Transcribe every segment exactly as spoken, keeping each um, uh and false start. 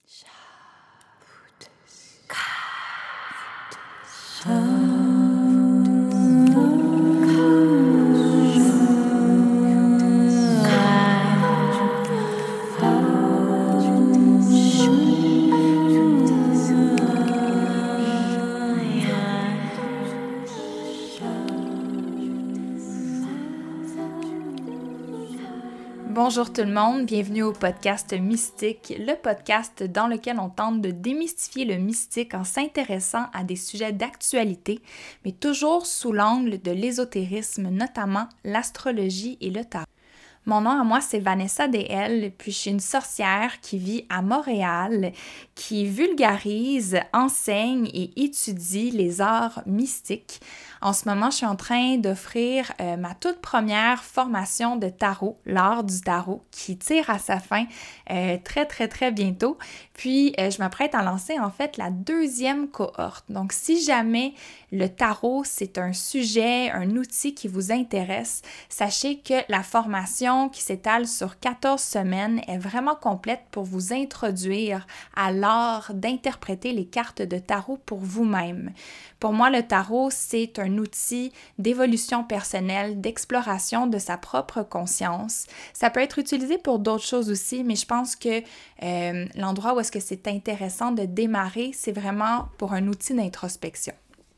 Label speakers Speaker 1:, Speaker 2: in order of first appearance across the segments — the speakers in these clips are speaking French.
Speaker 1: Bonjour tout le monde, bienvenue au podcast Mystique, le podcast dans lequel on tente de démystifier le mystique en s'intéressant à des sujets d'actualité, mais toujours sous l'angle de l'ésotérisme, notamment l'astrologie et le tarot. Mon nom à moi, c'est Vanessa D L, puis je suis une sorcière qui vit à Montréal, qui vulgarise, enseigne et étudie les arts mystiques. En ce moment, je suis en train d'offrir euh, ma toute première formation de tarot, l'art du tarot, qui tire à sa fin euh, très, très, très bientôt. Puis, euh, je m'apprête à lancer en fait la deuxième cohorte. Donc, si jamais le tarot, c'est un sujet, un outil qui vous intéresse, sachez que la formation qui s'étale sur quatorze semaines est vraiment complète pour vous introduire à l'art d'interpréter les cartes de tarot pour vous-même. Pour moi, le tarot, c'est un outil d'évolution personnelle, d'exploration de sa propre conscience. Ça peut être utilisé pour d'autres choses aussi, mais je pense que euh, l'endroit où est-ce que c'est intéressant de démarrer, c'est vraiment pour un outil d'introspection.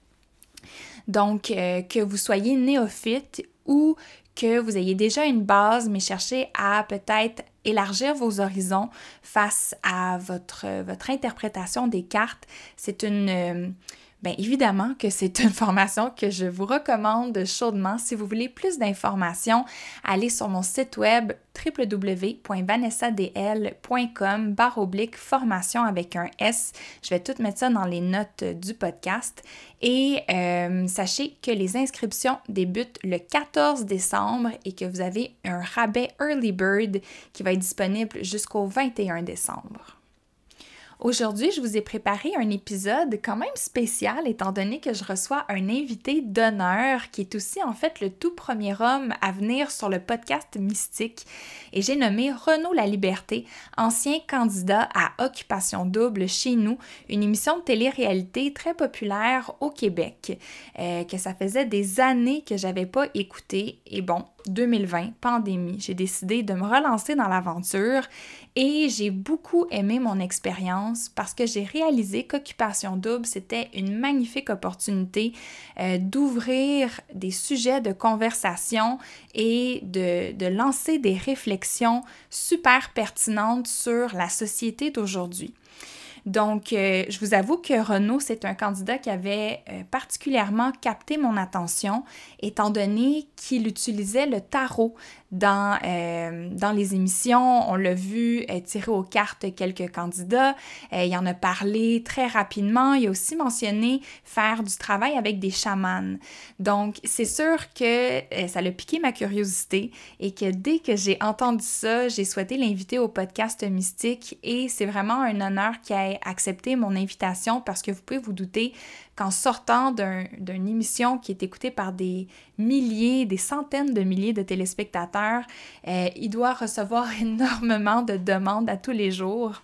Speaker 1: Donc, euh, que vous soyez néophyte ou que vous ayez déjà une base, mais cherchez à peut-être élargir vos horizons face à votre, votre interprétation des cartes, c'est une... Euh, Bien évidemment que c'est une formation que je vous recommande chaudement. Si vous voulez plus d'informations, allez sur mon site web w w w point vanessa d l point com barre oblique formation avec un S. Je vais tout mettre ça dans les notes du podcast. Et euh, sachez que les inscriptions débutent le quatorze décembre et que vous avez un rabais Early Bird qui va être disponible jusqu'au vingt et un décembre. Aujourd'hui, je vous ai préparé un épisode quand même spécial étant donné que je reçois un invité d'honneur qui est aussi en fait le tout premier homme à venir sur le podcast Mystique et j'ai nommé Renaud Laliberté, ancien candidat à Occupation Double chez nous, une émission de télé-réalité très populaire au Québec, euh, que ça faisait des années que j'avais pas écouté et bon, deux mille vingt, pandémie, j'ai décidé de me relancer dans l'aventure et j'ai beaucoup aimé mon expérience parce que j'ai réalisé qu'Occupation Double, c'était une magnifique opportunité euh, d'ouvrir des sujets de conversation et de, de lancer des réflexions super pertinentes sur la société d'aujourd'hui. Donc, euh, je vous avoue que Renaud, c'est un candidat qui avait euh, particulièrement capté mon attention, étant donné qu'il utilisait le tarot dans, euh, dans les émissions. On l'a vu euh, tirer aux cartes quelques candidats. Euh, il en a parlé très rapidement. Il a aussi mentionné faire du travail avec des chamans. Donc, c'est sûr que euh, ça l'a piqué ma curiosité et que dès que j'ai entendu ça, j'ai souhaité l'inviter au podcast Mystique et c'est vraiment un honneur qu'il ait accepté mon invitation parce que vous pouvez vous douter qu'en sortant d'un, d'une émission qui est écoutée par des milliers, des centaines de milliers de téléspectateurs, euh, il doit recevoir énormément de demandes à tous les jours.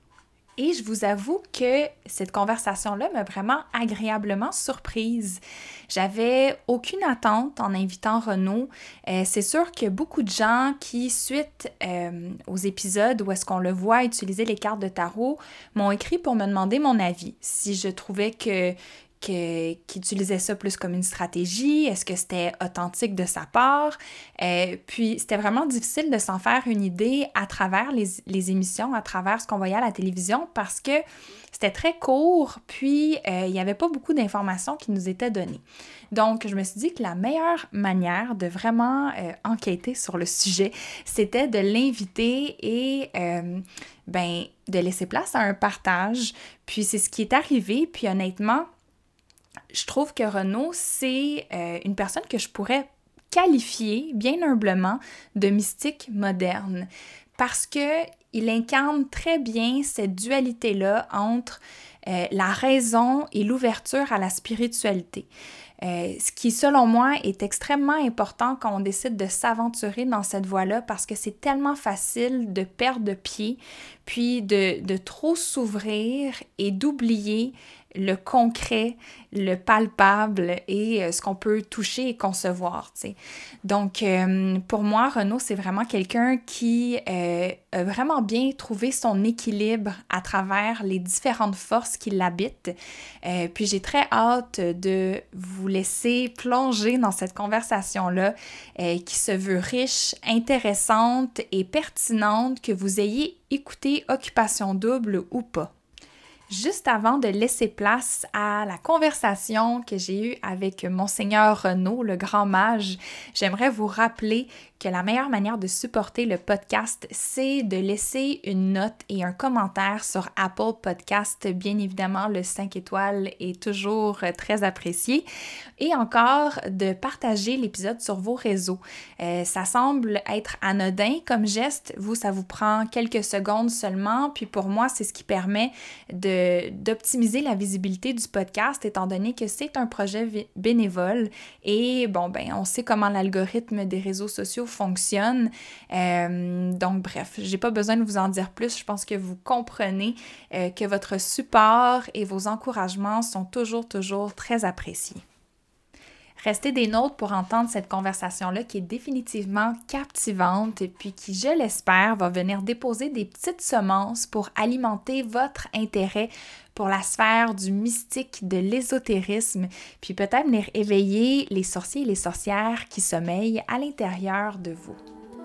Speaker 1: Et je vous avoue que cette conversation-là m'a vraiment agréablement surprise. J'avais aucune attente en invitant Renaud. Euh, c'est sûr que beaucoup de gens qui, suite euh, aux épisodes où est-ce qu'on le voit utiliser les cartes de tarot, m'ont écrit pour me demander mon avis. Si je trouvais que Que, qu'il utilisait ça plus comme une stratégie, est-ce que c'était authentique de sa part? Euh, puis c'était vraiment difficile de s'en faire une idée à travers les, les émissions, à travers ce qu'on voyait à la télévision parce que c'était très court, puis euh, il n'y avait pas beaucoup d'informations qui nous étaient données. Donc, je me suis dit que la meilleure manière de vraiment euh, enquêter sur le sujet, c'était de l'inviter et euh, ben, de laisser place à un partage. Puis c'est ce qui est arrivé, puis honnêtement, je trouve que Renaud, c'est euh, une personne que je pourrais qualifier, bien humblement, de mystique moderne. Parce qu'il incarne très bien cette dualité-là entre euh, la raison et l'ouverture à la spiritualité. Euh, ce qui, selon moi, est extrêmement important quand on décide de s'aventurer dans cette voie-là parce que c'est tellement facile de perdre pied, puis de, de trop s'ouvrir et d'oublier le concret, le palpable et euh, ce qu'on peut toucher et concevoir, tu sais. Donc, euh, pour moi, Renaud, c'est vraiment quelqu'un qui euh, a vraiment bien trouvé son équilibre à travers les différentes forces qui l'habitent. Euh, puis j'ai très hâte de vous laisser plonger dans cette conversation-là euh, qui se veut riche, intéressante et pertinente, que vous ayez écouté Occupation double ou pas. Juste avant de laisser place à la conversation que j'ai eue avec Monseigneur Renaud, le grand mage, j'aimerais vous rappeler que la meilleure manière de supporter le podcast, c'est de laisser une note et un commentaire sur Apple Podcast. Bien évidemment, le cinq étoiles est toujours très apprécié. Et encore, de partager l'épisode sur vos réseaux. Euh, ça semble être anodin comme geste. Vous, ça vous prend quelques secondes seulement. Puis pour moi, c'est ce qui permet de, d'optimiser la visibilité du podcast, étant donné que c'est un projet vi- bénévole. Et bon, ben, on sait comment l'algorithme des réseaux sociaux fonctionne. Euh, donc, bref, j'ai pas besoin de vous en dire plus. Je pense que vous comprenez euh, que votre support et vos encouragements sont toujours, toujours très appréciés. Restez des nôtres pour entendre cette conversation-là qui est définitivement captivante et puis qui, je l'espère, va venir déposer des petites semences pour alimenter votre intérêt pour la sphère du mystique, de l'ésotérisme, puis peut-être venir éveiller les sorciers et les sorcières qui sommeillent à l'intérieur de vous.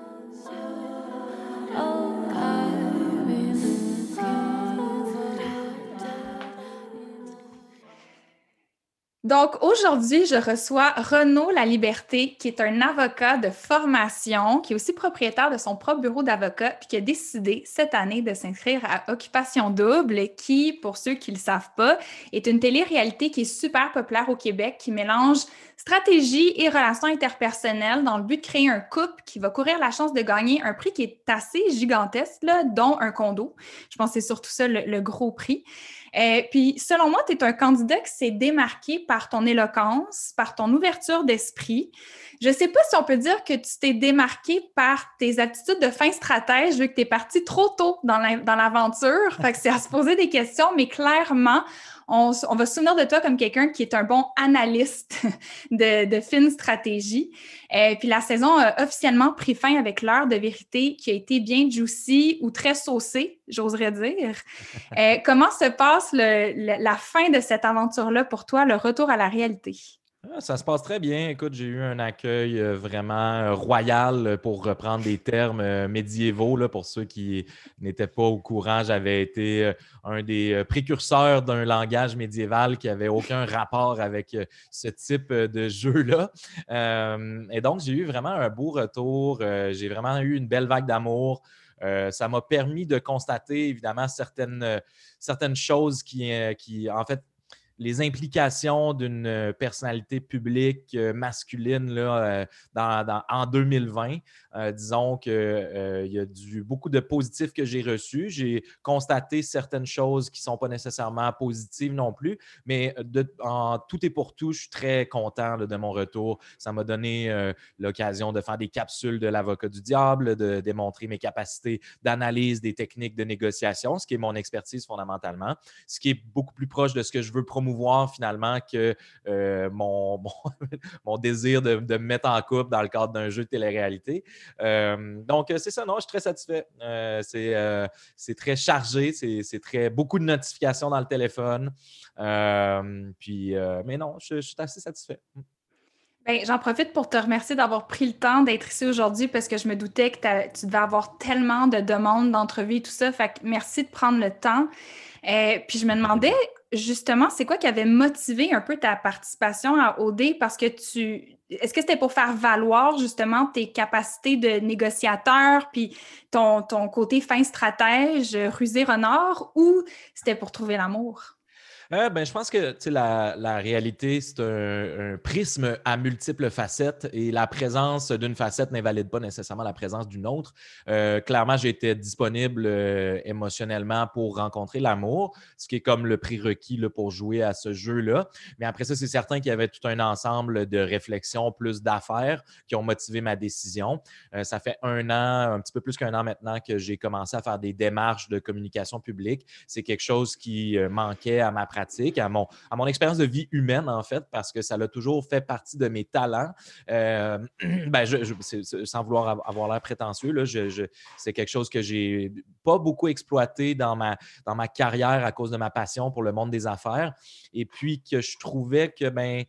Speaker 1: Donc, aujourd'hui, je reçois Renaud Laliberté, qui est un avocat de formation, qui est aussi propriétaire de son propre bureau d'avocat, puis qui a décidé cette année de s'inscrire à Occupation double, qui, pour ceux qui ne le savent pas, est une télé-réalité qui est super populaire au Québec, qui mélange stratégie et relations interpersonnelles dans le but de créer un couple qui va courir la chance de gagner un prix qui est assez gigantesque, là, dont un condo. Je pense que c'est surtout ça le, le gros prix. Euh, puis, selon moi, tu es un candidat qui s'est démarqué par ton éloquence, par ton ouverture d'esprit. Je ne sais pas si on peut dire que tu t'es démarqué par tes aptitudes de fin stratège, vu que tu es parti trop tôt dans, la, dans l'aventure. Fait que c'est à se poser des questions, mais clairement, on, on va se souvenir de toi comme quelqu'un qui est un bon analyste de, de fine stratégie. Euh, puis la saison a officiellement pris fin avec l'heure de vérité qui a été bien juicy ou très saucée, j'oserais dire. Euh, comment se passe le, le, la fin de cette aventure-là pour toi, le retour à la réalité?
Speaker 2: Ah, ça se passe très bien. Écoute, j'ai eu un accueil euh, vraiment euh, royal, euh, pour reprendre des termes euh, médiévaux. Là, pour ceux qui n'étaient pas au courant, j'avais été euh, un des euh, précurseurs d'un langage médiéval qui n'avait aucun rapport avec euh, ce type euh, de jeu-là. Euh, et donc, j'ai eu vraiment un beau retour. Euh, j'ai vraiment eu une belle vague d'amour. Euh, ça m'a permis de constater, évidemment, certaines, euh, certaines choses qui, euh, qui, en fait, les implications d'une personnalité publique euh, masculine là, euh, dans, dans, en deux mille vingt. Euh, disons qu'il euh, y a du, beaucoup de positifs que j'ai reçus. J'ai constaté certaines choses qui ne sont pas nécessairement positives non plus, mais de, en tout et pour tout, je suis très content là, de mon retour. Ça m'a donné euh, l'occasion de faire des capsules de l'avocat du diable, de démontrer mes capacités d'analyse des techniques de négociation, ce qui est mon expertise fondamentalement, ce qui est beaucoup plus proche de ce que je veux promouvoir finalement que euh, mon, mon, mon désir de, de me mettre en couple dans le cadre d'un jeu de télé-réalité. Euh, donc, c'est ça, non, je suis très satisfait. Euh, c'est, euh, c'est très chargé, c'est, c'est très, beaucoup de notifications dans le téléphone. Euh, puis, euh, mais non, je, je suis assez satisfait.
Speaker 1: Bien, j'en profite pour te remercier d'avoir pris le temps d'être ici aujourd'hui parce que je me doutais que tu devais avoir tellement de demandes d'entrevues et tout ça. Fait que merci de prendre le temps. Euh, puis je me demandais justement, c'est quoi qui avait motivé un peu ta participation à O D? Parce que tu... Est-ce que c'était pour faire valoir justement tes capacités de négociateur puis ton, ton côté fin stratège, rusé renard, ou c'était pour trouver l'amour?
Speaker 2: Euh, ben, je pense que tu sais, la, la réalité, c'est un, un prisme à multiples facettes et la présence d'une facette n'invalide pas nécessairement la présence d'une autre. Euh, clairement, j'étais disponible euh, émotionnellement pour rencontrer l'amour, ce qui est comme le prérequis là, pour jouer à ce jeu-là. Mais après ça, c'est certain qu'il y avait tout un ensemble de réflexions, plus d'affaires qui ont motivé ma décision. Euh, ça fait un an, un petit peu plus qu'un an maintenant que j'ai commencé à faire des démarches de communication publique. C'est quelque chose qui euh, manquait à ma pratique, à mon, à mon expérience de vie humaine, en fait, parce que ça a toujours fait partie de mes talents. Euh, ben, je, je, c'est, c'est, sans vouloir avoir l'air prétentieux, là, je, je, c'est quelque chose que j'ai pas beaucoup exploité dans ma, dans ma carrière à cause de ma passion pour le monde des affaires. Et puis que je trouvais que, ben,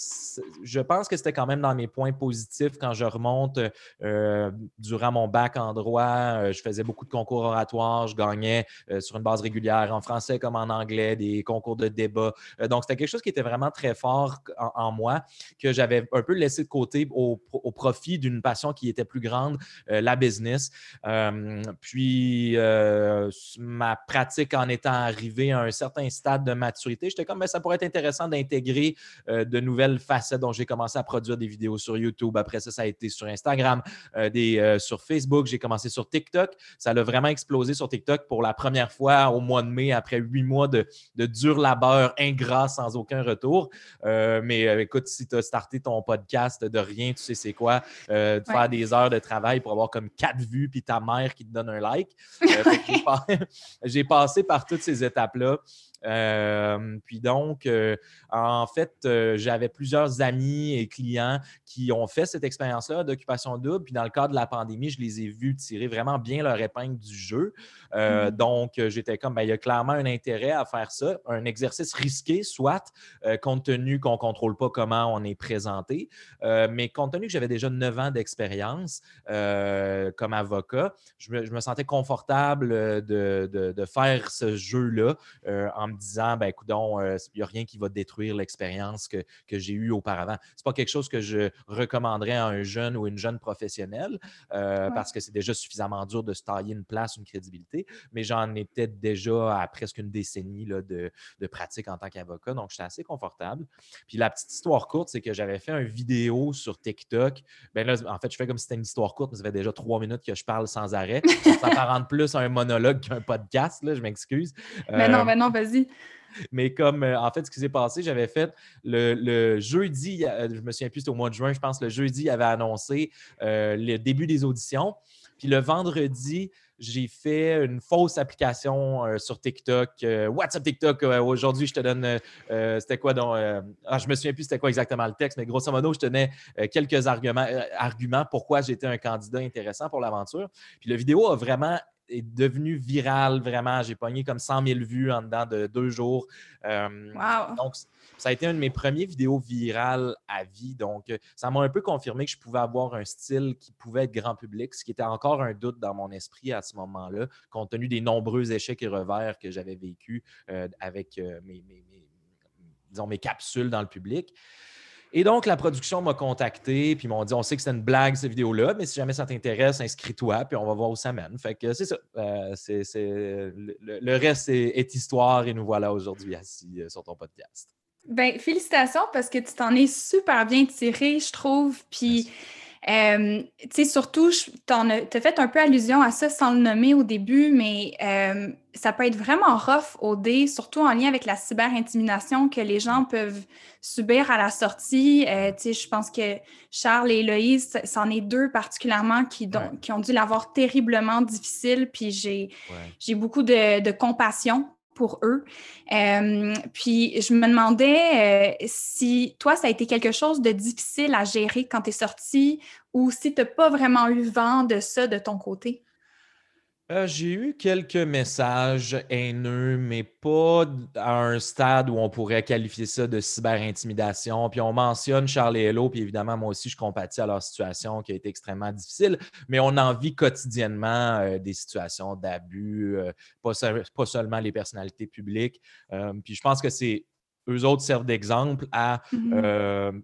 Speaker 2: je pense que c'était quand même dans mes points positifs quand je remonte euh, durant mon bac en droit. Euh, je faisais beaucoup de concours oratoires. Je gagnais euh, sur une base régulière en français comme en anglais, des concours de débat. Euh, donc, c'était quelque chose qui était vraiment très fort en, en moi, que j'avais un peu laissé de côté au, au profit d'une passion qui était plus grande, euh, la business. Euh, puis, euh, ma pratique en étant arrivée à un certain stade de maturité, j'étais comme, ben, ça pourrait être intéressant d'intégrer euh, de nouvelles facettes dont j'ai commencé à produire des vidéos sur YouTube. Après ça, ça a été sur Instagram, euh, des, euh, sur Facebook. J'ai commencé sur TikTok. Ça a vraiment explosé sur TikTok pour la première fois au mois de mai, après huit mois de, de dur labeur ingrat sans aucun retour. Euh, mais euh, écoute, si tu as starté ton podcast de rien, tu sais c'est quoi, euh, de
Speaker 1: Ouais.
Speaker 2: faire des heures de travail pour avoir comme quatre vues puis ta mère qui te donne un like. Euh, j'ai, pas, j'ai passé par toutes ces étapes-là. Euh, puis donc, euh, en fait, euh, j'avais plusieurs amis et clients qui ont fait cette expérience-là d'occupation double. Puis dans le cadre de la pandémie, je les ai vus tirer vraiment bien leur épingle du jeu. Euh, mm-hmm. Donc, euh, j'étais comme, ben, il y a clairement un intérêt à faire ça, un exercice risqué, soit, euh, compte tenu qu'on ne contrôle pas comment on est présenté. Euh, mais compte tenu que j'avais déjà neuf ans d'expérience euh, comme avocat, je me, je me sentais confortable de, de, de faire ce jeu-là euh, en me disant, ben coudonc, il euh, n'y a rien qui va détruire l'expérience que, que j'ai eue auparavant. Ce n'est pas quelque chose que je recommanderais à un jeune ou une jeune professionnelle euh, ouais. parce que c'est déjà suffisamment dur de se tailler une place, une crédibilité, mais j'en étais déjà à presque une décennie là, de, de pratique en tant qu'avocat, donc j'étais assez confortable. Puis la petite histoire courte, c'est que j'avais fait une vidéo sur TikTok. Ben là, en fait, je fais comme si c'était une histoire courte, mais ça fait déjà trois minutes que je parle sans arrêt. Ça s'apparente plus à un monologue qu'un podcast, là, je m'excuse.
Speaker 1: Mais non, mais non, vas-y.
Speaker 2: Mais comme, euh, en fait, ce qui s'est passé, j'avais fait le, le jeudi, euh, je me souviens plus, c'était au mois de juin, je pense, le jeudi, il avait annoncé euh, le début des auditions. Puis le vendredi, j'ai fait une fausse application euh, sur TikTok. Euh, WhatsApp TikTok, euh, aujourd'hui, je te donne, euh, c'était quoi donc, euh, ah, je me souviens plus c'était quoi exactement le texte, mais grosso modo, je tenais euh, quelques arguments, euh, arguments pourquoi j'étais un candidat intéressant pour l'aventure. Puis la vidéo a vraiment est devenu viral, vraiment. J'ai pogné comme cent mille vues en dedans de deux jours. Euh,
Speaker 1: wow.
Speaker 2: Donc, ça a été une de mes premières vidéos virales à vie. Donc, ça m'a un peu confirmé que je pouvais avoir un style qui pouvait être grand public, ce qui était encore un doute dans mon esprit à ce moment-là, compte tenu des nombreux échecs et revers que j'avais vécus euh, avec euh, mes, mes, mes, disons, mes capsules dans le public. Et donc, la production m'a contacté, puis ils m'ont dit, on sait que c'est une blague, cette vidéo-là, mais si jamais ça t'intéresse, inscris-toi, puis on va voir où ça mène. Fait que c'est ça. Euh, c'est, c'est, le, le reste est, est histoire et nous voilà aujourd'hui assis euh, sur ton podcast.
Speaker 1: Ben, félicitations parce que tu t'en es super bien tiré, je trouve. Puis, euh, tu sais, surtout, tu as fait un peu allusion à ça sans le nommer au début, mais euh, ça peut être vraiment rough au dé, surtout en lien avec la cyber-intimidation que les gens peuvent subir à la sortie. Euh, tu sais, je pense que Charles et Héloïse, c'en est deux particulièrement qui, don, ouais. qui ont dû l'avoir terriblement difficile. Puis, j'ai, ouais. j'ai beaucoup de, de compassion pour eux. Euh, puis, je me demandais euh, si toi, ça a été quelque chose de difficile à gérer quand tu es sortie ou si tu n'as pas vraiment eu vent de ça de ton côté.
Speaker 2: Euh, j'ai eu quelques messages haineux, mais pas à un stade où on pourrait qualifier ça de cyber-intimidation. Puis on mentionne Charles et Hello, puis évidemment, moi aussi, je compatis à leur situation qui a été extrêmement difficile, mais on en vit quotidiennement euh, des situations d'abus, euh, pas, se- pas seulement les personnalités publiques. Euh, puis je pense que c'est eux autres servent d'exemple à...
Speaker 1: Mm-hmm.
Speaker 2: euh,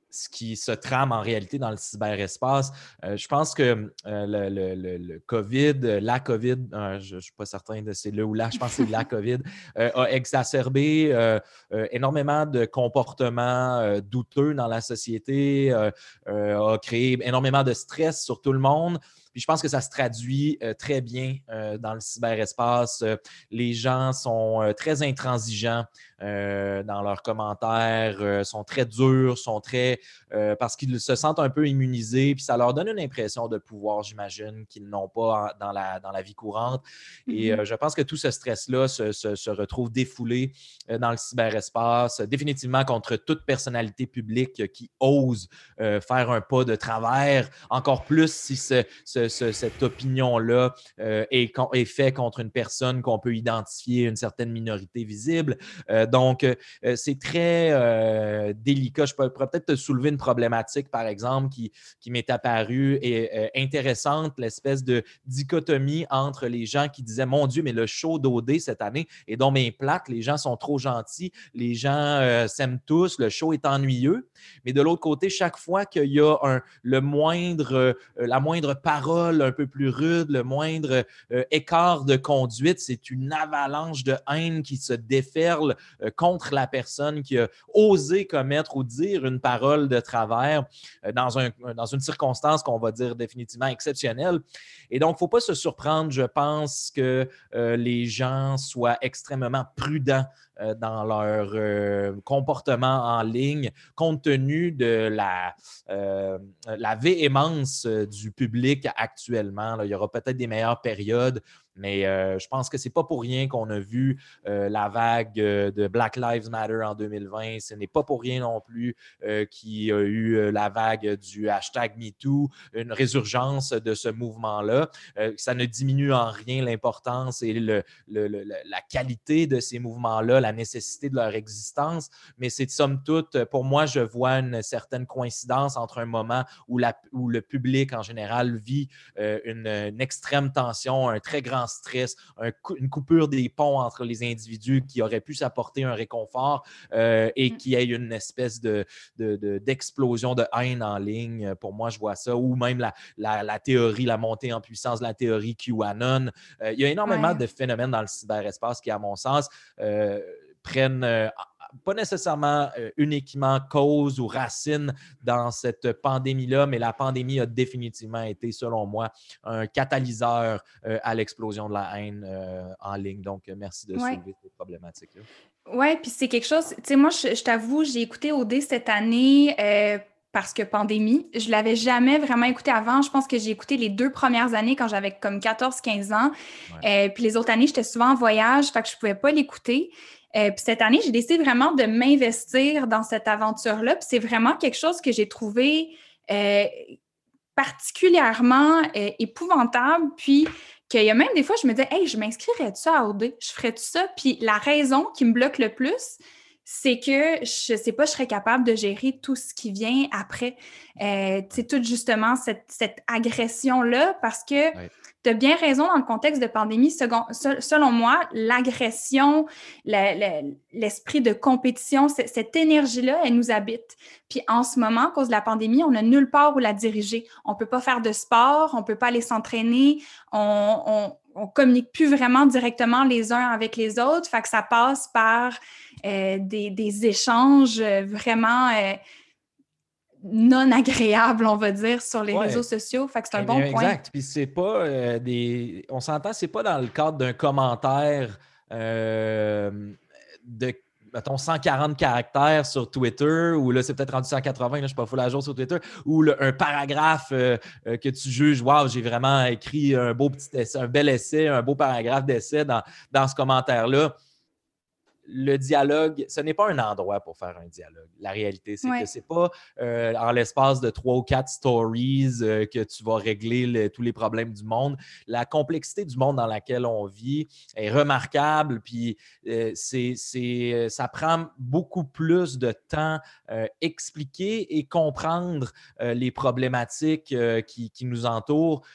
Speaker 2: ce qui se trame en réalité dans le cyberespace. Euh, je pense que euh, le, le, le, le COVID, la COVID, euh, je ne suis pas certain de c'est le ou la, je pense que c'est la COVID, euh, a exacerbé euh, euh, énormément de comportements euh, douteux dans la société, euh, euh, a créé énormément de stress sur tout le monde. Puis je pense que ça se traduit euh, très bien euh, dans le cyberespace. Euh, les gens sont euh, très intransigeants euh, dans leurs commentaires, euh, sont très durs, sont très euh, parce qu'ils se sentent un peu immunisés, puis ça leur donne une impression de pouvoir, j'imagine, qu'ils n'ont pas en, dans, la, dans la vie courante. Et
Speaker 1: Mm-hmm.
Speaker 2: euh, je pense que tout ce stress-là se, se, se retrouve défoulé euh, dans le cyberespace, définitivement contre toute personnalité publique qui ose euh, faire un pas de travers, encore plus si ce, ce Ce, cette opinion-là euh, est, est faite contre une personne qu'on peut identifier, une certaine minorité visible. Euh, donc, euh, c'est très euh, délicat. Je pourrais peut-être te soulever une problématique, par exemple, qui, qui m'est apparue et euh, intéressante, l'espèce de dichotomie entre les gens qui disaient « Mon Dieu, mais le show d'O D cette année est donc bien plate, les gens sont trop gentils, les gens euh, s'aiment tous, le show est ennuyeux. » Mais de l'autre côté, chaque fois qu'il y a un, le moindre, euh, la moindre parole un peu plus rude, le moindre euh, écart de conduite, c'est une avalanche de haine qui se déferle euh, contre la personne qui a osé commettre ou dire une parole de travers euh, dans, un, dans une circonstance qu'on va dire définitivement exceptionnelle. Et donc, il ne faut pas se surprendre, je pense, que euh, les gens soient extrêmement prudents euh, dans leur euh, comportement en ligne, compte tenu de la, euh, la véhémence euh, du public actuellement. Là. Il y aura peut-être des meilleures périodes, mais euh, je pense que ce n'est pas pour rien qu'on a vu euh, la vague euh, de Black Lives Matter en deux mille vingt. Ce n'est pas pour rien non plus euh, qu'il y a eu euh, la vague du hashtag MeToo, une résurgence de ce mouvement-là. Euh, ça ne diminue en rien l'importance et le, le, le, la qualité de ces mouvements-là, la nécessité de leur existence, mais c'est de somme toute, pour moi, je vois une certaine coïncidence entre un moment où, la, où le public en général vit euh, une, une extrême tension, un très grand stress, un, une coupure des ponts entre les individus qui auraient pu s'apporter un réconfort euh, et qu'il y ait une espèce de, de, de, d'explosion de haine en ligne. Pour moi, je vois ça. Ou même la, la, la théorie, la montée en puissance de la théorie QAnon. Euh, il y a énormément
Speaker 1: Ouais.
Speaker 2: de phénomènes dans le cyberespace qui, à mon sens, euh, prennent euh, pas nécessairement euh, uniquement cause ou racine dans cette pandémie-là, mais la pandémie a définitivement été, selon moi, un catalyseur euh, à l'explosion de la haine euh, en ligne. Donc, euh, merci de
Speaker 1: Ouais.
Speaker 2: soulever cette problématique-là.
Speaker 1: Oui, puis c'est quelque chose, tu sais, moi, je, je t'avoue, j'ai écouté O D cette année euh, parce que pandémie. Je l'avais jamais vraiment écouté avant. Je pense que j'ai écouté les deux premières années quand j'avais comme quatorze quinze ans.
Speaker 2: Ouais.
Speaker 1: Euh, puis les autres années, j'étais souvent en voyage, fait que je pouvais pas l'écouter. Euh, puis cette année, j'ai décidé vraiment de m'investir dans cette aventure-là. Puis c'est vraiment quelque chose que j'ai trouvé euh, particulièrement euh, épouvantable. Puis qu'il y a même des fois, je me disais, hey, je m'inscrirais-tu à O D? Je ferais-tu ça? Puis la raison qui me bloque le plus, c'est que je sais pas, je serais capable de gérer tout ce qui vient après. Euh, tu sais, toute justement cette, cette agression-là, parce que
Speaker 2: Ouais.
Speaker 1: tu as bien raison dans le contexte de pandémie. Second, selon moi, l'agression, le, le, l'esprit de compétition, cette énergie-là, elle nous habite. Puis en ce moment, à cause de la pandémie, on n'a nulle part où la diriger. On peut pas faire de sport, on peut pas aller s'entraîner, on, on, on communique plus vraiment directement les uns avec les autres. Fait que ça passe par euh, des, des échanges vraiment euh, non agréables, on va dire, sur les
Speaker 2: Ouais.
Speaker 1: réseaux sociaux. Fait que c'est un
Speaker 2: Eh
Speaker 1: bon
Speaker 2: bien,
Speaker 1: point.
Speaker 2: exact. Puis c'est pas euh, des. On s'entend, c'est pas dans le cadre d'un commentaire euh, de mettons, cent quarante caractères sur Twitter, ou là, c'est peut-être rendu cent quatre-vingts, là, je ne suis pas full à jour sur Twitter, ou le, un paragraphe euh, euh, que tu juges, waouh, j'ai vraiment écrit un beau petit essai, un bel essai, un beau paragraphe d'essai dans, dans ce commentaire-là. Le dialogue, ce n'est pas un endroit pour faire un dialogue. La réalité, c'est
Speaker 1: Ouais.
Speaker 2: que ce n'est pas euh, en l'espace de trois ou quatre stories euh, que tu vas régler le, tous les problèmes du monde. La complexité du monde dans lequel on vit est remarquable, puis euh, c'est, c'est, ça prend beaucoup plus de temps euh, expliquer et comprendre euh, les problématiques euh, qui, qui nous entourent.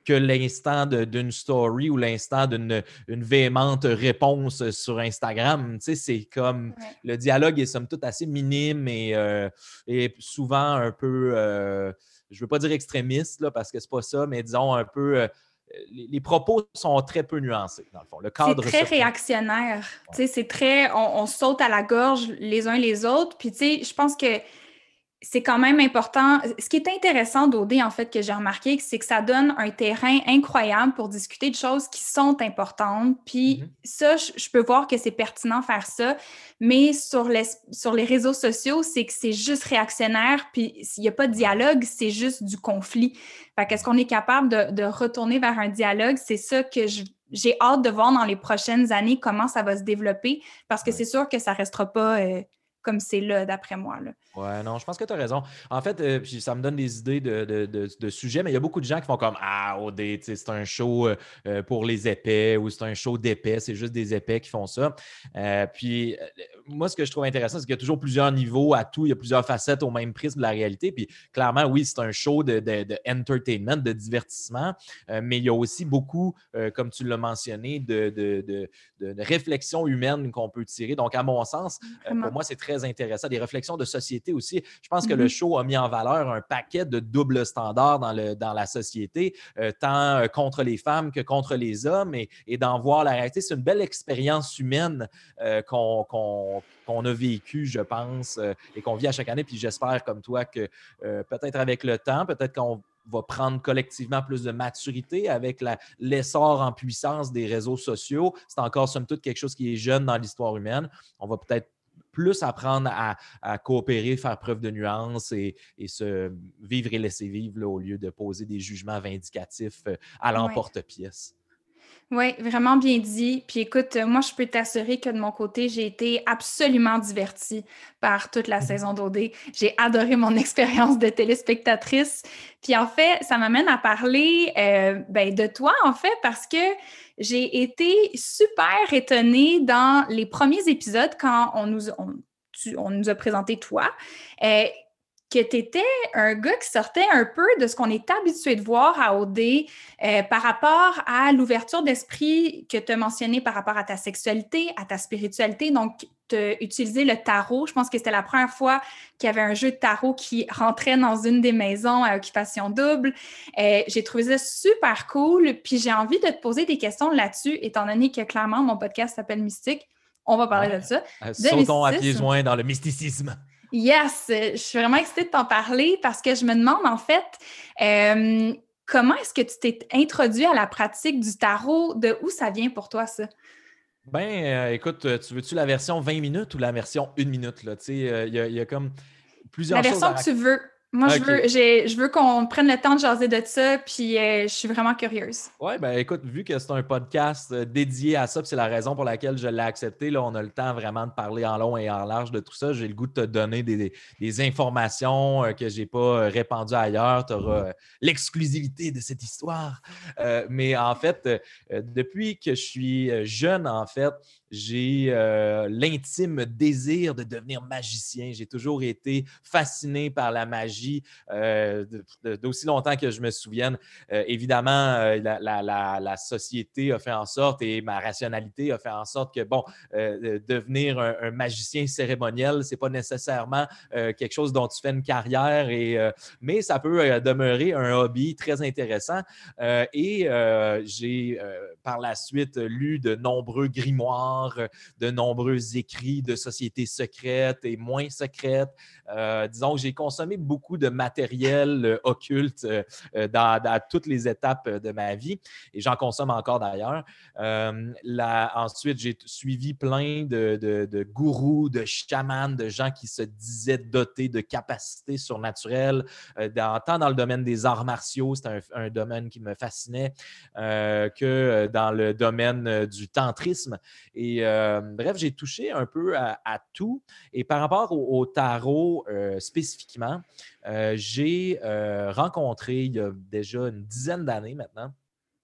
Speaker 2: que l'instant de, d'une story ou l'instant d'une une véhémente réponse sur Instagram. Tu sais, c'est comme
Speaker 1: Ouais.
Speaker 2: le dialogue est somme toute assez minime et, euh, et souvent un peu, euh, je ne veux pas dire extrémiste là, parce que c'est pas ça, mais disons un peu, euh, les, les propos sont très peu nuancés dans le fond. Le
Speaker 1: C'est
Speaker 2: cadre
Speaker 1: très
Speaker 2: se prend.
Speaker 1: réactionnaire.
Speaker 2: Ouais.
Speaker 1: Tu sais, c'est très... On, on saute à la gorge les uns les autres. Puis, tu sais, je pense que c'est quand même important. Ce qui est intéressant d'O D, en fait, que j'ai remarqué, c'est que ça donne un terrain incroyable pour discuter de choses qui sont importantes. Puis
Speaker 2: Mm-hmm.
Speaker 1: ça, je, je peux voir que c'est pertinent faire ça. Mais sur les, sur les réseaux sociaux, c'est que c'est juste réactionnaire. Puis s'il n'y a pas de dialogue, c'est juste du conflit. Fait qu'est-ce qu'on est capable de, de retourner vers un dialogue? C'est ça que je, j'ai hâte de voir dans les prochaines années comment ça va se développer. Parce que
Speaker 2: Ouais.
Speaker 1: c'est sûr que ça ne restera pas euh, comme c'est là, d'après moi, là.
Speaker 2: Ouais, non, je pense que tu as raison. En fait, euh, puis ça me donne des idées de, de, de, de sujets, mais il y a beaucoup de gens qui font comme Ah, O D, tu sais, c'est un show euh, pour les épais ou c'est un show d'épais, c'est juste des épais qui font ça. Euh, puis euh, moi, ce que je trouve intéressant, c'est qu'il y a toujours plusieurs niveaux à tout, il y a plusieurs facettes au même prisme de la réalité. Puis clairement, oui, c'est un show de, de, de entertainment, de divertissement, euh, mais il y a aussi beaucoup, euh, comme tu l'as mentionné, de, de, de, de, de réflexions humaines qu'on peut tirer. Donc, à mon sens, euh, pour moi, c'est très intéressant. Des réflexions de société aussi. Je pense que
Speaker 1: Mm-hmm.
Speaker 2: le show a mis en valeur un paquet de doubles standards dans, le, dans la société, euh, tant euh, contre les femmes que contre les hommes, et, et d'en voir la réalité. C'est une belle expérience humaine euh, qu'on, qu'on, qu'on a vécue, je pense, euh, et qu'on vit à chaque année. Puis j'espère, comme toi, que euh, peut-être avec le temps, peut-être qu'on va prendre collectivement plus de maturité avec la, l'essor en puissance des réseaux sociaux. C'est encore, somme toute, quelque chose qui est jeune dans l'histoire humaine. On va peut-être plus apprendre à, à coopérer, faire preuve de nuance et, et se vivre et laisser vivre là, au lieu de poser des jugements vindicatifs euh, à
Speaker 1: Ouais.
Speaker 2: l'emporte-pièce.
Speaker 1: Oui, vraiment bien dit. Puis écoute, euh, moi, je peux t'assurer que de mon côté, j'ai été absolument divertie par toute la saison d'O D. J'ai adoré mon expérience de téléspectatrice. Puis en fait, ça m'amène à parler euh, ben, de toi, en fait, parce que j'ai été super étonnée dans les premiers épisodes quand on nous, on, tu, on nous a présenté toi. Euh, que tu étais un gars qui sortait un peu de ce qu'on est habitué de voir à O D euh, par rapport à l'ouverture d'esprit que tu as mentionné par rapport à ta sexualité, à ta spiritualité. Donc, tu as utilisé le tarot. Je pense que c'était la première fois qu'il y avait un jeu de tarot qui rentrait dans une des maisons à occupation double. Euh, j'ai trouvé ça super cool. Puis j'ai envie de te poser des questions là-dessus, étant donné que clairement, mon podcast s'appelle Mystique. On va parler
Speaker 2: Ouais.
Speaker 1: de ça.
Speaker 2: Euh,
Speaker 1: De
Speaker 2: sautons à pieds
Speaker 1: mysticisme.
Speaker 2: joints dans le mysticisme.
Speaker 1: Yes, je suis vraiment excitée de t'en parler parce que je me demande en fait euh, comment est-ce que tu t'es introduit à la pratique du tarot? De où ça vient pour toi, ça?
Speaker 2: Ben, euh, écoute, tu veux-tu la version vingt minutes ou la version une minute? Il euh, y, y, a comme
Speaker 1: La
Speaker 2: plusieurs choses
Speaker 1: version
Speaker 2: à
Speaker 1: que tu
Speaker 2: raconter.
Speaker 1: veux. Moi, je
Speaker 2: OK.
Speaker 1: veux, j'ai, je veux qu'on prenne le temps de jaser de ça, puis euh, je suis vraiment curieuse.
Speaker 2: Oui, ben écoute, vu que c'est un podcast euh, dédié à ça, puis c'est la raison pour laquelle je l'ai accepté, là, on a le temps vraiment de parler en long et en large de tout ça. J'ai le goût de te donner des, des, des informations euh, que je n'ai pas euh, répandues ailleurs. Tu auras euh, l'exclusivité de cette histoire. Euh, mais en fait, euh, depuis que je suis euh, jeune, en fait, j'ai euh, l'intime désir de devenir magicien. J'ai toujours été fasciné par la magie euh, d'aussi longtemps que je me souvienne. Euh, évidemment, euh, la, la, la, la société a fait en sorte et ma rationalité a fait en sorte que, bon, euh, devenir un, un magicien cérémoniel, ce n'est pas nécessairement euh, quelque chose dont tu fais une carrière, et, euh, mais ça peut euh, demeurer un hobby très intéressant. Euh, et euh, j'ai euh, par la suite lu de nombreux grimoires, de nombreux écrits de sociétés secrètes et moins secrètes. Euh, disons que j'ai consommé beaucoup de matériel euh, occulte euh, dans, dans toutes les étapes de ma vie, et j'en consomme encore d'ailleurs. Euh, la, ensuite, j'ai suivi plein de, de, de gourous, de chamans, de gens qui se disaient dotés de capacités surnaturelles, euh, dans, tant dans le domaine des arts martiaux, c'est un, un domaine qui me fascinait, euh, que dans le domaine du tantrisme. Et euh, bref, j'ai touché un peu à, à tout. Et par rapport au, au tarot euh, spécifiquement, euh, j'ai euh, rencontré il y a déjà une dizaine d'années maintenant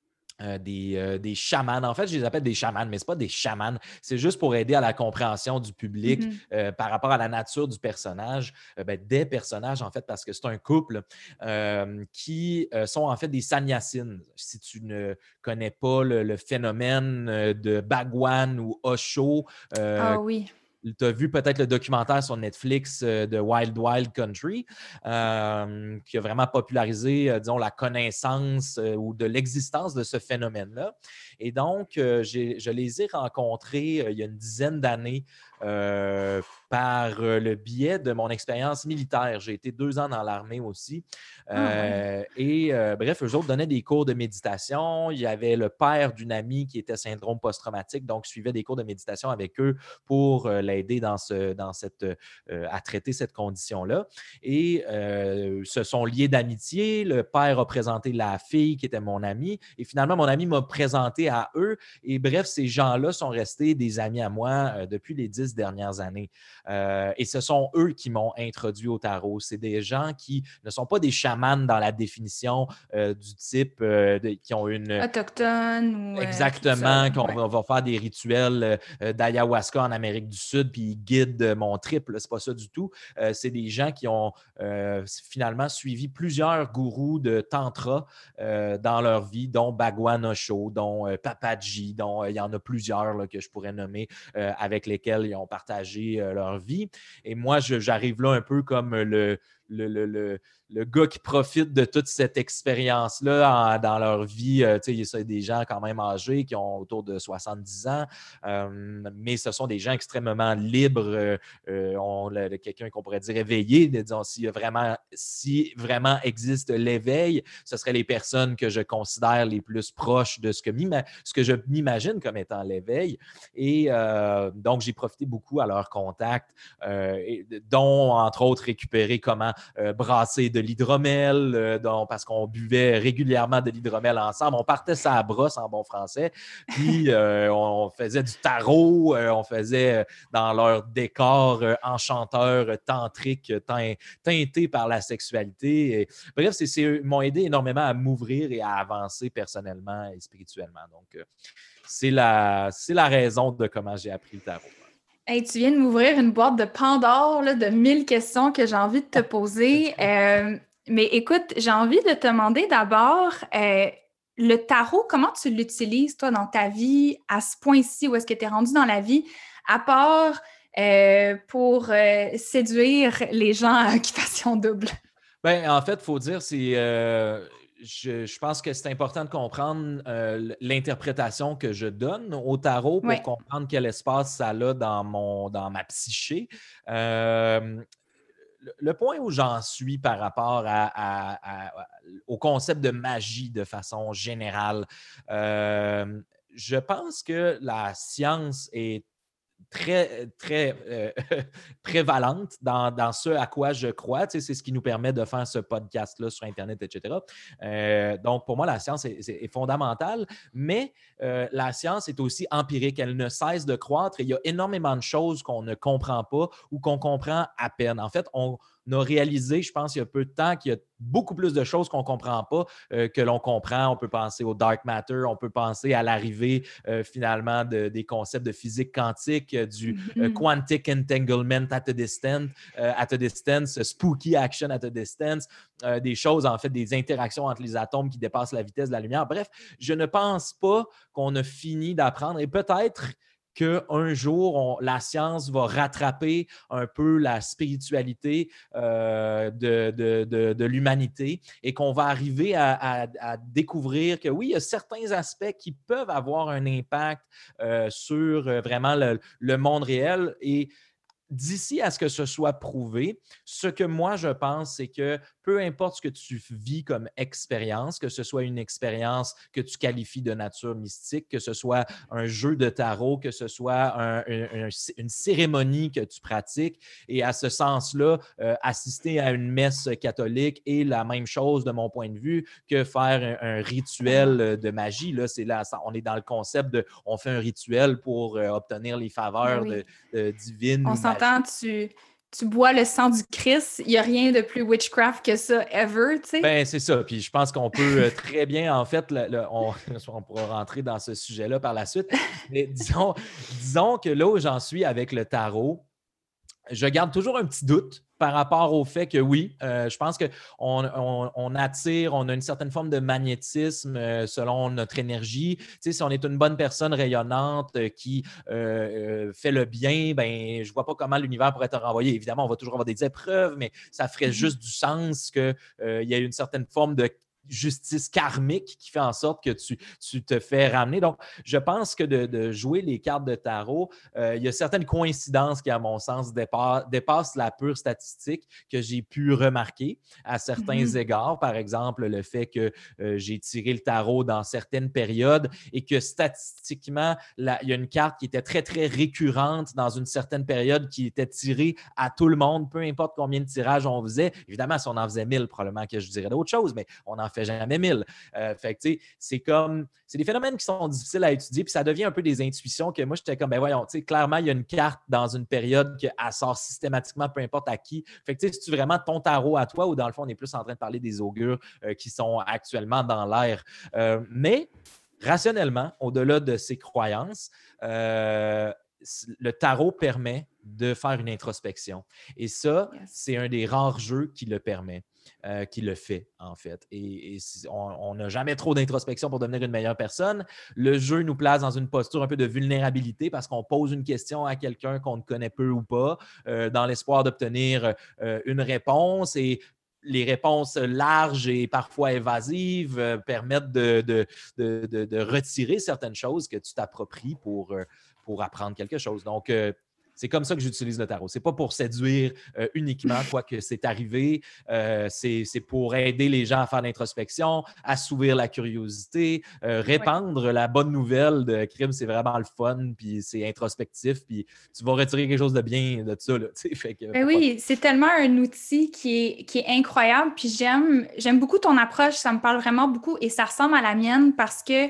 Speaker 2: Euh, des, euh, des chamans. En fait, je les appelle des chamans, mais ce n'est pas des chamans. C'est juste pour aider à la compréhension du public
Speaker 1: Mhm.
Speaker 2: euh, par rapport à la nature du personnage, euh, ben, des personnages, en fait, parce que c'est un couple euh, qui euh, sont en fait des sannyasines. Si tu ne connais pas le, le phénomène euh, de Bhagwan ou Osho, euh,
Speaker 1: Ah oui.
Speaker 2: tu as vu peut-être le documentaire sur Netflix euh, de Wild Wild Country, euh, qui a vraiment popularisé, euh, disons, la connaissance euh, ou de l'existence de ce phénomène-là. Et donc, euh, j'ai, je les ai rencontrés euh, il y a une dizaine d'années euh, par euh, le biais de mon expérience militaire. J'ai été deux ans dans l'armée aussi.
Speaker 1: Ah ouais.
Speaker 2: Euh, et euh, bref, eux autres donnaient des cours de méditation. Il y avait le père d'une amie qui était syndrome post-traumatique, donc je suivais des cours de méditation avec eux pour euh, l'aider dans ce, dans cette, euh, à traiter cette condition-là. Et euh, se sont liés d'amitié. Le père a présenté la fille qui était mon amie. Et finalement, mon ami m'a présenté à eux. Et bref, ces gens-là sont restés des amis à moi euh, depuis les dix dernières années. Euh, et ce sont eux qui m'ont introduit au tarot. C'est des gens qui ne sont pas des chamans dans la définition euh, du type euh, de, qui ont une...
Speaker 1: Autochtone ou euh, tout ça,
Speaker 2: Exactement,
Speaker 1: là.
Speaker 2: qu'on
Speaker 1: Ouais.
Speaker 2: va, va faire des rituels euh, d'ayahuasca en Amérique du Sud, puis ils guident euh, mon trip. C'est pas ça du tout. Euh, c'est des gens qui ont euh, finalement suivi plusieurs gourous de tantra euh, dans leur vie, dont Bhagwan Osho, dont euh, Papaji, dont euh, il y en a plusieurs là, que je pourrais nommer, euh, avec lesquels ils ont partagé euh, leur vie. Et moi, je, j'arrive là un peu comme le, le, le, le, le gars qui profite de toute cette expérience-là en, dans leur vie. Euh, tu sais, c'est des gens quand même âgés qui ont autour de soixante-dix ans, euh, mais ce sont des gens extrêmement libres. Euh, euh, on, le, le, quelqu'un qu'on pourrait dire éveillé, disons, si vraiment, si vraiment existe l'éveil, ce seraient les personnes que je considère les plus proches de ce que, ce que je m'imagine comme étant l'éveil. Et euh, donc, j'ai profité beaucoup à leur contact, euh, et, dont, entre autres, récupérer comment euh, brasser de l'hydromel, euh, dont, parce qu'on buvait régulièrement de l'hydromel ensemble. On partait ça à brosse en bon français, puis euh, on faisait du tarot, euh, on faisait euh, dans leur décor euh, enchanteur, euh, tantrique, teint, teinté par la sexualité. Et, bref, c'est, c'est, ils m'ont aidé énormément à m'ouvrir et à avancer personnellement et spirituellement. Donc, euh, c'est la, c'est la raison de comment j'ai appris le tarot.
Speaker 1: Hey, tu viens de m'ouvrir une boîte de Pandore là, de mille questions que j'ai envie de te poser. Euh, mais écoute, j'ai envie de te demander d'abord, euh, le tarot, comment tu l'utilises, toi, dans ta vie, à ce point-ci, où est-ce que tu es rendu dans la vie, à part euh, pour euh, séduire les gens à occupation double?
Speaker 2: Ben, en fait, il faut dire, c'est... Euh, je, je pense que c'est important de comprendre euh, l'interprétation que je donne au tarot pour
Speaker 1: Oui.
Speaker 2: comprendre quel espace ça a dans, mon, dans ma psyché. Euh, le, le point où j'en suis par rapport à, à, à, au concept de magie de façon générale, euh, je pense que la science est très, très euh, prévalente dans, dans ce à quoi je crois. Tu sais, c'est ce qui nous permet de faire ce podcast-là sur Internet, et cetera. Euh, donc, pour moi, la science est, est, est fondamentale, mais euh, la science est aussi empirique. Elle ne cesse de croître et il y a énormément de choses qu'on ne comprend pas ou qu'on comprend à peine. En fait, on a réalisé, je pense, il y a peu de temps, qu'il y a beaucoup plus de choses qu'on ne comprend pas euh, que l'on comprend. On peut penser au dark matter, on peut penser à l'arrivée euh, finalement de, des concepts de physique quantique, euh, du euh,
Speaker 1: Mm-hmm.
Speaker 2: quantic entanglement at a distance, euh, at a distance, spooky action at a distance, euh, des choses, en fait, des interactions entre les atomes qui dépassent la vitesse de la lumière. Bref, je ne pense pas qu'on a fini d'apprendre et peut-être qu'un jour, on, la science va rattraper un peu la spiritualité euh, de, de, de, de l'humanité et qu'on va arriver à, à, à découvrir que oui, il y a certains aspects qui peuvent avoir un impact euh, sur euh, vraiment le, le monde réel. Et d'ici à ce que ce soit prouvé, ce que moi je pense, c'est que peu importe ce que tu vis comme expérience, que ce soit une expérience que tu qualifies de nature mystique, que ce soit un jeu de tarot, que ce soit un, un, une cérémonie que tu pratiques, et à ce sens-là, euh, assister à une messe catholique est la même chose de mon point de vue que faire un, un rituel de magie. Là, c'est là, on est dans le concept de on fait un rituel pour euh, obtenir les faveurs
Speaker 1: Ben oui.
Speaker 2: de, de divines
Speaker 1: On
Speaker 2: ou magiques.
Speaker 1: s'entend, tu, tu bois le sang du Christ, il n'y a rien de plus witchcraft que ça, ever, tu sais.
Speaker 2: Ben, c'est ça. Puis je pense qu'on peut euh, très bien, en fait, le- le- on, on pourra rentrer dans ce sujet-là par la suite. Mais disons, disons que là où j'en suis avec le tarot, je garde toujours un petit doute par rapport au fait que oui, euh, je pense qu'on on, on attire, on a une certaine forme de magnétisme euh, selon notre énergie. Tu sais, si on est une bonne personne rayonnante euh, qui euh, euh, fait le bien, ben, je ne vois pas comment l'univers pourrait te renvoyer. Évidemment, on va toujours avoir des épreuves, mais ça ferait juste du sens qu'il euh, y ait une certaine forme de justice karmique qui fait en sorte que tu, tu te fais ramener. Donc, je pense que de, de jouer les cartes de tarot, euh, il y a certaines coïncidences qui, à mon sens, dépassent, dépassent la pure statistique que j'ai pu remarquer à certains
Speaker 1: Mhm.
Speaker 2: égards. Par exemple, le fait que euh, j'ai tiré le tarot dans certaines périodes et que statistiquement, la, il y a une carte qui était très, très récurrente dans une certaine période qui était tirée à tout le monde, peu importe combien de tirages on faisait. Évidemment, si on en faisait mille, probablement que je dirais d'autres choses, mais on n'en fait jamais mille. Euh, fait que, tu sais, c'est comme, c'est des phénomènes qui sont difficiles à étudier, puis ça devient un peu des intuitions que moi, j'étais comme, ben voyons, tu sais, clairement, il y a une carte dans une période qu'elle sort systématiquement, peu importe à qui. Fait que, tu sais, c'est-tu vraiment ton tarot à toi ou dans le fond, on est plus en train de parler des augures euh, qui sont actuellement dans l'air. Euh, mais, rationnellement, au-delà de ces croyances, euh, le tarot permet de faire une introspection. Et ça,
Speaker 1: Yes.
Speaker 2: c'est un des rares jeux qui le permet. Euh, qui le fait, en fait. Et, et on n'a jamais trop d'introspection pour devenir une meilleure personne. Le jeu nous place dans une posture un peu de vulnérabilité parce qu'on pose une question à quelqu'un qu'on ne connaît peu ou pas, euh, dans l'espoir d'obtenir euh, une réponse. Et les réponses larges et parfois évasives euh, permettent de, de, de, de, de retirer certaines choses que tu t'appropries pour, euh, pour apprendre quelque chose. Donc, euh, c'est comme ça que j'utilise le tarot. Ce n'est pas pour séduire euh, uniquement, quoique c'est arrivé. Euh, c'est, c'est pour aider les gens à faire l'introspection, assouvir la curiosité, euh, répandre ouais. la bonne nouvelle de crime. C'est vraiment le fun, puis c'est introspectif, puis tu vas retirer quelque chose de bien de ça. Là, fait que,
Speaker 1: ben oui, c'est tellement un outil qui est, qui est incroyable. Puis j'aime, j'aime beaucoup ton approche. Ça me parle vraiment beaucoup et ça ressemble à la mienne parce que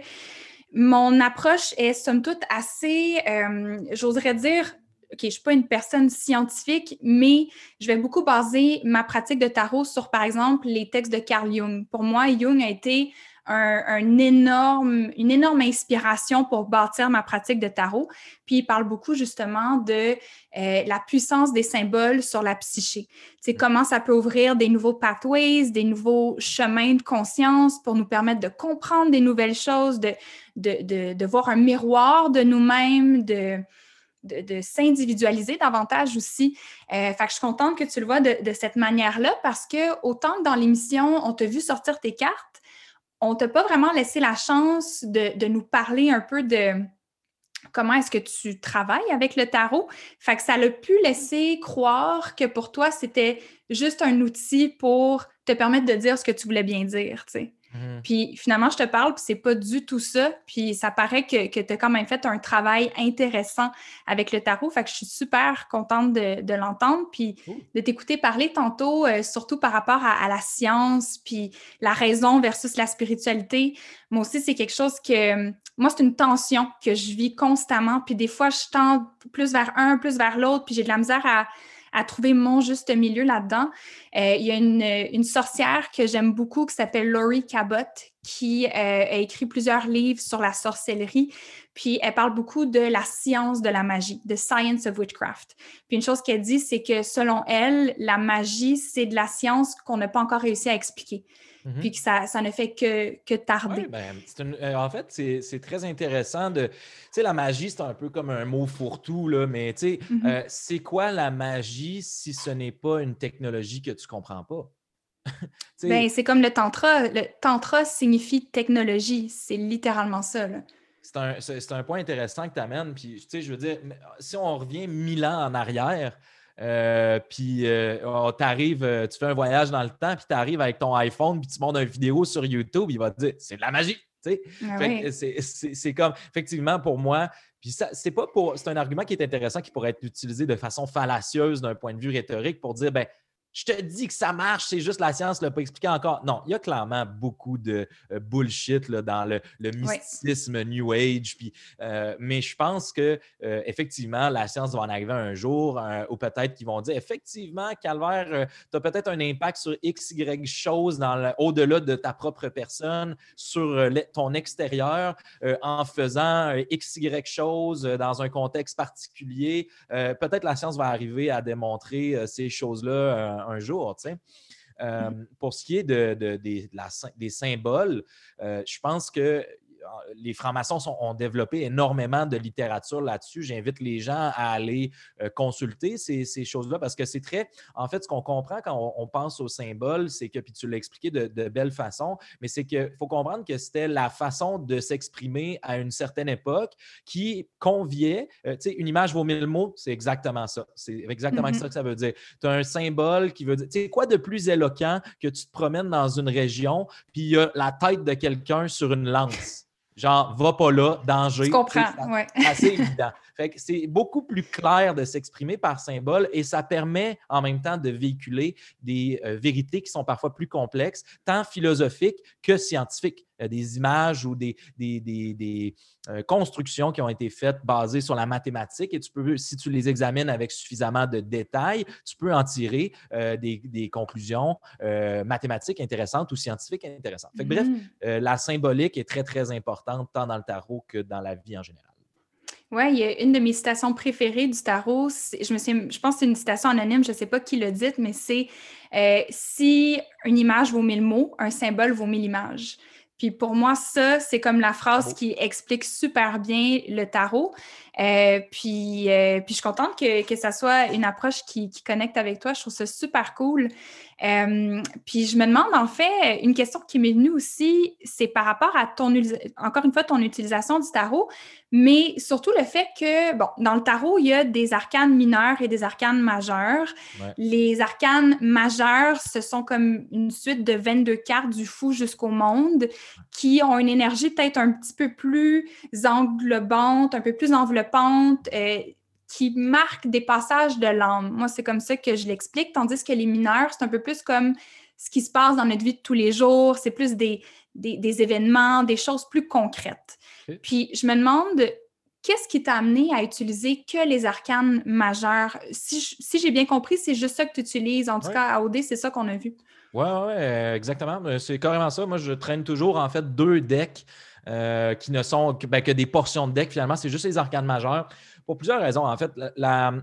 Speaker 1: mon approche est somme toute assez, euh, j'oserais dire, OK, je ne suis pas une personne scientifique, mais je vais beaucoup baser ma pratique de tarot sur, par exemple, les textes de Carl Jung. Pour moi, Jung a été un, un énorme, une énorme inspiration pour bâtir ma pratique de tarot. Puis, il parle beaucoup, justement, de euh, la puissance des symboles sur la psyché. Tu sais, comment ça peut ouvrir des nouveaux pathways, des nouveaux chemins de conscience pour nous permettre de comprendre des nouvelles choses, de, de, de, de voir un miroir de nous-mêmes, de... De, de s'individualiser davantage aussi. Euh, fait que je suis contente que tu le vois de, de cette manière-là parce que autant que dans l'émission, on t'a vu sortir tes cartes, on t'a pas vraiment laissé la chance de, de nous parler un peu de comment est-ce que tu travailles avec le tarot. Fait que ça l'a pu laisser croire que pour toi, c'était juste un outil pour te permettre de dire ce que tu voulais bien dire, tu sais. Mm-hmm. Puis finalement, je te parle, puis c'est pas du tout ça. Puis ça paraît que, que tu as quand même fait un travail intéressant avec le tarot. Fait que je suis super contente de, de l'entendre, puis Ouh. de t'écouter parler tantôt, euh, surtout par rapport à, à la science, puis la raison versus la spiritualité. Moi aussi, c'est quelque chose que... Moi, c'est une tension que je vis constamment. Puis des fois, je tends plus vers un, plus vers l'autre, puis j'ai de la misère à... à trouver mon juste milieu là-dedans. Euh, il y a une, une sorcière que j'aime beaucoup qui s'appelle Laurie Cabot, qui euh, a écrit plusieurs livres sur la sorcellerie. Puis elle parle beaucoup de la science de la magie, de Science of Witchcraft. Puis une chose qu'elle dit, c'est que selon elle, la magie, c'est de la science qu'on n'a pas encore réussi à expliquer. Mm-hmm. Puis que ça, ça ne fait que, que tarder.
Speaker 2: Ouais, ben, c'est une, euh, en fait, c'est, c'est très intéressant de... Tu sais, la magie, c'est un peu comme un mot fourre-tout, là, mais tu sais, mm-hmm. euh, c'est quoi la magie si ce n'est pas une technologie que tu ne comprends pas?
Speaker 1: Ben, c'est comme le tantra. Le tantra signifie technologie. C'est littéralement ça, là.
Speaker 2: C'est un, c'est, c'est un point intéressant que tu amènes. Puis, tu sais, je veux dire, si on revient mille ans en arrière... Euh, puis euh, oh, t'arrives, euh, tu fais un voyage dans le temps, puis tu arrives avec ton iPhone, puis tu montes une vidéo sur YouTube, il va te dire c'est de la magie. Ah fait oui. c'est, c'est, c'est comme, effectivement, pour moi, puis ça, c'est pas pour. C'est un argument qui est intéressant qui pourrait être utilisé de façon fallacieuse d'un point de vue rhétorique pour dire ben, je te dis que ça marche, c'est juste la science ne l'a pas expliqué encore. Non, il y a clairement beaucoup de euh, bullshit là, dans le, le
Speaker 1: Oui.
Speaker 2: mysticisme New Age. Puis, euh, mais je pense que euh, effectivement, la science va en arriver un jour, euh, ou peut-être qu'ils vont dire effectivement, Calvaire, euh, tu as peut-être un impact sur X, Y choses dans le- au-delà de ta propre personne, sur euh, le- ton extérieur, euh, en faisant euh, X, Y choses euh, dans un contexte particulier. Euh, peut-être la science va arriver à démontrer euh, ces choses-là euh, un jour, tu sais. Euh, pour ce qui est de, de- des- de la des symboles, euh, je pense que les francs-maçons sont- ont développé énormément de littérature là-dessus. J'invite les gens à aller euh, consulter ces, ces choses-là parce que c'est très… En fait, ce qu'on comprend quand on, on pense aux symboles, c'est que, puis tu l'as expliqué de, de belle façon, mais c'est qu'il faut comprendre que c'était la façon de s'exprimer à une certaine époque qui conviait… euh, tu sais, une image vaut mille mots, c'est exactement ça. C'est exactement
Speaker 1: Mhm.
Speaker 2: ça que ça veut dire. Tu as un symbole qui veut dire… Tu sais, quoi de plus éloquent que tu te promènes dans une région puis il y a la tête de quelqu'un sur une lance? Genre, va pas là,
Speaker 1: Je
Speaker 2: danger.
Speaker 1: comprends, oui.
Speaker 2: C'est assez évident. Fait que c'est beaucoup plus clair de s'exprimer par symbole et ça permet en même temps de véhiculer des euh, vérités qui sont parfois plus complexes, tant philosophiques que scientifiques. Euh, des images ou des, des, des, des euh, constructions qui ont été faites basées sur la mathématique et tu peux, si tu les examines avec suffisamment de détails, tu peux en tirer euh, des, des conclusions euh, mathématiques intéressantes ou scientifiques intéressantes. Fait que, bref,
Speaker 1: Mhm.
Speaker 2: euh, la symbolique est très, très importante tant dans le tarot que dans la vie en général.
Speaker 1: Oui, il y a une de mes citations préférées du tarot. Je, me suis, je pense que c'est une citation anonyme, je ne sais pas qui l'a dite, mais c'est euh, si une image vaut mille mots, un symbole vaut mille images. Puis pour moi, ça, c'est comme la phrase
Speaker 2: Bravo.
Speaker 1: qui explique super bien le tarot. Euh, puis, euh, puis je suis contente que, que ça soit une approche qui, qui connecte avec toi. Je trouve ça super cool. Euh, puis je me demande, en fait, une question qui m'est venue aussi, c'est par rapport à ton, encore une fois, ton utilisation du tarot, mais surtout le fait que, bon, dans le tarot, il y a des arcanes mineurs et des arcanes majeures.
Speaker 2: Ouais.
Speaker 1: Les arcanes majeures, ce sont comme une suite de vingt-deux cartes du fou jusqu'au monde qui ont une énergie peut-être un petit peu plus englobante, un peu plus enveloppante, euh, qui marquent des passages de l'âme. Moi, c'est comme ça que je l'explique, tandis que les mineurs, c'est un peu plus comme ce qui se passe dans notre vie de tous les jours, c'est plus des, des, des événements, des choses plus concrètes.
Speaker 2: Okay.
Speaker 1: Puis, je me demande, qu'est-ce qui t'a amené à utiliser que les arcanes majeures? Si, si j'ai bien compris, c'est juste ça que tu utilises. En tout
Speaker 2: ouais.
Speaker 1: cas, à O D, c'est ça qu'on a vu.
Speaker 2: Oui, ouais, exactement. C'est carrément ça. Moi, je traîne toujours, en fait, deux decks euh, qui ne sont que, ben, que des portions de decks. Finalement, c'est juste les arcanes majeures. Pour plusieurs raisons. En fait, la, la,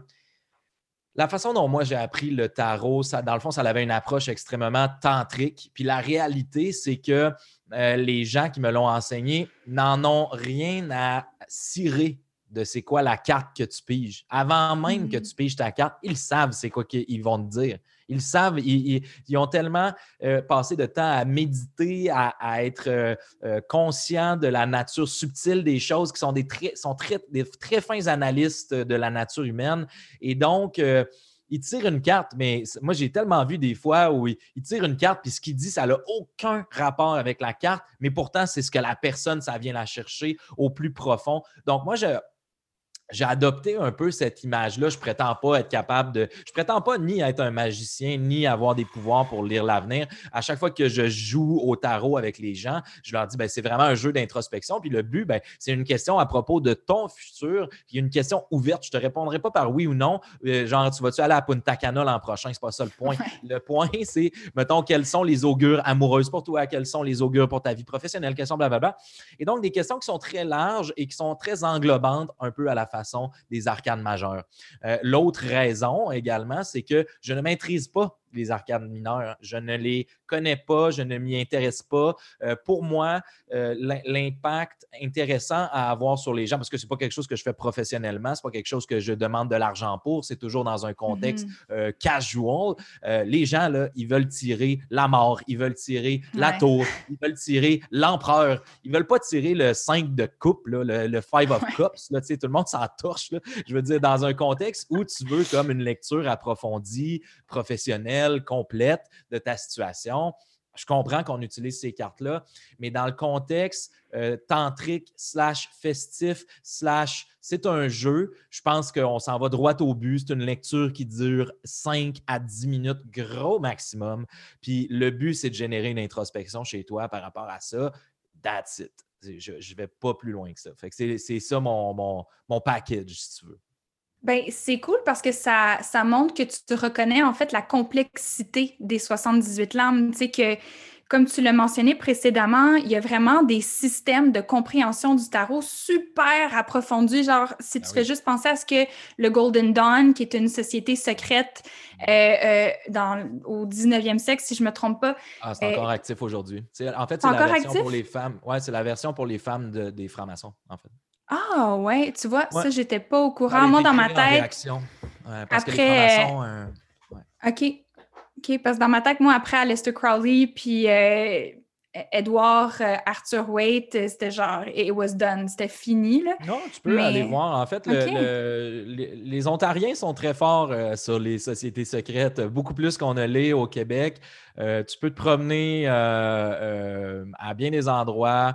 Speaker 2: la façon dont moi j'ai appris le tarot, ça, dans le fond, ça avait une approche extrêmement tantrique. Puis la réalité, c'est que euh, les gens qui me l'ont enseigné n'en ont rien à cirer de c'est quoi la carte que tu piges. Avant même que tu piges ta carte, ils savent c'est quoi qu'ils vont te dire. Ils savent, ils, ils, ils ont tellement euh, passé de temps à méditer, à, à être euh, euh, conscients de la nature subtile des choses, qui sont des très, sont très, des très fins analystes de la nature humaine. Et donc, euh, il tire une carte, mais moi, j'ai tellement vu des fois où il, il tire une carte, puis ce qu'il dit, ça n'a aucun rapport avec la carte, mais pourtant, c'est ce que la personne, ça vient la chercher au plus profond. Donc, moi, je, j'ai adopté un peu cette image-là. Je ne prétends pas être capable de… Je ne prétends pas ni être un magicien, ni avoir des pouvoirs pour lire l'avenir. À chaque fois que je joue au tarot avec les gens, je leur dis, ben, c'est vraiment un jeu d'introspection. Puis le but, ben, c'est une question à propos de ton futur. Puis une question ouverte. Je ne te répondrai pas par oui ou non. Euh, genre, tu vas-tu aller à Punta Cana l'an prochain? C'est pas ça le point.
Speaker 1: Ouais.
Speaker 2: Le point, c'est, mettons, quelles sont les augures amoureuses pour toi? Quelles sont les augures pour ta vie professionnelle? Quelles sont blablabla. Et donc, des questions qui sont très larges et qui sont très englobantes un peu à la façon des arcanes majeures. Euh, l'autre raison également, c'est que je ne maîtrise pas les arcanes mineures. Je ne les connais pas, je ne m'y intéresse pas. Euh, pour moi, euh, l'impact intéressant à avoir sur les gens, parce que ce n'est pas quelque chose que je fais professionnellement, ce n'est pas quelque chose que je demande de l'argent pour, c'est toujours dans un contexte mm-hmm. euh, casual. Euh, les gens, là, ils veulent tirer la mort, ils veulent tirer ouais. la tour, ils veulent tirer l'empereur. Ils ne veulent pas tirer le cinq de coupe, là, le, le five of ouais. cups. Là, tout le monde s'en torche. Là. Je veux dire, dans un contexte où tu veux comme une lecture approfondie, professionnelle, complète de ta situation. je comprends qu'on utilise ces cartes-là, mais dans le contexte euh, tantrique slash festif slash c'est un jeu, je pense qu'on s'en va droit au but. C'est une lecture qui dure cinq à dix minutes, gros maximum. Puis le but, c'est de générer une introspection chez toi par rapport à ça. That's it. Je ne vais pas plus loin que ça. Fait que c'est, c'est ça mon, mon, mon package, si tu veux.
Speaker 1: Ben, c'est cool parce que ça, ça montre que tu te reconnais en fait la complexité des soixante-dix-huit lames. Tu sais que, comme tu l'as mentionné précédemment, il y a vraiment des systèmes de compréhension du tarot super approfondis. Genre, si tu
Speaker 2: Ah
Speaker 1: fais
Speaker 2: oui.
Speaker 1: juste penser à ce que le Golden Dawn, qui est une société secrète euh, euh, dans, au dix-neuvième siècle, si je ne me trompe pas.
Speaker 2: Ah, c'est
Speaker 1: euh,
Speaker 2: encore actif aujourd'hui. C'est, en fait,
Speaker 1: c'est
Speaker 2: c'est la
Speaker 1: encore
Speaker 2: version
Speaker 1: actif?
Speaker 2: pour les femmes. Ouais, c'est la version pour les femmes de, des francs-maçons, en fait.
Speaker 1: Ah ouais, tu vois,
Speaker 2: Ouais.
Speaker 1: ça, j'étais pas au
Speaker 2: Ça a
Speaker 1: courant. Moi,
Speaker 2: été
Speaker 1: dans ma
Speaker 2: créé en
Speaker 1: tête,
Speaker 2: réaction. Euh, parce que les
Speaker 1: après... euh,
Speaker 2: francs-maçons. Euh, ouais.
Speaker 1: OK. OK, parce que dans ma tête, moi, après Aleister Crowley, puis euh, Edward euh, Arthur Waite, euh, c'était genre, it was done, c'était fini, là.
Speaker 2: Non, tu peux aller
Speaker 1: Mais,
Speaker 2: voir. En fait, le,
Speaker 1: OK.
Speaker 2: le- les, les Ontariens sont très forts euh, sur les sociétés secrètes, beaucoup plus qu'on ne l'est au Québec. Euh, tu peux te promener euh, euh, à bien des endroits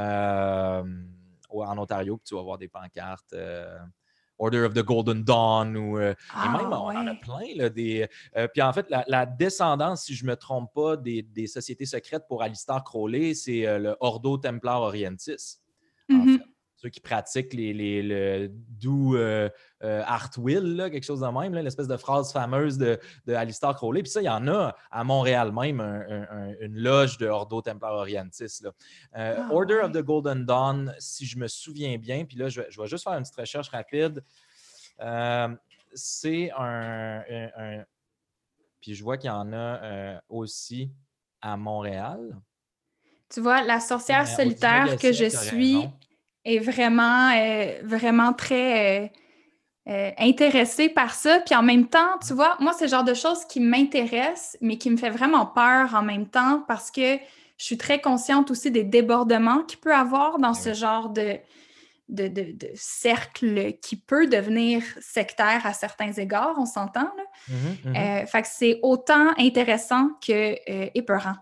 Speaker 2: euh, en Ontario, puis tu vas voir des pancartes. euh, Order of the Golden Dawn, ou, euh, et même,
Speaker 1: Ah,
Speaker 2: on en a
Speaker 1: ouais.
Speaker 2: plein. Là, des, euh, puis en fait, la, la descendance, si je ne me trompe pas, des, des sociétés secrètes pour Alistair Crowley, c'est euh, le Ordo Templar Orientis, en fait.
Speaker 1: Mhm.
Speaker 2: Ceux qui pratiquent les, les, le Do euh, euh, Art Will, là, quelque chose de même, là, l'espèce de phrase fameuse de, de Alistair Crowley. Puis ça, il y en a à Montréal même, un, un, un, une loge de Ordo Templar Orientis. Là. Euh,
Speaker 1: Ah,
Speaker 2: Order of
Speaker 1: ouais.
Speaker 2: the Golden Dawn, si je me souviens bien, puis là, je vais, je vais juste faire une petite recherche rapide. Euh, c'est un, un, un, Puis je vois qu'il y en a euh, aussi à Montréal.
Speaker 1: Tu vois, la sorcière
Speaker 2: Euh, au
Speaker 1: solitaire
Speaker 2: dix-neuvième
Speaker 1: que je
Speaker 2: siècle, tu as
Speaker 1: suis
Speaker 2: raison.
Speaker 1: est vraiment, euh, vraiment très... euh, euh, intéressée par ça. Puis en même temps, tu vois, moi, c'est le genre de choses qui m'intéressent, mais qui me fait vraiment peur en même temps parce que je suis très consciente aussi des débordements qu'il peut avoir dans
Speaker 2: Eh
Speaker 1: ce
Speaker 2: oui.
Speaker 1: genre de, de, de, de cercle qui peut devenir sectaire à certains égards, on s'entend, là.
Speaker 2: Mhm, mhm.
Speaker 1: Euh, fait que c'est autant intéressant que euh, épeurant.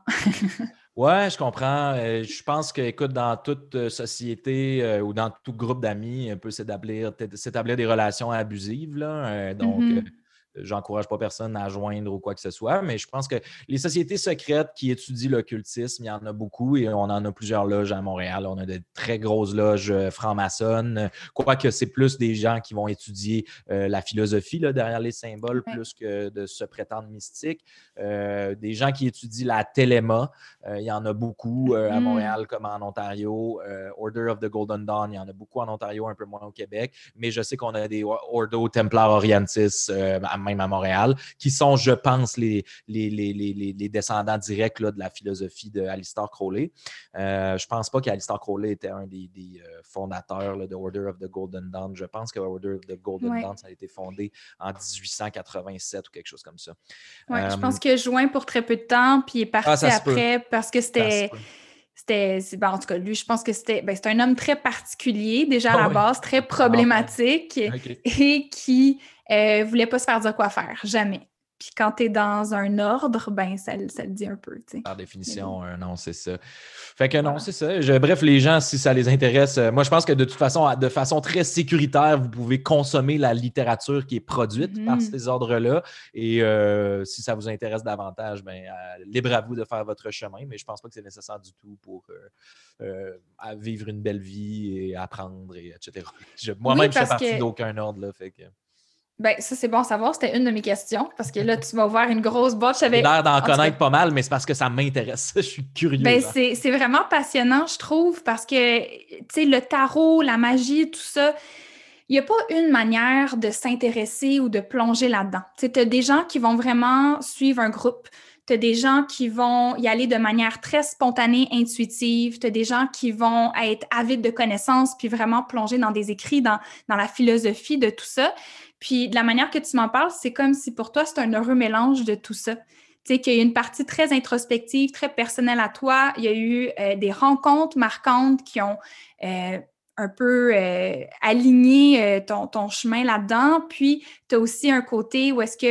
Speaker 2: Ouais, je comprends. Euh, je pense que, écoute, dans toute euh, société euh, ou dans tout groupe d'amis, on peut s'établir, t- s'établir des relations abusives, là. Euh, donc, euh,
Speaker 1: Mhm.
Speaker 2: j'encourage pas personne à joindre ou quoi que ce soit, mais je pense que les sociétés secrètes qui étudient l'occultisme, il y en a beaucoup et on en a plusieurs loges à Montréal. On a de très grosses loges euh, franc-maçonnes, quoique c'est plus des gens qui vont étudier euh, la philosophie là, derrière les symboles
Speaker 1: Ouais.
Speaker 2: plus que de se prétendre mystique. Euh, des gens qui étudient la téléma. Euh, il y en a beaucoup euh, à
Speaker 1: Mhm.
Speaker 2: Montréal comme en Ontario. Euh, Order of the Golden Dawn, il y en a beaucoup en Ontario, un peu moins au Québec. Mais je sais qu'on a des Ordo Templar Orientis, euh, même à Montréal, qui sont, je pense, les, les, les, les, les descendants directs là, de la philosophie de Alistair Crowley. Euh, je ne pense pas qu'Alistair Crowley était un des, des euh, fondateurs là, de Order of the Golden Dawn. Je pense que Order of the Golden
Speaker 1: Ouais.
Speaker 2: Dawn, ça a été fondé en dix-huit cent quatre-vingt-sept ou quelque chose comme ça.
Speaker 1: Ouais, je
Speaker 2: Euh,
Speaker 1: pense qu'il a joint pour très peu de temps, puis il est
Speaker 2: ah,
Speaker 1: parti
Speaker 2: ça se peut.
Speaker 1: après parce que
Speaker 2: Ça se
Speaker 1: c'était
Speaker 2: peut.
Speaker 1: C'était, c'est- ben, en tout cas, lui, je pense que c'était ben, c'est un homme très particulier, déjà à
Speaker 2: Ah
Speaker 1: la
Speaker 2: oui,
Speaker 1: base, très
Speaker 2: en plein.
Speaker 1: problématique
Speaker 2: OK.
Speaker 1: et qui euh, voulait pas se faire dire quoi faire, jamais. Puis quand tu es dans un ordre, ben ça, le- ça le dit un peu, tu sais.
Speaker 2: Par
Speaker 1: Mais bon,
Speaker 2: définition, euh, non, c'est ça. Fait que non,
Speaker 1: voilà.
Speaker 2: c'est ça. Je- bref, les gens, si ça les intéresse, euh, moi, je pense que de toute façon, de façon très sécuritaire, vous pouvez consommer la littérature qui est produite par
Speaker 1: Mhm.
Speaker 2: ces ordres-là. Et euh, si ça vous intéresse davantage, ben, euh, libre à vous de faire votre chemin. Mais je pense pas que c'est nécessaire du tout pour euh, euh, à vivre une belle vie et apprendre, et etc. Je-
Speaker 1: Oui,
Speaker 2: moi-même, je fais
Speaker 1: parce
Speaker 2: partie
Speaker 1: que
Speaker 2: d'aucun ordre, là. Fait que
Speaker 1: ben ça c'est bon à savoir, c'était une de mes questions parce que là tu m'as ouvert une grosse boîte, je
Speaker 2: j'ai
Speaker 1: savais
Speaker 2: l'air d'en
Speaker 1: en tout cas.
Speaker 2: connaître pas mal, mais c'est parce que ça m'intéresse. Je suis curieux,
Speaker 1: Ben
Speaker 2: genre.
Speaker 1: c'est c'est vraiment passionnant, je trouve, parce que tu sais le tarot, la magie, tout ça. Il n'y a pas une manière de s'intéresser ou de plonger là-dedans. Tu as des gens qui vont vraiment suivre un groupe. Tu as des gens qui vont y aller de manière très spontanée, intuitive. Tu as des gens qui vont être avides de connaissances puis vraiment plonger dans des écrits, dans, dans la philosophie de tout ça. Puis de la manière que tu m'en parles, c'est comme si pour toi, c'est un heureux mélange de tout ça. Tu sais, qu'il y a une partie très introspective, très personnelle à toi. Il y a eu euh, des rencontres marquantes qui ont euh, un peu euh, aligné euh, ton, ton chemin là-dedans. Puis, tu as aussi un côté où est-ce que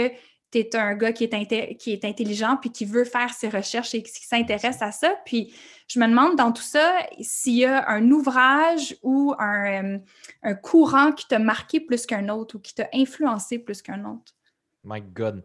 Speaker 1: tu es un gars qui est, inté- qui est intelligent puis qui veut faire ses recherches et qui s'intéresse à ça. Puis je me demande dans tout ça s'il y a un ouvrage ou un, euh, un courant qui t'a marqué plus qu'un autre ou qui t'a influencé plus qu'un autre.
Speaker 2: My God.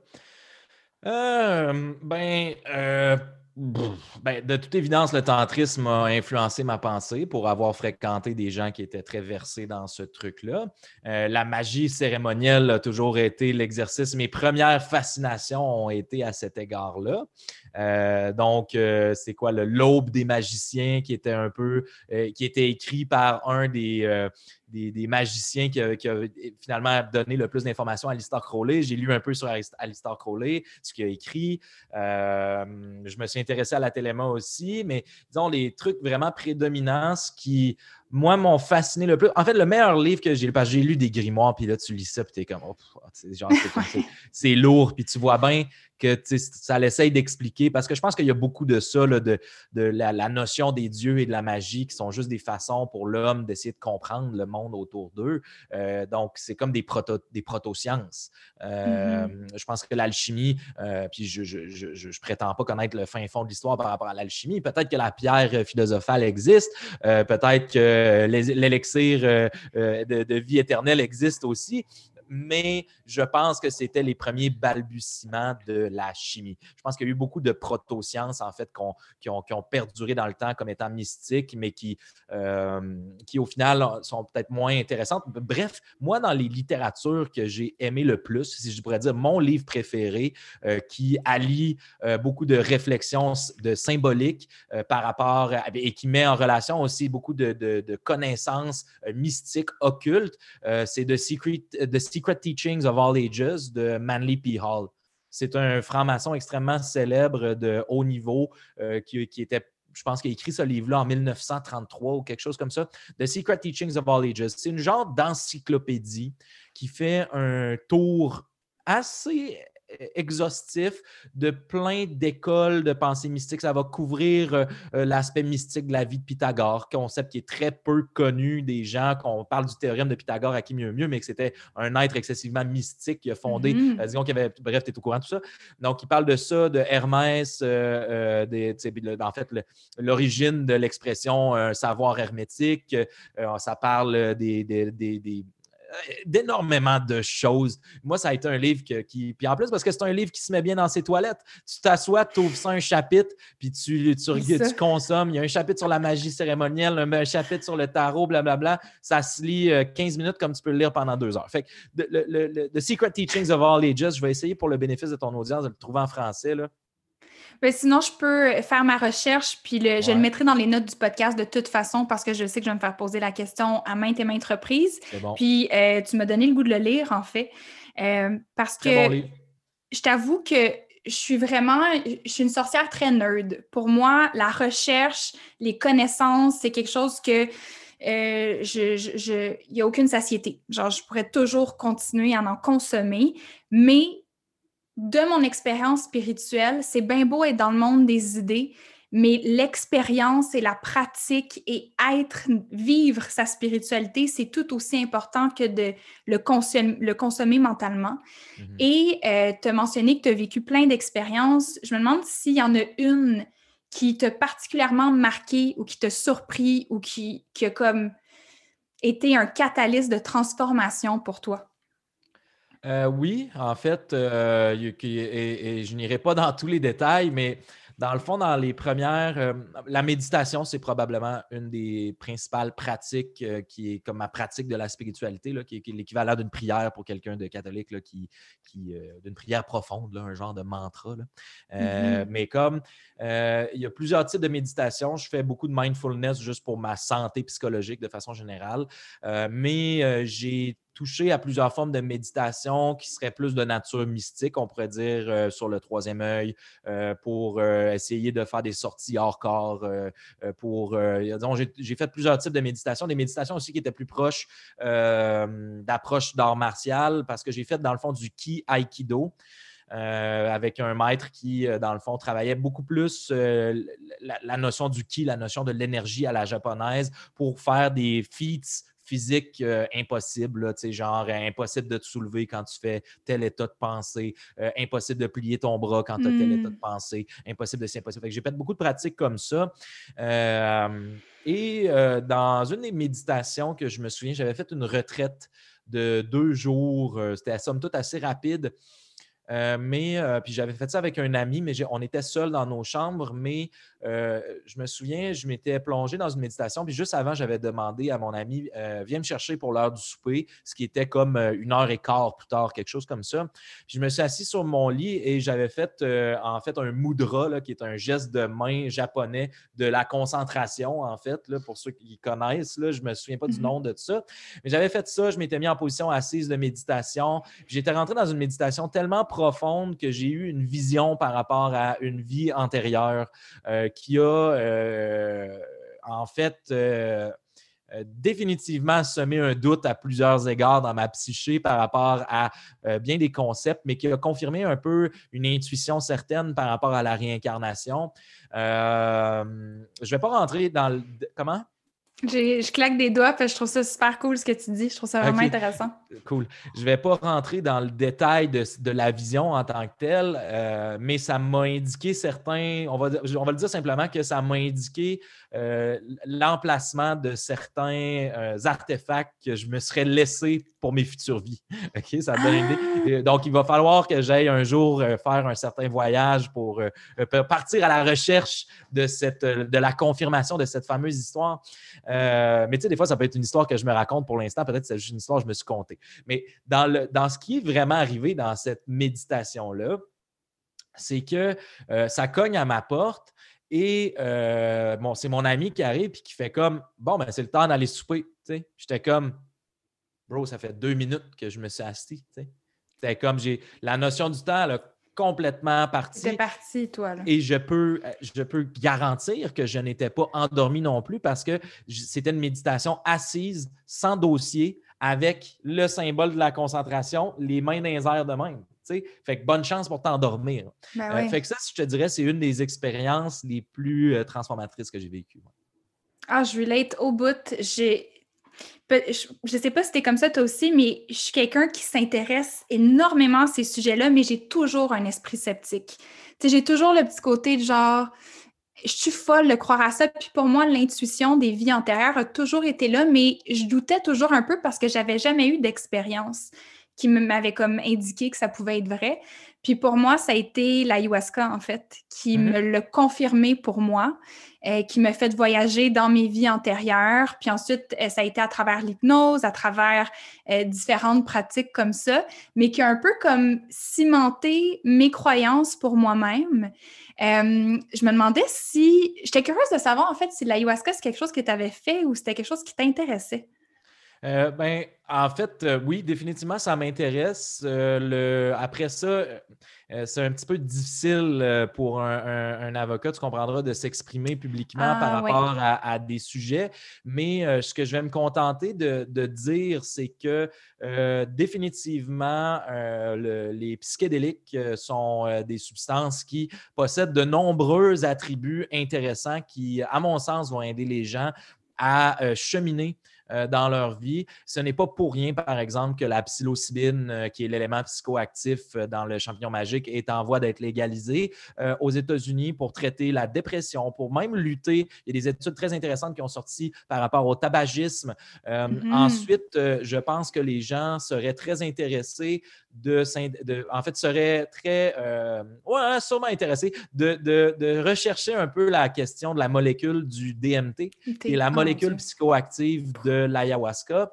Speaker 2: Euh, ben, euh, pff, ben, de toute évidence, le tantrisme a influencé ma pensée pour avoir fréquenté des gens qui étaient très versés dans ce truc-là. Euh, la magie cérémonielle a toujours été l'exercice. Mes premières fascinations ont été à cet égard-là. Euh, donc, euh, c'est quoi le L'aube des magiciens qui était un peu, euh, qui était écrit par un des, euh, des, des magiciens qui a, qui a finalement donné le plus d'informations à Aleister Crowley. J'ai lu un peu sur Aleister Crowley, ce qu'il a écrit. Euh, je me suis intéressé à la téléma aussi, mais disons les trucs vraiment prédominants, ce qui, moi, m'ont fasciné le plus. En fait, le meilleur livre que j'ai lu, parce que j'ai lu des grimoires, puis là, tu lis ça, puis t'es comme, oh, genre, c'est, comme, c'est, c'est lourd, puis tu vois bien que ça l'essaye d'expliquer, parce que je pense qu'il y a beaucoup de ça, là, de, de la, la notion des dieux et de la magie qui sont juste des façons pour l'homme d'essayer de comprendre le monde autour d'eux. Euh, donc, c'est comme des, proto, des proto-sciences. Euh, mm-hmm. Je pense que l'alchimie, euh, puis je je, je, je, je prétends pas connaître le fin fond de l'histoire par rapport à l'alchimie. Peut-être que la pierre philosophale existe, euh, peut-être que l'élixir euh, de, de vie éternelle existe aussi. Mais je pense que c'était les premiers balbutiements de la chimie. Je pense qu'il y a eu beaucoup de proto-sciences, en fait, qu'on, qui, ont, qui ont perduré dans le temps comme étant mystiques, mais qui, euh, qui, au final, sont peut-être moins intéressantes. Bref, moi, dans les littératures que j'ai aimées le plus, si je pourrais dire mon livre préféré, euh, qui allie euh, beaucoup de réflexions de symbolique euh, par rapport à, et qui met en relation aussi beaucoup de, de, de connaissances euh, mystiques, occultes, euh, c'est The Secret, The Secret Teachings of All Ages de Manly P. Hall. C'est un franc-maçon extrêmement célèbre de haut niveau euh, qui, qui était, je pense qu'il a écrit ce livre-là en dix-neuf cent trente-trois ou quelque chose comme ça. The Secret Teachings of All Ages. C'est une genre d'encyclopédie qui fait un tour assez exhaustif de plein d'écoles de pensée mystique. Ça va couvrir euh, l'aspect mystique de la vie de Pythagore, concept qui est très peu connu des gens, qu'on parle du théorème de Pythagore à qui mieux mieux, mais que c'était un être excessivement mystique qui a fondé, mm-hmm. euh, disons qu'il y avait, bref, tu es au courant de tout ça. Donc, il parle de ça, de Hermès, euh, euh, des, en fait, le, l'origine de l'expression euh, savoir hermétique. Euh, ça parle des, des, des, des d'énormément de choses. Moi, ça a été un livre que, qui... Puis en plus, parce que c'est un livre qui se met bien dans ses toilettes. Tu t'assois, tu ouvres ça un chapitre, puis tu, tu, tu consommes. Il y a un chapitre sur la magie cérémonielle, un, un chapitre sur le tarot, blablabla. Ça se lit quinze minutes comme tu peux le lire pendant deux heures. Fait que le, le, le, The Secret Teachings of All Ages, je vais essayer pour le bénéfice de ton audience de le trouver en français, là.
Speaker 1: Ben, sinon, je peux faire ma recherche, puis le, ouais. je le mettrai dans les notes du podcast de toute façon parce que je sais que je vais me faire poser la question à maintes et maintes reprises.
Speaker 2: C'est bon.
Speaker 1: Puis euh, tu m'as donné le goût de le lire, en fait. Euh, parce
Speaker 2: Très
Speaker 1: que
Speaker 2: bon livre.
Speaker 1: Je t'avoue que je suis vraiment... Je suis une sorcière très nerd. Pour moi, la recherche, les connaissances, c'est quelque chose que... Euh, je, je, je, il n'y a aucune satiété. Genre, je pourrais toujours continuer à en consommer, mais... De mon expérience spirituelle, c'est bien beau être dans le monde des idées, mais l'expérience et la pratique et être, vivre sa spiritualité, c'est tout aussi important que de le, consom- le consommer mentalement. Mm-hmm. Et euh, tu as mentionné que tu as vécu plein d'expériences. Je me demande s'il y en a une qui t'a particulièrement marqué ou qui t'a surpris ou qui, qui a comme été un catalyste de transformation pour toi.
Speaker 2: Euh, oui, en fait, euh, et, et je n'irai pas dans tous les détails, mais dans le fond, dans les premières, euh, la méditation, c'est probablement une des principales pratiques euh, qui est comme ma pratique de la spiritualité, là, qui, est, qui est l'équivalent d'une prière pour quelqu'un de catholique, là, qui, qui, euh, d'une prière profonde, là, un genre de mantra. Là. Euh, mm-hmm. Mais comme euh, il y a plusieurs types de méditation, je fais beaucoup de mindfulness juste pour ma santé psychologique de façon générale, euh, mais euh, j'ai touché à plusieurs formes de méditation qui seraient plus de nature mystique, on pourrait dire, euh, sur le troisième œil, euh, pour euh, essayer de faire des sorties hors corps. Euh, pour, euh, disons, j'ai, j'ai fait plusieurs types de méditation, des méditations aussi qui étaient plus proches euh, d'approche d'art martial, parce que j'ai fait, dans le fond, du Ki Aikido. Euh, avec un maître qui, euh, dans le fond, travaillait beaucoup plus euh, la, la notion du ki, la notion de l'énergie à la japonaise pour faire des feats physiques euh, impossibles, là, tu sais, genre euh, impossible de te soulever quand tu fais tel état de pensée, euh, impossible de plier ton bras quand tu as tel état de
Speaker 1: Mm.
Speaker 2: pensée, impossible de c'est impossible. Fait que j'ai fait beaucoup de pratiques comme ça. Euh, et euh, dans une des méditations que je me souviens, j'avais fait une retraite de deux jours. Euh, c'était à somme toute assez rapide. Euh, mais euh, puis j'avais fait ça avec un ami, mais on était seuls dans nos chambres. Mais euh, je me souviens, je m'étais plongé dans une méditation. Puis juste avant, j'avais demandé à mon ami, euh, viens me chercher pour l'heure du souper, ce qui était comme euh, une heure et quart plus tard, quelque chose comme ça. Puis je me suis assis sur mon lit et j'avais fait euh, en fait un mudra, là, qui est un geste de main japonais de la concentration, en fait, là, pour ceux qui connaissent. Là, je ne me souviens pas du
Speaker 1: Mm-hmm.
Speaker 2: nom de ça. Mais j'avais fait ça, je m'étais mis en position assise de méditation. Puis j'étais rentré dans une méditation tellement profonde que j'ai eu une vision par rapport à une vie antérieure euh, qui a euh, en fait euh, euh, définitivement semé un doute à plusieurs égards dans ma psyché par rapport à euh, bien des concepts, mais qui a confirmé un peu une intuition certaine par rapport à la réincarnation. Euh, je ne vais pas rentrer dans le... Comment?
Speaker 1: J'ai, je claque des doigts parce que je trouve ça super cool ce que tu dis. Je trouve ça vraiment
Speaker 2: OK,
Speaker 1: intéressant.
Speaker 2: cool. Je ne vais pas rentrer dans le détail de, de la vision en tant que telle, euh, mais ça m'a indiqué certains, on va, on va le dire simplement que ça m'a indiqué euh, l'emplacement de certains euh, artefacts que je me serais laissé pour mes futures vies. OK, ça te donne une
Speaker 1: Ah!
Speaker 2: idée. Donc, il va falloir que j'aille un jour euh, faire un certain voyage pour euh, partir à la recherche de, cette, de la confirmation de cette fameuse histoire. Euh, mais tu sais, des fois, ça peut être une histoire que je me raconte pour l'instant. Peut-être que c'est juste une histoire que je me suis contée. Mais dans, le, dans ce qui est vraiment arrivé dans cette méditation-là, c'est que euh, ça cogne à ma porte et euh, bon, c'est mon ami qui arrive et qui fait comme bon, ben c'est le temps d'aller souper. T'sais. J'étais comme bro, ça fait deux minutes que je me suis assis. C'était comme j'ai la notion du temps là, complètement
Speaker 1: T'étais
Speaker 2: partie.
Speaker 1: parti, toi, là.
Speaker 2: Et je peux, je peux garantir que je n'étais pas endormi non plus parce que c'était une méditation assise, sans dossier, avec le symbole de la concentration, les mains dans les airs de même. T'sais? Fait que bonne chance pour t'endormir.
Speaker 1: Ben
Speaker 2: Euh,
Speaker 1: oui.
Speaker 2: fait que ça, je te dirais, c'est une des expériences les plus euh, transformatrices que j'ai vécues.
Speaker 1: Ah, je relate au bout. J'ai... Je ne sais pas si t'es comme ça toi aussi, mais je suis quelqu'un qui s'intéresse énormément à ces sujets-là, mais j'ai toujours un esprit sceptique. Tu sais, j'ai toujours le petit côté de genre, je suis folle de croire à ça. Puis pour moi, l'intuition des vies antérieures a toujours été là, mais je doutais toujours un peu parce que j'avais jamais eu d'expérience qui m'avait comme indiqué que ça pouvait être vrai. Puis pour moi, ça a été l'ayahuasca, en fait, qui
Speaker 2: Mm-hmm.
Speaker 1: me l'a confirmé pour moi, euh, qui m'a fait voyager dans mes vies antérieures. Puis ensuite, euh, ça a été à travers l'hypnose, à travers euh, différentes pratiques comme ça, mais qui a un peu comme cimenté mes croyances pour moi-même. Euh, je me demandais si... J'étais curieuse de savoir, en fait, si l'ayahuasca, c'est quelque chose que tu avais fait ou c'était quelque chose qui t'intéressait.
Speaker 2: Euh, ben, en fait, euh, oui, définitivement, ça m'intéresse. Euh, le... Après ça, euh, c'est un petit peu difficile euh, pour un, un, un avocat, tu comprendras, de s'exprimer publiquement par
Speaker 1: Ah, ouais.
Speaker 2: rapport à, à des sujets. Mais euh, ce que je vais me contenter de, de dire, c'est que euh, définitivement, euh, le, les psychédéliques sont euh, des substances qui possèdent de nombreux attributs intéressants qui, à mon sens, vont aider les gens à euh, cheminer euh, dans leur vie. Ce n'est pas pour rien, par exemple, que la psilocybine, euh, qui est l'élément psychoactif euh, dans le champignon magique, est en voie d'être légalisée euh, aux États-Unis pour traiter la dépression, pour même lutter. Il y a des études très intéressantes qui ont sorti par rapport au tabagisme. Euh,
Speaker 1: Mm-hmm.
Speaker 2: Ensuite, euh, je pense que les gens seraient très intéressés de, de en fait, seraient très, euh, ouais, sûrement intéressés de, de, de rechercher un peu la question de la molécule du D M T, qui est la molécule oh, psychoactive de l'ayahuasca.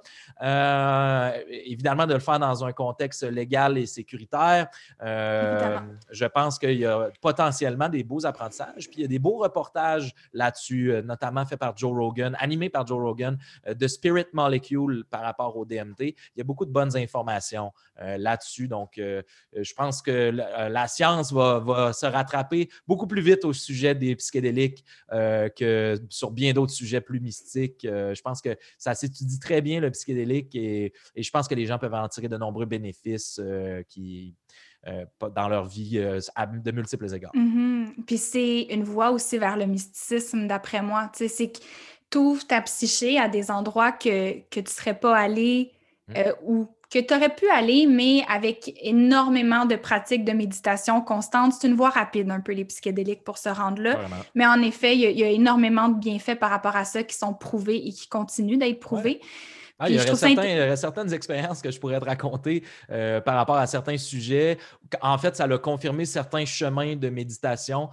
Speaker 2: Euh, évidemment, de le faire dans un contexte légal et sécuritaire. Euh, je pense qu'il y a potentiellement des beaux apprentissages. Puis il y a des beaux reportages là-dessus, notamment faits par Joe Rogan, animés par Joe Rogan, de Spirit Molecule par rapport au D M T. Il y a beaucoup de bonnes informations euh, là-dessus. Donc, euh, je pense que la, la science va, va se rattraper beaucoup plus vite au sujet des psychédéliques euh, que sur bien d'autres sujets plus mystiques. Euh, je pense que ça s'étudie très bien, le psychédélique, et, et je pense que les gens peuvent en tirer de nombreux bénéfices euh, qui, euh, dans leur vie euh, à de multiples égards.
Speaker 1: Mm-hmm. Puis c'est une voie aussi vers le mysticisme, d'après moi. Tu sais, c'est que t'ouvres ta psyché à des endroits que, que tu ne serais pas allé euh, ou que tu aurais pu aller, mais avec énormément de pratiques de méditation constante. C'est une voie rapide, un peu, les psychédéliques pour se rendre là.
Speaker 2: Carrément.
Speaker 1: Mais en effet, il y, a, il y a énormément de bienfaits par rapport à ça qui sont prouvés et qui continuent d'être prouvés.
Speaker 2: Ouais. Ah, il,
Speaker 1: Puis
Speaker 2: y
Speaker 1: je
Speaker 2: aurait
Speaker 1: trouve ça
Speaker 2: certains,
Speaker 1: int-
Speaker 2: il y aurait certaines expériences que je pourrais te raconter euh, par rapport à certains sujets. En fait, ça a confirmé certains chemins de méditation.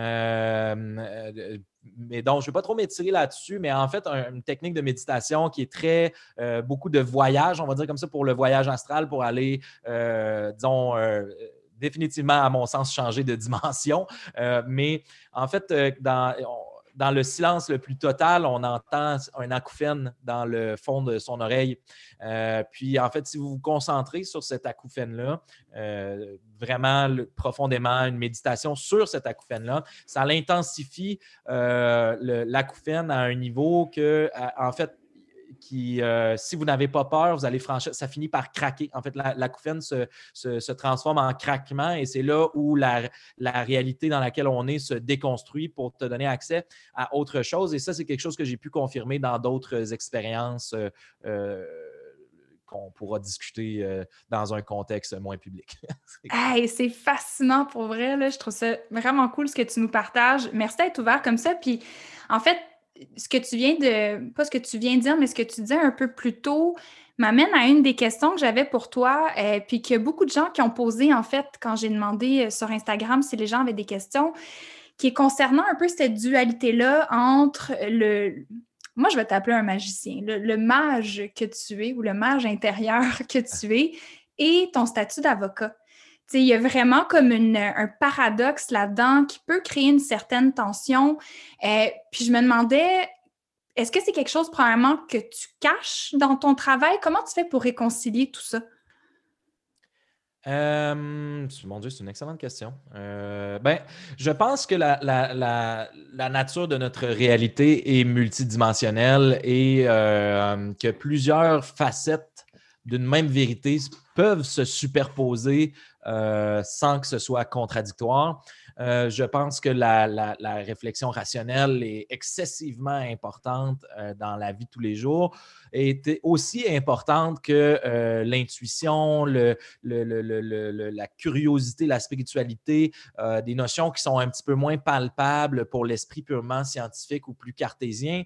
Speaker 2: Euh, euh, mais donc, je ne vais pas trop m'étirer là-dessus, mais en fait, un- une technique de méditation qui est très, euh, beaucoup de voyage, on va dire comme ça, pour le voyage astral, pour aller, euh, disons, euh, définitivement, à mon sens, changer de dimension. Euh, mais en fait, euh, dans, on- dans le silence le plus total, on entend un acouphène dans le fond de son oreille. Euh, puis, en fait, si vous vous concentrez sur cet acouphène-là, euh, vraiment le, profondément, une méditation sur cet acouphène-là, ça l'intensifie euh, le, l'acouphène à un niveau que, à, en fait, qui, euh, si vous n'avez pas peur, vous allez franchir, ça finit par craquer. En fait, la, l'acouphène se, se, se transforme en craquement et c'est là où la, la réalité dans laquelle on est se déconstruit pour te donner accès à autre chose. Et ça, c'est quelque chose que j'ai pu confirmer dans d'autres expériences euh, euh, qu'on pourra discuter euh, dans un contexte moins public.
Speaker 1: Hey, c'est fascinant pour vrai, là. Je trouve ça vraiment cool ce que tu nous partages. Merci d'être ouvert comme ça. Puis, en fait, ce que tu viens de, pas ce que tu viens de dire, mais ce que tu disais un peu plus tôt, m'amène à une des questions que j'avais pour toi, euh, puis qu'il y a beaucoup de gens qui ont posé, en fait, quand j'ai demandé euh, sur Instagram si les gens avaient des questions, qui est concernant un peu cette dualité-là entre le... Moi, je vais t'appeler un magicien, le, le mage que tu es ou le mage intérieur que tu es et ton statut d'avocat. Tu sais, il y a vraiment comme une, un paradoxe là-dedans qui peut créer une certaine tension. Euh, puis je me demandais, est-ce que c'est quelque chose probablement que tu caches dans ton travail? Comment tu fais pour réconcilier tout ça?
Speaker 2: Euh, mon Dieu, c'est une excellente question. Euh, ben, je pense que la, la, la, la nature de notre réalité est multidimensionnelle et euh, que plusieurs facettes d'une même vérité peuvent se superposer euh, sans que ce soit contradictoire. Euh, je pense que la, la, la, réflexion rationnelle est excessivement importante euh, dans la vie de tous les jours et est aussi importante que euh, l'intuition, le, le, le, le, le, la curiosité, la spiritualité, euh, des notions qui sont un petit peu moins palpables pour l'esprit purement scientifique ou plus cartésien.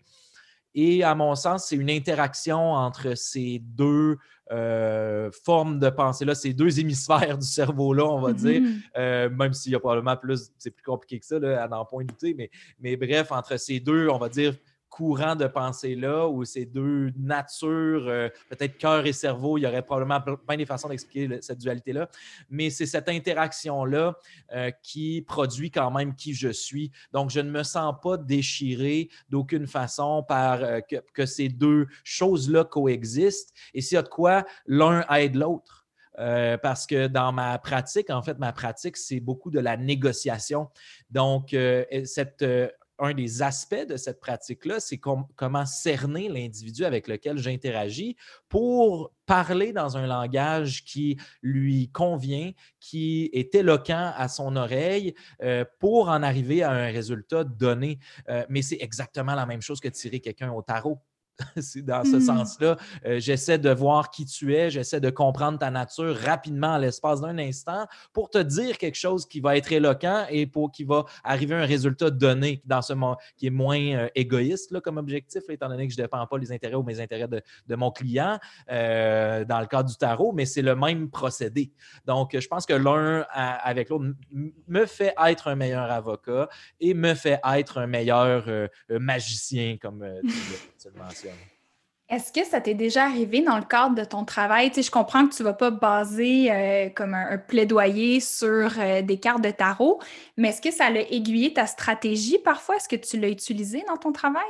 Speaker 2: Et à mon sens, c'est une interaction entre ces deux euh, formes de pensée-là, ces deux hémisphères du cerveau-là, on va mm-hmm. dire, euh, même s'il y a probablement plus, c'est plus compliqué que ça, là, à n'en point douter, mais, mais bref, entre ces deux, on va dire, courants de pensée-là, ou ces deux natures, euh, peut-être cœur et cerveau, il y aurait probablement plein de façons d'expliquer le, cette dualité-là, mais c'est cette interaction-là euh, qui produit quand même qui je suis. Donc, je ne me sens pas déchiré d'aucune façon par euh, que, que ces deux choses-là coexistent. Et s'il y a de quoi, l'un aide l'autre. Euh, parce que dans ma pratique, en fait, ma pratique, c'est beaucoup de la négociation. Donc, euh, cette... Euh, un des aspects de cette pratique-là, c'est com- comment cerner l'individu avec lequel j'interagis pour parler dans un langage qui lui convient, qui est éloquent à son oreille euh, pour en arriver à un résultat donné. Euh, mais c'est exactement la même chose que tirer quelqu'un au tarot. C'est dans ce mmh. sens-là. Euh, j'essaie de voir qui tu es, j'essaie de comprendre ta nature rapidement à l'espace d'un instant pour te dire quelque chose qui va être éloquent et pour qui va arriver à un résultat donné dans ce moment qui est moins euh, égoïste là, comme objectif, là, étant donné que je ne dépends pas les intérêts ou mes intérêts de, de mon client euh, dans le cadre du tarot, mais c'est le même procédé. Donc, je pense que l'un à, avec l'autre m- me fait être un meilleur avocat et me fait être un meilleur euh, magicien, comme euh, tu, tu le mentionnes.
Speaker 1: Est-ce que ça t'est déjà arrivé dans le cadre de ton travail? Tu sais, je comprends que tu ne vas pas baser euh, comme un, un plaidoyer sur euh, des cartes de tarot, mais est-ce que ça l'a aiguillé ta stratégie parfois? Est-ce que tu l'as utilisé dans ton travail?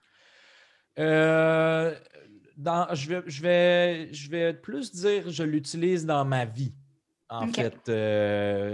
Speaker 2: Euh, dans, je, vais, je, vais, je vais plus dire je l'utilise dans ma vie, en okay. fait. Euh,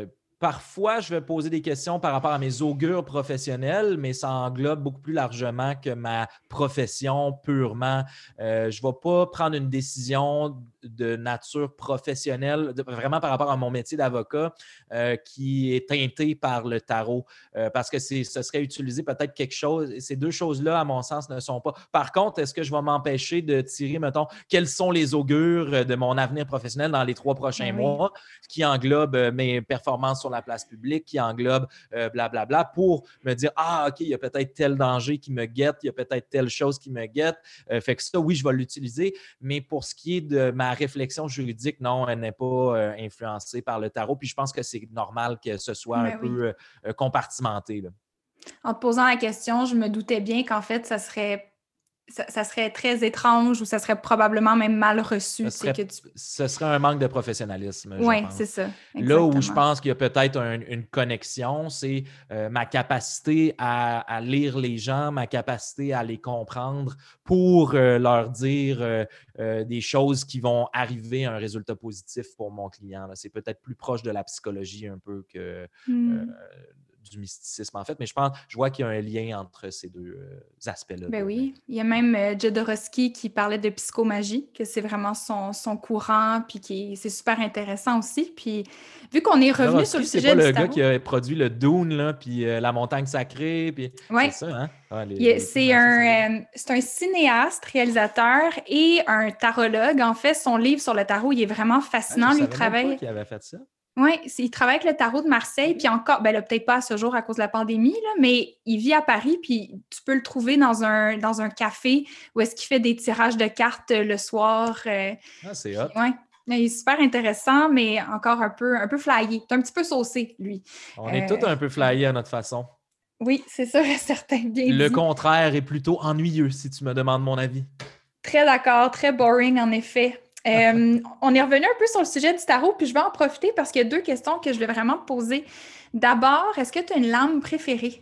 Speaker 2: parfois, je vais poser des questions par rapport à mes augures professionnelles, mais ça englobe beaucoup plus largement que ma profession purement. Euh, je ne vais pas prendre une décision de nature professionnelle, de, vraiment par rapport à mon métier d'avocat, euh, qui est teinté par le tarot, euh, parce que c'est, ce serait utiliser peut-être quelque chose. Ces deux choses-là, à mon sens, ne sont pas. Par contre, est-ce que je vais m'empêcher de tirer, mettons, quels sont les augures de mon avenir professionnel dans les trois prochains
Speaker 1: Ben oui.
Speaker 2: mois, qui englobe euh, mes performances sur la place publique, qui englobe euh, blablabla, pour me dire, ah, OK, il y a peut-être tel danger qui me guette, il y a peut-être telle chose qui me guette. Euh, fait que ça, oui, je vais l'utiliser, mais pour ce qui est de ma réflexion juridique, non, elle n'est pas euh, influencée par le tarot. Puis je pense que c'est normal que ce soit un
Speaker 1: Ben oui.
Speaker 2: peu euh, compartimenté, là.
Speaker 1: En te posant la question, je me doutais bien qu'en fait, ça serait, ça, ça serait très étrange ou ça serait probablement même mal reçu.
Speaker 2: Ce
Speaker 1: Tu sais, que
Speaker 2: serait,
Speaker 1: tu...
Speaker 2: ce serait un manque de professionnalisme, je
Speaker 1: Oui,
Speaker 2: pense.
Speaker 1: c'est ça,
Speaker 2: Là où je
Speaker 1: exactement.
Speaker 2: pense qu'il y a peut-être un, une connexion, c'est euh, ma capacité à, à lire les gens, ma capacité à les comprendre pour euh, leur dire euh, euh, des choses qui vont arriver à un résultat positif pour mon client, là. C'est peut-être plus proche de la psychologie un peu que euh,
Speaker 1: Hmm.
Speaker 2: du mysticisme, en fait. Mais je pense, je vois qu'il y a un lien entre ces deux euh, aspects-là.
Speaker 1: Ben
Speaker 2: De
Speaker 1: oui, il y a même euh, Jodorowsky qui parlait de psychomagie, que c'est vraiment son, son courant, puis qui c'est super intéressant aussi. Puis vu qu'on est revenu sur le
Speaker 2: Jodorowsky, c'est pas
Speaker 1: sujet du
Speaker 2: le gars qui
Speaker 1: tarot,
Speaker 2: a produit le Dune, là, puis euh, La Montagne Sacrée, puis c'est
Speaker 1: ouais,
Speaker 2: ça, hein? Ah, les,
Speaker 1: il y a-
Speaker 2: les films
Speaker 1: c'est
Speaker 2: assez solides.
Speaker 1: un, euh, c'est un cinéaste, réalisateur et un tarologue. En fait, son livre sur le tarot, il est vraiment
Speaker 2: Ah, je
Speaker 1: fascinant. Lui, il
Speaker 2: savais même pas
Speaker 1: travaille,
Speaker 2: qu'il avait fait ça.
Speaker 1: ouais, c'est- il travaille avec le tarot de Marseille, puis encore, ben là, peut-être pas à ce jour à cause de la pandémie, là, mais il vit à Paris, puis tu peux le trouver dans un, dans un café où est-ce qu'il fait des tirages de cartes euh, le soir. euh,
Speaker 2: Ah, c'est
Speaker 1: Puis,
Speaker 2: hot.
Speaker 1: ouais, il est super intéressant, mais encore un peu, un peu flyé. C'est un petit peu saucé, lui.
Speaker 2: On est tous
Speaker 1: Euh,
Speaker 2: un peu flyés à notre façon.
Speaker 1: oui, c'est ça, certain, bien
Speaker 2: Le
Speaker 1: dit.
Speaker 2: contraire est plutôt ennuyeux, si tu me demandes mon avis.
Speaker 1: Très d'accord, très boring, en effet. Euh, on est revenu un peu sur le sujet du tarot, puis je vais en profiter parce qu'il y a deux questions que je vais vraiment te poser. D'abord, est-ce que tu as une lame préférée?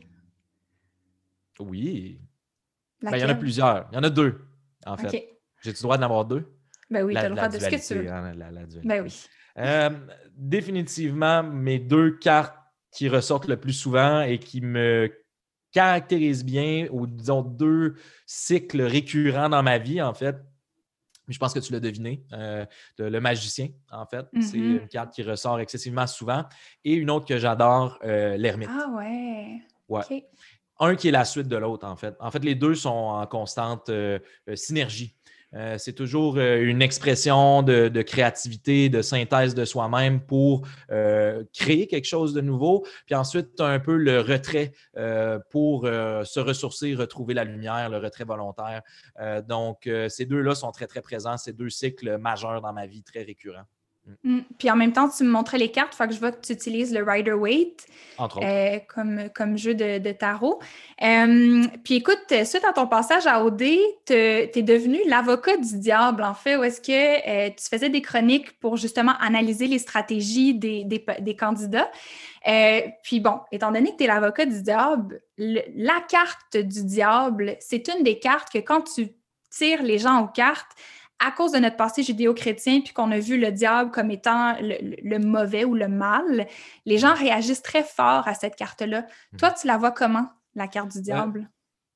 Speaker 2: Oui. Ben, il y en a
Speaker 1: Laquelle?
Speaker 2: plusieurs. Il y en a deux, en fait.
Speaker 1: OK.
Speaker 2: J'ai-tu le droit d'en avoir deux?
Speaker 1: Ben oui, tu
Speaker 2: La,
Speaker 1: as le
Speaker 2: la
Speaker 1: droit de ce que tu veux.
Speaker 2: dualité, hein, la, la
Speaker 1: Ben
Speaker 2: dualité.
Speaker 1: oui.
Speaker 2: Euh, définitivement, mes deux cartes qui ressortent le plus souvent et qui me caractérisent bien, ou disons deux cycles récurrents dans ma vie, en fait. Je pense que tu l'as deviné. Euh, le, le magicien, en fait. C'est
Speaker 1: Mhm.
Speaker 2: une carte qui ressort excessivement souvent. Et une autre que j'adore, euh, l'ermite.
Speaker 1: Ah ouais.
Speaker 2: Ouais.
Speaker 1: OK.
Speaker 2: Un qui est la suite de l'autre, en fait. En fait, les deux sont en constante euh, euh, synergie. Euh, c'est toujours euh, une expression de, de créativité, de synthèse de soi-même pour euh, créer quelque chose de nouveau. Puis ensuite, tu as un peu le retrait euh, pour euh, se ressourcer, retrouver la lumière, le retrait volontaire. Euh, donc, euh, ces deux-là sont très, très présents. Ces deux cycles majeurs dans ma vie, très récurrents. Mm.
Speaker 1: Mm. Puis en même temps, tu me montrais les cartes, fait que je vois que tu utilises le Rider-Waite
Speaker 2: Entre autres.
Speaker 1: euh, comme, comme jeu de, de tarot. Euh, puis écoute, suite à ton passage à O D, tu es devenu l'avocat du diable, en fait, où est-ce que euh, tu faisais des chroniques pour justement analyser les stratégies des, des, des candidats. Euh, puis bon, étant donné que tu es l'avocat du diable, le- la carte du diable, c'est une des cartes que quand tu tires les gens aux cartes, à cause de notre passé judéo-chrétien, puis qu'on a vu le diable comme étant le, le- le mauvais ou le mal, les gens réagissent très fort à cette carte-là.
Speaker 2: Mhm.
Speaker 1: Toi, tu la vois comment, la carte du
Speaker 2: Euh,
Speaker 1: diable?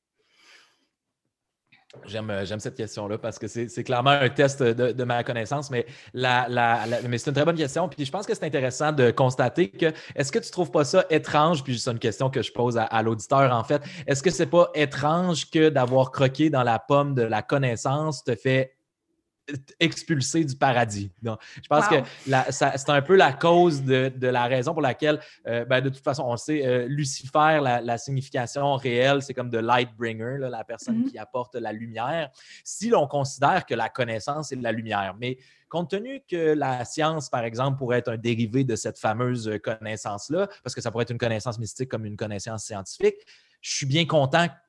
Speaker 2: J'aime, euh, j'aime cette question-là parce que c'est, c'est clairement un test de, de ma connaissance, mais, la, la, la- mais c'est une très bonne question. Puis je pense que c'est intéressant de constater que est-ce que tu ne trouves pas ça étrange? Puis c'est une question que je pose à, à l'auditeur en fait. Est-ce que c'est pas étrange que d'avoir croqué dans la pomme de la connaissance te fait expulsé du paradis? Donc, je pense
Speaker 1: Wow.
Speaker 2: que la, ça, c'est un peu la cause de, de la raison pour laquelle, euh, ben, de toute façon, on le sait, euh, Lucifer, la, la signification réelle, c'est comme de light bringer, là, la personne
Speaker 1: Mm-hmm.
Speaker 2: qui apporte la lumière. Si l'on considère que la connaissance est de la lumière, mais compte tenu que la science, par exemple, pourrait être un dérivé de cette fameuse connaissance-là, parce que ça pourrait être une connaissance mystique comme une connaissance scientifique, je suis bien content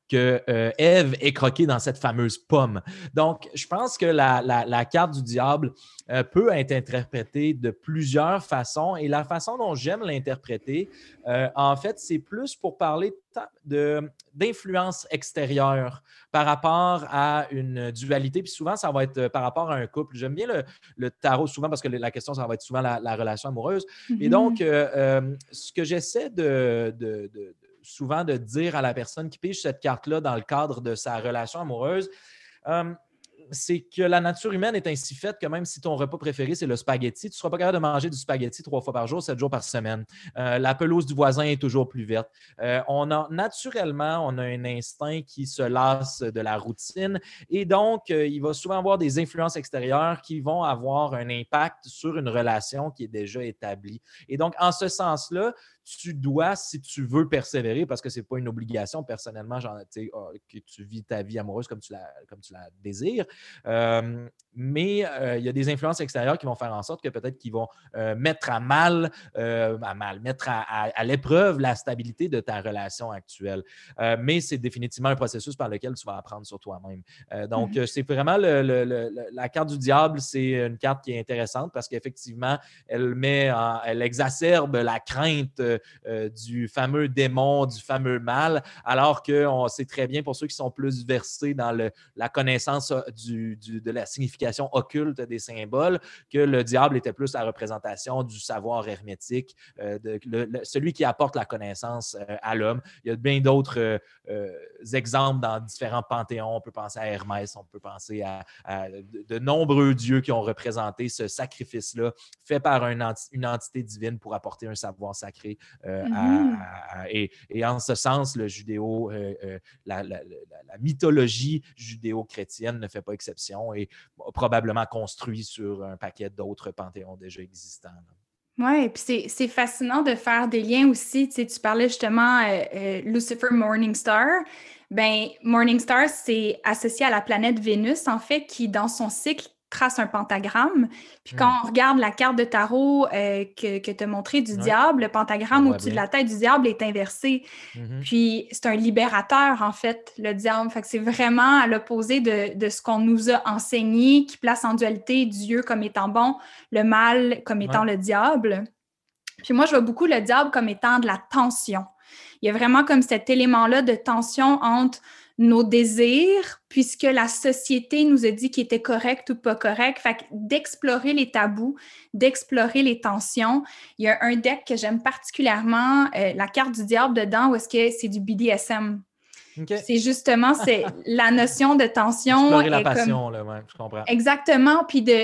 Speaker 2: que euh, Ève ait croqué dans cette fameuse pomme. Donc, je pense que la, la, la carte du diable euh, peut être interprétée de plusieurs façons et la façon dont j'aime l'interpréter, euh, en fait, c'est plus pour parler de, d'influence extérieure par rapport à une dualité. Puis souvent, ça va être par rapport à un couple. J'aime bien le, le tarot souvent parce que la question, ça va être souvent la, la relation amoureuse. Mm-hmm. Et donc, euh, euh, ce que j'essaie de, de, de, souvent de dire à la personne qui pige cette carte-là dans le cadre de sa relation amoureuse, euh, c'est que la nature humaine est ainsi faite que même si ton repas préféré, c'est le spaghetti, tu ne seras pas capable de manger du spaghetti trois fois par jour, sept jours par semaine. Euh, la pelouse du voisin est toujours plus verte. Euh, on a, naturellement, on a un instinct qui se lasse de la routine et donc, euh, il va souvent avoir des influences extérieures qui vont avoir un impact sur une relation qui est déjà établie. Et donc, en ce sens-là, tu dois, si tu veux persévérer, parce que ce n'est pas une obligation personnellement, genre, oh, que tu vis ta vie amoureuse comme tu la, comme tu la désires, euh, mais euh, il y a des influences extérieures qui vont faire en sorte que peut-être qu'ils vont euh, mettre à mal, euh, à mal, mettre à, à, à l'épreuve la stabilité de ta relation actuelle. Euh, mais c'est définitivement un processus par lequel tu vas apprendre sur toi-même. Euh, donc, mm-hmm. c'est vraiment le, le, le, la carte du diable, c'est une carte qui est intéressante parce qu'effectivement, elle met, en, elle exacerbe la crainte Euh, du fameux démon, du fameux mal, alors qu'on sait très bien, pour ceux qui sont plus versés dans le, la connaissance du, du, de la signification occulte des symboles, que le diable était plus la représentation du savoir hermétique, euh, de, le, le, celui qui apporte la connaissance euh, à l'homme. Il y a bien d'autres euh, euh, exemples dans différents panthéons. On peut penser à Hermès, on peut penser à, à de, de nombreux dieux qui ont représenté ce sacrifice-là fait par un enti, une entité divine pour apporter un savoir sacré. Euh, mm-hmm. à, à, et, et en ce sens, le judéo, euh, euh, la, la, la, la mythologie judéo-chrétienne ne fait pas exception et probablement construit sur un paquet d'autres panthéons déjà existants.
Speaker 1: Oui, et puis c'est, c'est fascinant de faire des liens aussi. Tu sais, tu parlais justement euh, euh, Lucifer Morningstar. Ben, Morningstar, c'est associé à la planète Vénus, en fait, qui, dans son cycle, trace un pentagramme. Puis quand mm. on regarde la carte de tarot euh, que, que tu as montrée du ouais. diable, le pentagramme au-dessus bien. de la tête du diable est inversé. Mm-hmm. Puis c'est un libérateur, en fait, le diable. Fait que c'est vraiment à l'opposé de, de ce qu'on nous a enseigné, qui place en dualité Dieu comme étant bon, le mal comme étant ouais. le diable. Puis moi, je vois beaucoup le diable comme étant de la tension. Il y a vraiment comme cet élément-là de tension entre nos désirs, puisque la société nous a dit qu'il était correct ou pas correct. Fait que d'explorer les tabous, d'explorer les tensions. Il y a un deck que j'aime particulièrement, euh, la carte du diable dedans, où est-ce que c'est du B D S M. Okay. C'est justement c'est la notion de tension.
Speaker 2: Explorer la passion, comme... là, ouais, je comprends.
Speaker 1: Exactement, puis de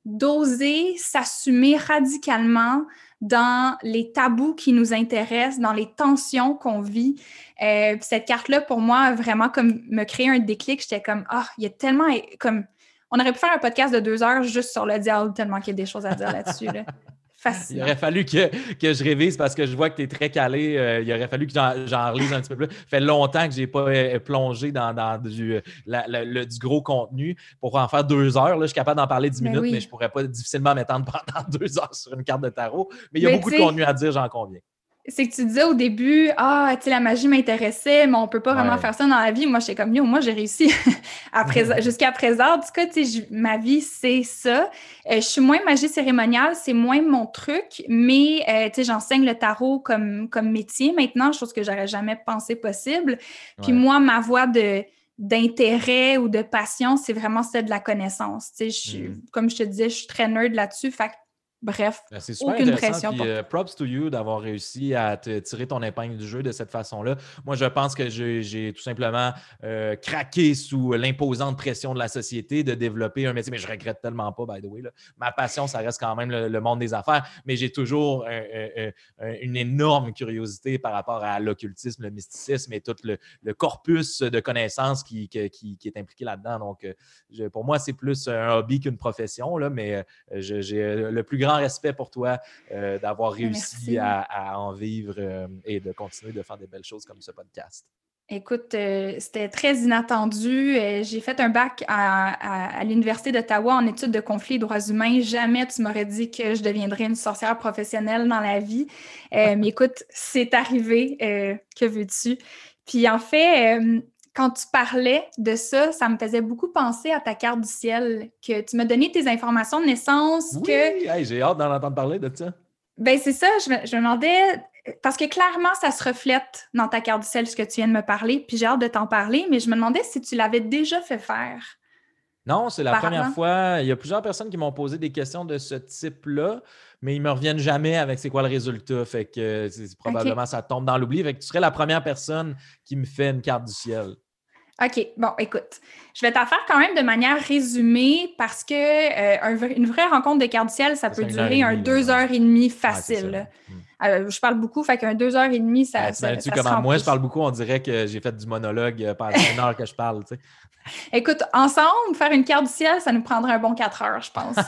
Speaker 1: d'oser s'assumer radicalement dans les tabous qui nous intéressent, dans les tensions qu'on vit. Euh, cette carte-là, pour moi, vraiment comme me créer un déclic. J'étais comme, ah, oh, il y a tellement... comme on aurait pu faire un podcast de deux heures juste sur le diable, tellement qu'il y a des choses à dire là-dessus. Là. Fascinant.
Speaker 2: Il aurait fallu que, que je révise parce que je vois que tu es très calé. Euh, il aurait fallu que j'en, j'en relise un petit peu plus. Ça fait longtemps que je n'ai pas euh, plongé dans, dans du, la, la, le, du gros contenu pour en faire deux heures. Là, je suis capable d'en parler dix mais minutes, oui. mais je ne pourrais pas difficilement m'étendre pendant deux heures sur une carte de tarot. Mais il y a mais beaucoup de contenu à dire, j'en conviens.
Speaker 1: C'est que tu disais au début, ah, tu sais, la magie m'intéressait, mais on peut pas ouais. vraiment faire ça dans la vie. Moi, j'étais comme, yo, moi, j'ai réussi à présent, jusqu'à présent. En tout cas, tu sais, ma vie, c'est ça. Euh, je suis moins magie cérémoniale, c'est moins mon truc, mais, euh, tu sais, j'enseigne le tarot comme, comme métier maintenant, chose que j'aurais jamais pensé possible. Puis ouais. moi, ma voie de d'intérêt ou de passion, c'est vraiment celle de la connaissance. Tu sais, je suis, mm. comme je te disais, je suis très nerd là-dessus, fait que bref,
Speaker 2: ben, c'est super
Speaker 1: aucune
Speaker 2: intéressant.
Speaker 1: pression.
Speaker 2: Puis,
Speaker 1: pour...
Speaker 2: euh, props to you d'avoir réussi à te tirer ton épingle du jeu de cette façon-là. Moi, je pense que j'ai, j'ai tout simplement euh, craqué sous l'imposante pression de la société de développer un métier. Mais je regrette tellement pas, by the way. Là. Ma passion, ça reste quand même le, le monde des affaires. Mais j'ai toujours un, un, un, une énorme curiosité par rapport à l'occultisme, le mysticisme et tout le, le corpus de connaissances qui, qui, qui, qui est impliqué là-dedans. Donc, je, pour moi, c'est plus un hobby qu'une profession. Là, mais je, j'ai le plus grand respect pour toi euh, d'avoir réussi à, à en vivre euh, et de continuer de faire des belles choses comme ce podcast.
Speaker 1: Écoute, euh, c'était très inattendu. Euh, j'ai fait un bac à, à, à l'Université d'Ottawa en études de conflits et droits humains. Jamais tu m'aurais dit que je deviendrais une sorcière professionnelle dans la vie. Euh, mais écoute, c'est arrivé. Euh, que veux-tu? Puis en fait, euh, quand tu parlais de ça, ça me faisait beaucoup penser à ta carte du ciel, que tu m'as donné tes informations de naissance,
Speaker 2: Oui,
Speaker 1: que...
Speaker 2: hey, j'ai hâte d'en entendre parler de ça.
Speaker 1: Ben c'est ça, je me, je me demandais, parce que clairement, ça se reflète dans ta carte du ciel, ce que tu viens de me parler, puis j'ai hâte de t'en parler, mais je me demandais si tu l'avais déjà fait faire
Speaker 2: Non, c'est la première
Speaker 1: auparavant.
Speaker 2: fois. Il y a plusieurs personnes qui m'ont posé des questions de ce type-là, mais ils ne me reviennent jamais avec c'est quoi le résultat. Fait que euh, c'est, c'est
Speaker 1: OK.
Speaker 2: probablement ça tombe dans l'oubli. Fait que tu serais la première personne qui me fait une carte du ciel.
Speaker 1: OK, bon, écoute, je vais t'en faire quand même de manière résumée parce que euh, un vrai- une vraie rencontre de carte du ciel, ça
Speaker 2: Ça
Speaker 1: peut
Speaker 2: serait une heure et
Speaker 1: durer un
Speaker 2: demie, là,
Speaker 1: deux
Speaker 2: genre.
Speaker 1: heures et demie
Speaker 2: Ouais, c'est ça.
Speaker 1: facile.
Speaker 2: Hmm.
Speaker 1: Euh, je parle beaucoup, fait qu'un deux heures et demie, ça,
Speaker 2: Ben,
Speaker 1: ça,
Speaker 2: t'imagines-tu
Speaker 1: ça se
Speaker 2: comment moi je
Speaker 1: remplit.
Speaker 2: parle beaucoup, on dirait que j'ai fait du monologue euh, pendant une heure que je parle, tu sais.
Speaker 1: Écoute, ensemble, faire une carte du ciel, ça nous prendrait un bon quatre heures, je pense.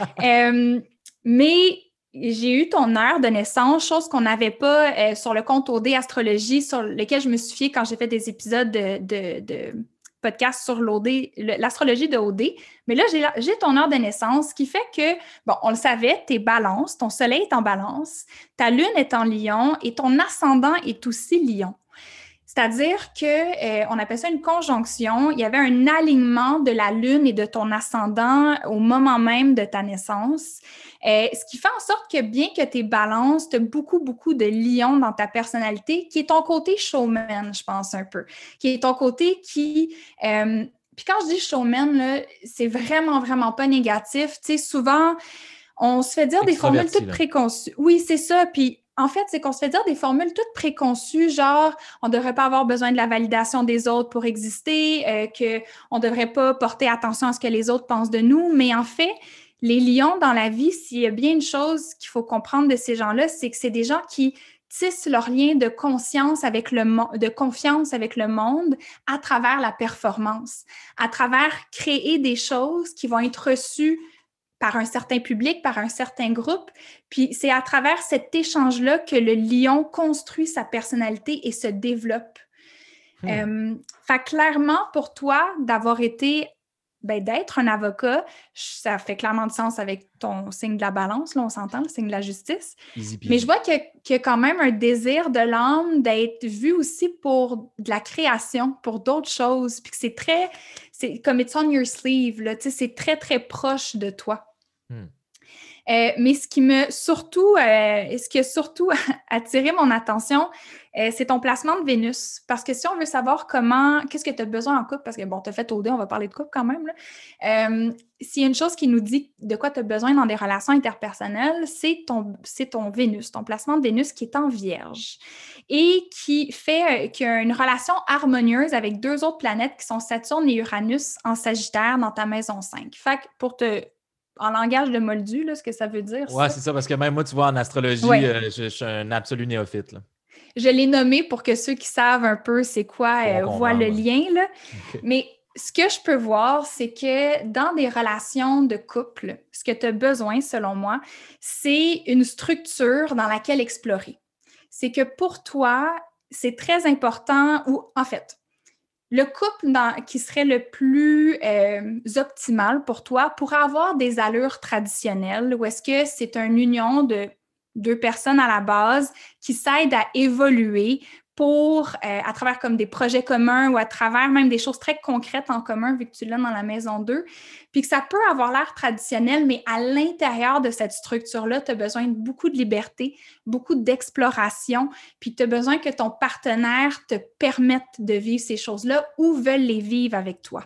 Speaker 1: Euh, mais j'ai eu ton heure de naissance, chose qu'on n'avait pas euh, sur le compte O D Astrologie, sur lequel je me suis fiée quand j'ai fait des épisodes de, de, de podcast sur l'O D, le- l'astrologie de O D. Mais là, j'ai, j'ai ton heure de naissance, ce qui fait que, bon, on le savait, t'es balance, ton soleil est en balance, ta lune est en lion et ton ascendant est aussi lion. C'est-à-dire que euh, on appelle ça une conjonction. Il y avait un alignement de la lune et de ton ascendant au moment même de ta naissance. Euh, ce qui fait en sorte que bien que tu es balance, tu as beaucoup, beaucoup de lion dans ta personnalité, qui est ton côté showman, je pense un peu, qui est ton côté qui... Euh, puis quand je dis showman, là, c'est vraiment, vraiment pas négatif. Tu sais, souvent, on se fait dire des formules
Speaker 2: Extraverti,
Speaker 1: toutes
Speaker 2: là.
Speaker 1: préconçues. Oui, c'est ça. Puis en fait, c'est qu'on se fait dire des formules toutes préconçues, genre on ne devrait pas avoir besoin de la validation des autres pour exister, euh, qu'on ne devrait pas porter attention à ce que les autres pensent de nous. Mais en fait, les lions dans la vie, s'il y a bien une chose qu'il faut comprendre de ces gens-là, c'est que c'est des gens qui tissent leur lien de conscience avec le mo- de confiance avec le monde à travers la performance, à travers créer des choses qui vont être reçues par un certain public, par un certain groupe. Puis c'est à travers cet échange-là que le lion construit sa personnalité et se développe.
Speaker 2: Hmm.
Speaker 1: Euh, fait clairement, pour toi, d'avoir été, ben, d'être un avocat, ça fait clairement du sens avec ton signe de la balance, là, on s'entend, le signe de la justice.
Speaker 2: Easy
Speaker 1: Mais je
Speaker 2: peasy.
Speaker 1: vois qu'il y, a, qu'il y a quand même un désir de l'âme d'être vu aussi pour de la création, pour d'autres choses, puis que c'est très, c'est comme it's on your sleeve, là, tu sais, c'est très, très proche de toi.
Speaker 2: Hmm.
Speaker 1: Euh, mais ce qui me surtout, euh, ce qui a surtout attiré mon attention, euh, c'est ton placement de Vénus. Parce que si on veut savoir comment, qu'est-ce que tu as besoin en couple, parce que bon, tu as fait O D, on va parler de couple quand même, là. Euh, s'il y a une chose qui nous dit de quoi tu as besoin dans des relations interpersonnelles, c'est ton, c'est ton Vénus, ton placement de Vénus qui est en Vierge et qui fait euh, qu'il y a une relation harmonieuse avec deux autres planètes qui sont Saturne et Uranus en Sagittaire dans ta maison cinq. Fait que pour te en langage de Moldu, là, ce que ça veut dire,
Speaker 2: Ouais,
Speaker 1: ça.
Speaker 2: c'est ça, parce que même moi, tu vois, en astrologie,
Speaker 1: Oui,
Speaker 2: euh, je, je suis un absolu néophyte, là.
Speaker 1: je l'ai nommé pour que ceux qui savent un peu c'est quoi
Speaker 2: Pourront
Speaker 1: euh, voient le
Speaker 2: comprendre, ouais.
Speaker 1: lien, là.
Speaker 2: OK.
Speaker 1: Mais ce que je peux voir, c'est que dans des relations de couple, ce que tu as besoin, selon moi, c'est une structure dans laquelle explorer. C'est que pour toi, c'est très important, ou en fait, le couple dans, qui serait le plus euh, optimal pour toi pourrait avoir des allures traditionnelles ou est-ce que c'est une union de deux personnes à la base qui s'aident à évoluer pour, euh, à travers comme des projets communs ou à travers même des choses très concrètes en commun vu que tu l'as dans la maison deux, puis que ça peut avoir l'air traditionnel, mais à l'intérieur de cette structure-là, tu as besoin de beaucoup de liberté, beaucoup d'exploration, puis tu as besoin que ton partenaire te permette de vivre ces choses-là ou veulent les vivre avec toi.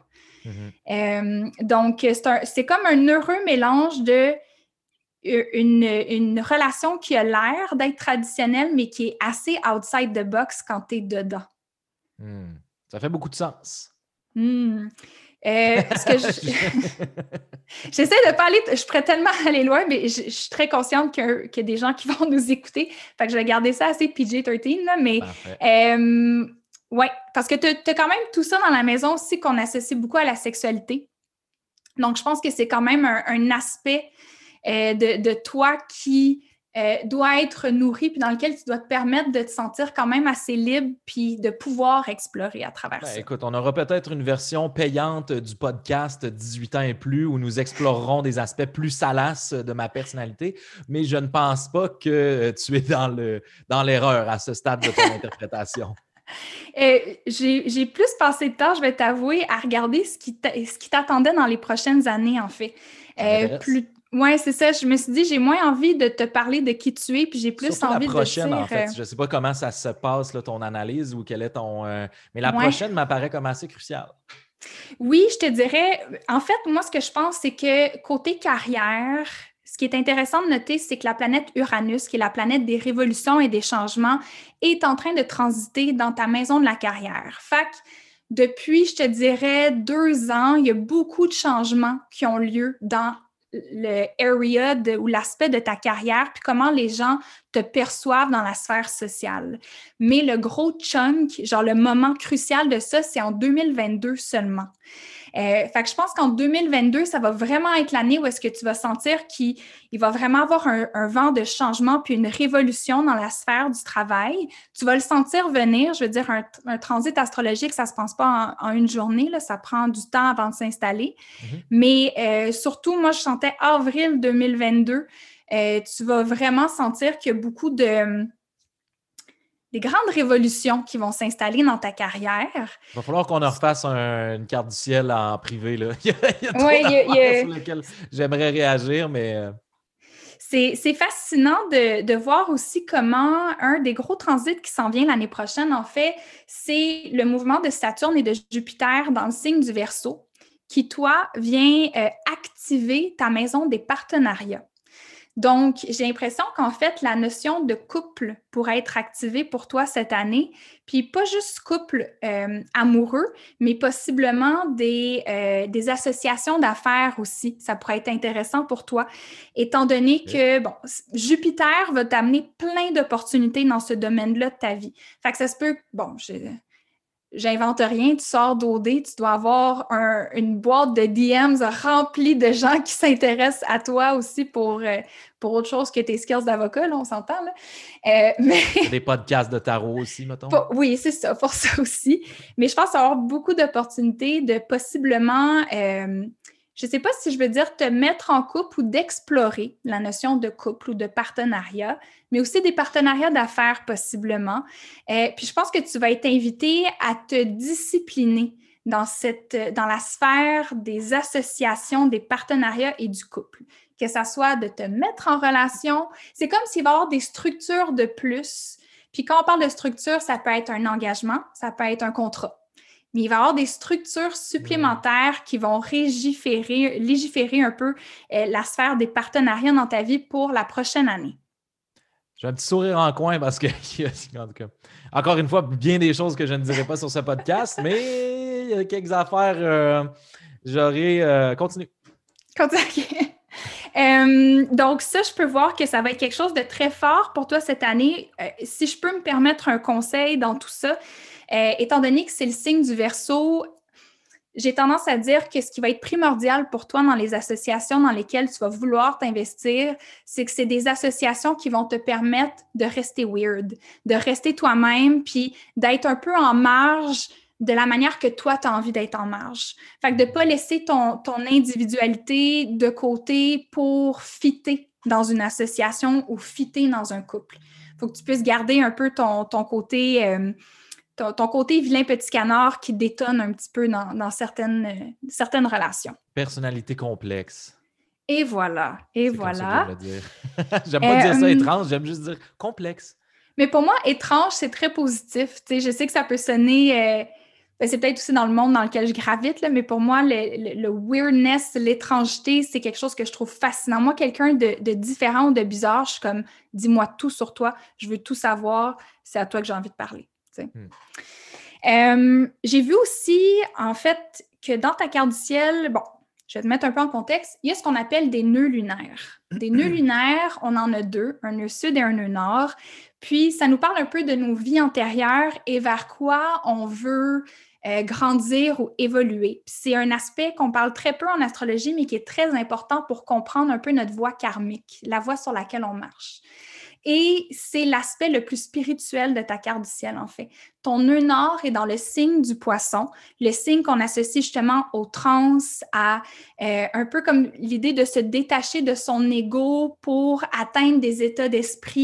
Speaker 2: Mm-hmm.
Speaker 1: Euh, donc, c'est, un, c'est comme un heureux mélange de une, une relation qui a l'air d'être traditionnelle, mais qui est assez outside the box quand tu es dedans.
Speaker 2: Mm. Ça fait beaucoup de sens.
Speaker 1: Mm. Euh, ce que je... J'essaie de pas aller, je pourrais tellement aller loin, mais je, je suis très consciente qu'il y, a, qu'il y a des gens qui vont nous écouter. Fait que je vais garder ça assez P G treize, là, mais euh, ouais, parce que tu as quand même tout ça dans la maison aussi qu'on associe beaucoup à la sexualité. Donc, je pense que c'est quand même un, un aspect euh, de, de toi qui euh, doit être nourri, puis dans lequel tu dois te permettre de te sentir quand même assez libre, puis de pouvoir explorer à travers
Speaker 2: Ben,
Speaker 1: ça.
Speaker 2: écoute, on aura peut-être une version payante du podcast dix-huit ans et plus où nous explorerons des aspects plus salaces de ma personnalité, mais je ne pense pas que tu es dans, le, dans l'erreur à ce stade de ton interprétation.
Speaker 1: Euh, j'ai, j'ai plus passé de temps, je vais t'avouer, à regarder ce qui, t'a- ce qui t'attendait dans les prochaines années, en fait.
Speaker 2: Ça
Speaker 1: Euh,
Speaker 2: m'intéresse.
Speaker 1: plus... Ouais, c'est ça. Je me suis dit, j'ai moins envie de te parler de qui tu es, puis j'ai plus
Speaker 2: Surtout la
Speaker 1: envie de
Speaker 2: prochaine,
Speaker 1: dire...
Speaker 2: en fait.
Speaker 1: euh,
Speaker 2: Je ne sais pas comment ça se passe, là, ton analyse ou quel est ton. euh, Mais la
Speaker 1: Ouais.
Speaker 2: prochaine m'apparaît comme assez cruciale.
Speaker 1: Oui, je te dirais, en fait, moi, ce que je pense, c'est que côté carrière, ce qui est intéressant de noter, c'est que la planète Uranus, qui est la planète des révolutions et des changements, est en train de transiter dans ta maison de la carrière. Fait que depuis, je te dirais, deux ans, il y a beaucoup de changements qui ont lieu dans le area de, ou l'aspect de ta carrière, puis comment les gens te perçoivent dans la sphère sociale. Mais le gros chunk, genre le moment crucial de ça, c'est en deux mille vingt-deux seulement. Euh, fait que je pense qu'en deux mille vingt-deux, ça va vraiment être l'année où est-ce que tu vas sentir qu'il il va vraiment avoir un, un vent de changement puis une révolution dans la sphère du travail. Tu vas le sentir venir. Je veux dire, un, un transit astrologique, ça se passe pas en, en une journée, là, ça prend du temps avant de s'installer.
Speaker 2: Mhm.
Speaker 1: Mais euh, surtout, moi, je sentais avril deux mille vingt-deux, euh, tu vas vraiment sentir qu'il y a beaucoup de des grandes révolutions qui vont s'installer dans ta carrière.
Speaker 2: Il va falloir qu'on en refasse un- une carte du ciel en privé, là. Il y a, il y a trop
Speaker 1: Oui, il y a, il y
Speaker 2: d'affaires
Speaker 1: a,
Speaker 2: sur lesquelles j'aimerais réagir, mais euh,
Speaker 1: C'est, c'est fascinant de, de voir aussi comment un des gros transits qui s'en vient l'année prochaine, en fait, c'est le mouvement de Saturne et de Jupiter dans le signe du Verseau, qui, toi, vient euh, activer ta maison des partenariats. Donc, j'ai l'impression qu'en fait, la notion de couple pourrait être activée pour toi cette année, puis pas juste couple euh, amoureux, mais possiblement des, euh, des associations d'affaires aussi. Ça pourrait être intéressant pour toi, étant donné
Speaker 2: OK.
Speaker 1: que, bon, Jupiter va t'amener plein d'opportunités dans ce domaine-là de ta vie. Fait que ça se peut, bon, je, j'invente rien, tu sors d'O D, tu dois avoir un, une boîte de D Ms remplie de gens qui s'intéressent à toi aussi pour, euh, pour autre chose que tes skills d'avocat, là, on s'entend, là. Euh, mais
Speaker 2: Il y a des podcasts de tarot aussi, mettons.
Speaker 1: pour- oui, c'est ça, pour ça aussi. Mais je pense avoir beaucoup d'opportunités de possiblement, euh, je ne sais pas si je veux dire te mettre en couple ou d'explorer la notion de couple ou de partenariat, mais aussi des partenariats d'affaires possiblement. Euh, puis je pense que tu vas être invité à te discipliner dans cette, dans la sphère des associations, des partenariats et du couple. Que ça soit de te mettre en relation, c'est comme s'il va y avoir des structures de plus. Puis quand on parle de structure, ça peut être un engagement, ça peut être un contrat. Mais il va y avoir des structures supplémentaires qui vont légiférer, légiférer un peu euh, la sphère des partenariats dans ta vie pour la prochaine année.
Speaker 2: J'ai un petit sourire en coin parce que, en tout cas, encore une fois, bien des choses que je ne dirai pas sur ce podcast, mais il y a quelques affaires, euh, j'aurais euh, continué.
Speaker 1: Euh, donc ça, je peux voir que ça va être quelque chose de très fort pour toi cette année. Euh, si je peux me permettre un conseil dans tout ça, euh, étant donné que c'est le signe du Verseau, j'ai tendance à dire que ce qui va être primordial pour toi dans les associations dans lesquelles tu vas vouloir t'investir, c'est que c'est des associations qui vont te permettre de rester weird, de rester toi-même, puis d'être un peu en marge de la manière que toi, tu as envie d'être en marge. Fait que de ne pas laisser ton, ton individualité de côté pour fitter dans une association ou fitter dans un couple. Il faut que tu puisses garder un peu ton, ton côté... Euh, ton, ton côté vilain petit canard qui détonne un petit peu dans, dans certaines, euh, certaines relations.
Speaker 2: Personnalité complexe.
Speaker 1: Et voilà, et
Speaker 2: C'est comme ça que j'aime
Speaker 1: voilà.
Speaker 2: le dire. J'aime pas dire ça
Speaker 1: Euh,
Speaker 2: étrange, j'aime juste dire complexe.
Speaker 1: mais pour moi, étrange, c'est très positif. Tu sais, je sais que ça peut sonner... euh, ben, c'est peut-être aussi dans le monde dans lequel je gravite, là, mais pour moi, le, le, le weirdness, l'étrangeté, c'est quelque chose que je trouve fascinant. Moi, quelqu'un de, de différent ou de bizarre, je suis comme, dis-moi tout sur toi, je veux tout savoir, c'est à toi que j'ai envie de parler. Tu sais. Hmm. Euh, j'ai vu aussi, en fait, que dans ta carte du ciel, bon, je vais te mettre un peu en contexte, il y a ce qu'on appelle des nœuds lunaires. Des nœuds lunaires, on en a deux, un nœud sud et un nœud nord. Puis, ça nous parle un peu de nos vies antérieures et vers quoi on veut euh, grandir ou évoluer. Puis c'est un aspect qu'on parle très peu en astrologie, mais qui est très important pour comprendre un peu notre voie karmique, la voie sur laquelle on marche. Et c'est l'aspect le plus spirituel de ta carte du ciel, en fait. Ton nœud nord est dans le signe du poisson, le signe qu'on associe justement aux trans, à euh, un peu comme l'idée de se détacher de son ego pour atteindre des états d'esprit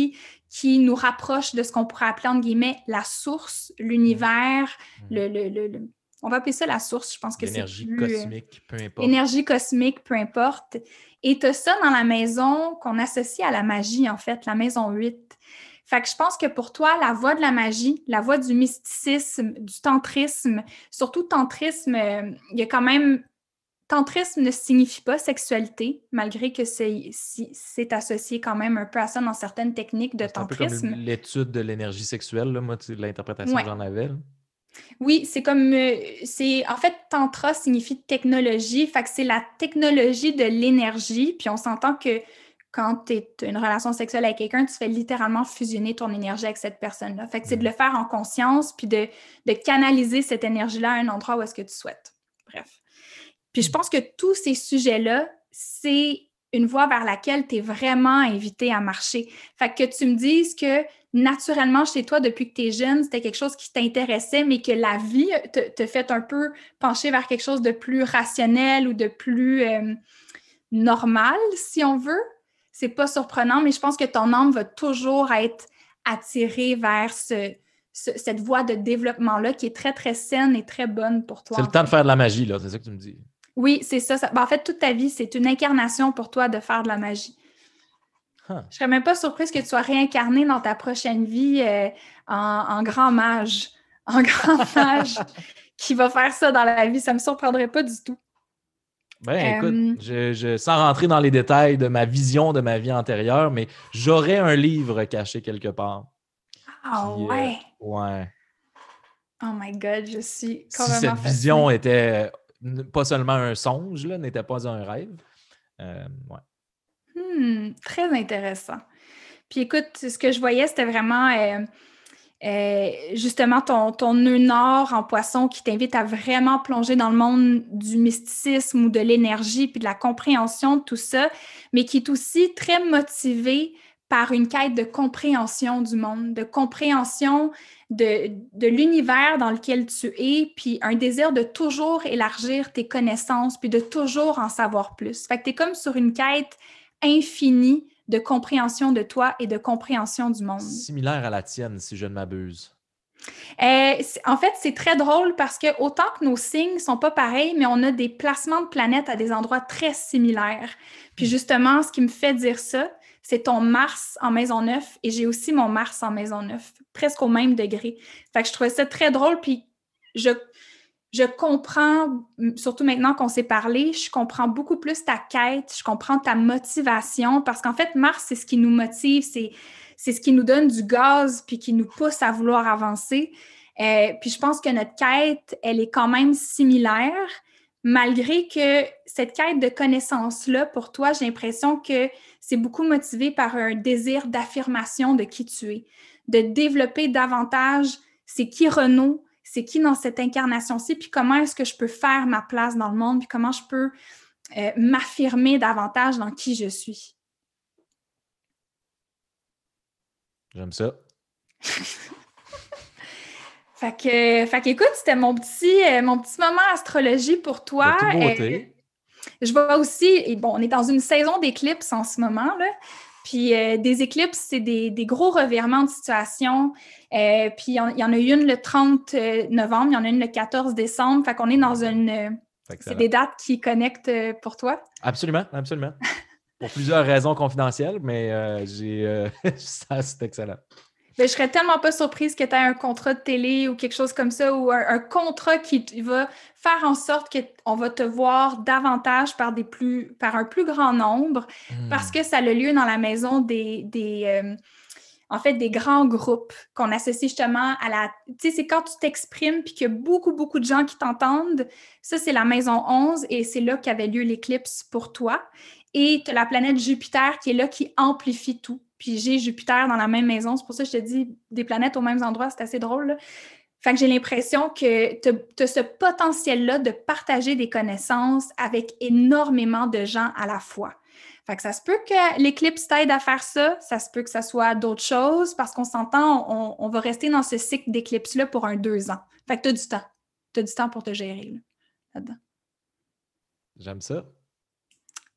Speaker 1: qui nous rapproche de ce qu'on pourrait appeler, entre guillemets, la source, l'univers,
Speaker 2: mmh.
Speaker 1: le, le, le, le... on va appeler ça la source, je pense que c'est
Speaker 2: l'énergie
Speaker 1: plus...
Speaker 2: cosmique, peu importe.
Speaker 1: L'énergie cosmique, peu importe. Et tu as ça dans la maison qu'on associe à la magie, en fait, la maison huit. Fait que je pense que pour toi, la voie de la magie, la voie du mysticisme, du tantrisme, surtout tantrisme, euh, il y a quand même... Tantrisme ne signifie pas sexualité, malgré que c'est, si, c'est associé quand même un peu à ça dans certaines techniques de
Speaker 2: C'est un peu comme
Speaker 1: tantrisme.
Speaker 2: l'étude de l'énergie sexuelle, là, moi, tu sais, l'interprétation
Speaker 1: Ouais.
Speaker 2: que j'en avais. Là.
Speaker 1: Oui, c'est comme... euh, c'est en fait, tantra signifie technologie, fait que c'est la technologie de l'énergie, puis on s'entend que quand tu as une relation sexuelle avec quelqu'un, tu fais littéralement fusionner ton énergie avec cette personne-là. Fait que c'est de le faire en conscience, puis de, de canaliser cette énergie-là à un endroit où est-ce que tu souhaites. Bref. Puis je pense que tous ces sujets-là, c'est une voie vers laquelle tu es vraiment invité à marcher. Fait que tu me dises que naturellement, chez toi, depuis que tu es jeune, c'était quelque chose qui t'intéressait, mais que la vie te, te fait un peu pencher vers quelque chose de plus rationnel ou de plus euh, normal, si on veut. C'est pas surprenant, mais je pense que ton âme va toujours être attirée vers ce, ce, cette voie de développement-là qui est très, très saine et très bonne pour toi.
Speaker 2: C'est le temps
Speaker 1: fait.
Speaker 2: de faire de la magie, là, c'est ça que tu me dis.
Speaker 1: Oui, c'est ça. ça... Ben, en fait, toute ta vie, c'est une incarnation pour toi de faire de la magie.
Speaker 2: Huh.
Speaker 1: Je serais même pas surprise que tu sois réincarné dans ta prochaine vie euh, en, en grand mage. En grand mage qui va faire ça dans la vie. Ça me surprendrait pas du tout.
Speaker 2: Ben,
Speaker 1: Euh,
Speaker 2: écoute, je, je, sans rentrer dans les détails de ma vision de ma vie antérieure, mais j'aurais un livre caché quelque part.
Speaker 1: Ah
Speaker 2: Puis, euh,
Speaker 1: ouais!
Speaker 2: ouais.
Speaker 1: Oh my God, je suis
Speaker 2: Si
Speaker 1: complètement
Speaker 2: cette vision
Speaker 1: fascinée.
Speaker 2: était pas seulement un songe, là, n'était pas un rêve. Euh, ouais.
Speaker 1: Hmm, très intéressant. Puis écoute, ce que je voyais, c'était vraiment euh, euh, justement ton, ton nœud nord en poisson qui t'invite à vraiment plonger dans le monde du mysticisme ou de l'énergie puis de la compréhension de tout ça, mais qui est aussi très motivé par une quête de compréhension du monde, de compréhension de, de l'univers dans lequel tu es, puis un désir de toujours élargir tes connaissances, puis de toujours en savoir plus. Fait que tu es comme sur une quête infinie de compréhension de toi et de compréhension du monde.
Speaker 2: Similaire à la tienne, si je ne m'abuse.
Speaker 1: Euh, en fait, c'est très drôle parce que autant que nos signes sont pas pareils, mais on a des placements de planètes à des endroits très similaires. Puis justement, ce qui me fait dire ça, c'est ton Mars en maison neuf et j'ai aussi mon Mars en maison neuf, presque au même degré. Fait que je trouvais ça très drôle, puis je, je comprends, surtout maintenant qu'on s'est parlé, je comprends beaucoup plus ta quête, je comprends ta motivation, parce qu'en fait, Mars, c'est ce qui nous motive, c'est, c'est ce qui nous donne du gaz, puis qui nous pousse à vouloir avancer. Euh, puis je pense que notre quête, elle est quand même similaire, malgré que cette quête de connaissance-là, pour toi, j'ai l'impression que c'est beaucoup motivé par un désir d'affirmation de qui tu es, de développer davantage c'est qui Renaud, c'est qui dans cette incarnation-ci, puis comment est-ce que je peux faire ma place dans le monde, puis comment je peux euh, m'affirmer davantage dans qui je suis.
Speaker 2: J'aime ça.
Speaker 1: Fait que, fait qu'écoute, c'était mon petit, euh, mon petit moment astrologie pour toi.
Speaker 2: De toute beauté.
Speaker 1: Euh, je vois aussi, et bon, on est dans une saison d'éclipses en ce moment, là. Puis euh, des éclipses, c'est des, des gros revirements de situation. Euh, puis il y, y en a une le trente novembre, il y en a une le quatorze décembre. Fait qu'on est dans une... Euh, c'est des dates qui connectent euh, pour toi?
Speaker 2: Absolument, absolument. Pour plusieurs raisons confidentielles, mais euh, j'ai, euh, ça, c'est excellent.
Speaker 1: Ben, je serais tellement pas surprise que tu aies un contrat de télé ou quelque chose comme ça, ou un, un contrat qui va faire en sorte qu'on va te voir davantage par, des plus, par un plus grand nombre, mm. parce que ça a lieu dans la maison des... des euh, en fait, des grands groupes qu'on associe justement à la... Tu sais, c'est quand tu t'exprimes puis qu'il y a beaucoup, beaucoup de gens qui t'entendent. Ça, c'est la maison onze et c'est là qu'avait lieu l'éclipse pour toi. Et tu as la planète Jupiter qui est là, qui amplifie tout. Puis j'ai Jupiter dans la même maison. C'est pour ça que je te dis des planètes au même endroit. C'est assez drôle, là. Fait que j'ai l'impression que tu as ce potentiel-là de partager des connaissances avec énormément de gens à la fois. Fait que ça se peut que l'éclipse t'aide à faire ça, ça se peut que ça soit d'autres choses, parce qu'on s'entend, on, on va rester dans ce cycle d'éclipse-là pour un deux ans. Fait que t'as du temps. T'as du temps pour te gérer là, là-dedans.
Speaker 2: J'aime ça.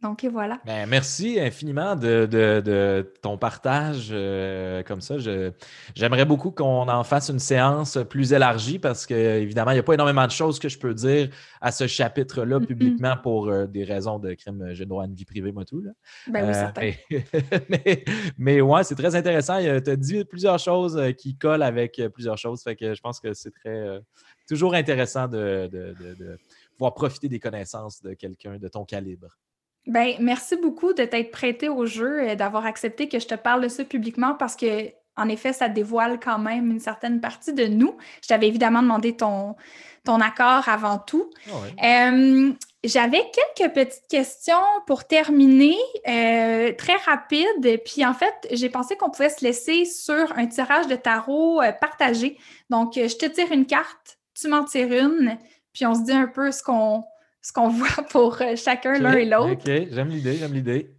Speaker 1: Donc, et voilà.
Speaker 2: Ben, merci infiniment de, de- de ton partage euh, comme ça. Je- j'aimerais beaucoup qu'on en fasse une séance plus élargie parce que, évidemment, il n'y a pas énormément de choses que je peux dire à ce chapitre-là
Speaker 1: Mhm.
Speaker 2: publiquement pour euh, des raisons de crime. J'ai le droit à une vie privée, moi, tout. Là.
Speaker 1: Ben oui,
Speaker 2: Euh,
Speaker 1: certain.
Speaker 2: mais, mais, mais ouais, c'est très intéressant. Tu as dit plusieurs choses euh, qui collent avec euh, plusieurs choses. Fait que je pense que c'est très euh, toujours intéressant de, de de- de pouvoir profiter des connaissances de quelqu'un de ton calibre.
Speaker 1: Ben, merci beaucoup de t'être prêté au jeu et d'avoir accepté que je te parle de ça publiquement parce que, en effet, ça dévoile quand même une certaine partie de nous. Je t'avais évidemment demandé ton, ton accord avant tout.
Speaker 2: Ah ouais.
Speaker 1: Euh, J'avais quelques petites questions pour terminer, euh, très rapides. Puis en fait, j'ai pensé qu'on pouvait se laisser sur un tirage de tarot euh, partagé. Donc, euh, je te tire une carte, tu m'en tires une, puis on se dit un peu ce qu'on ce qu'on voit pour euh, chacun,
Speaker 2: OK,
Speaker 1: l'un et
Speaker 2: OK,
Speaker 1: l'autre.
Speaker 2: j'aime l'idée, j'aime l'idée.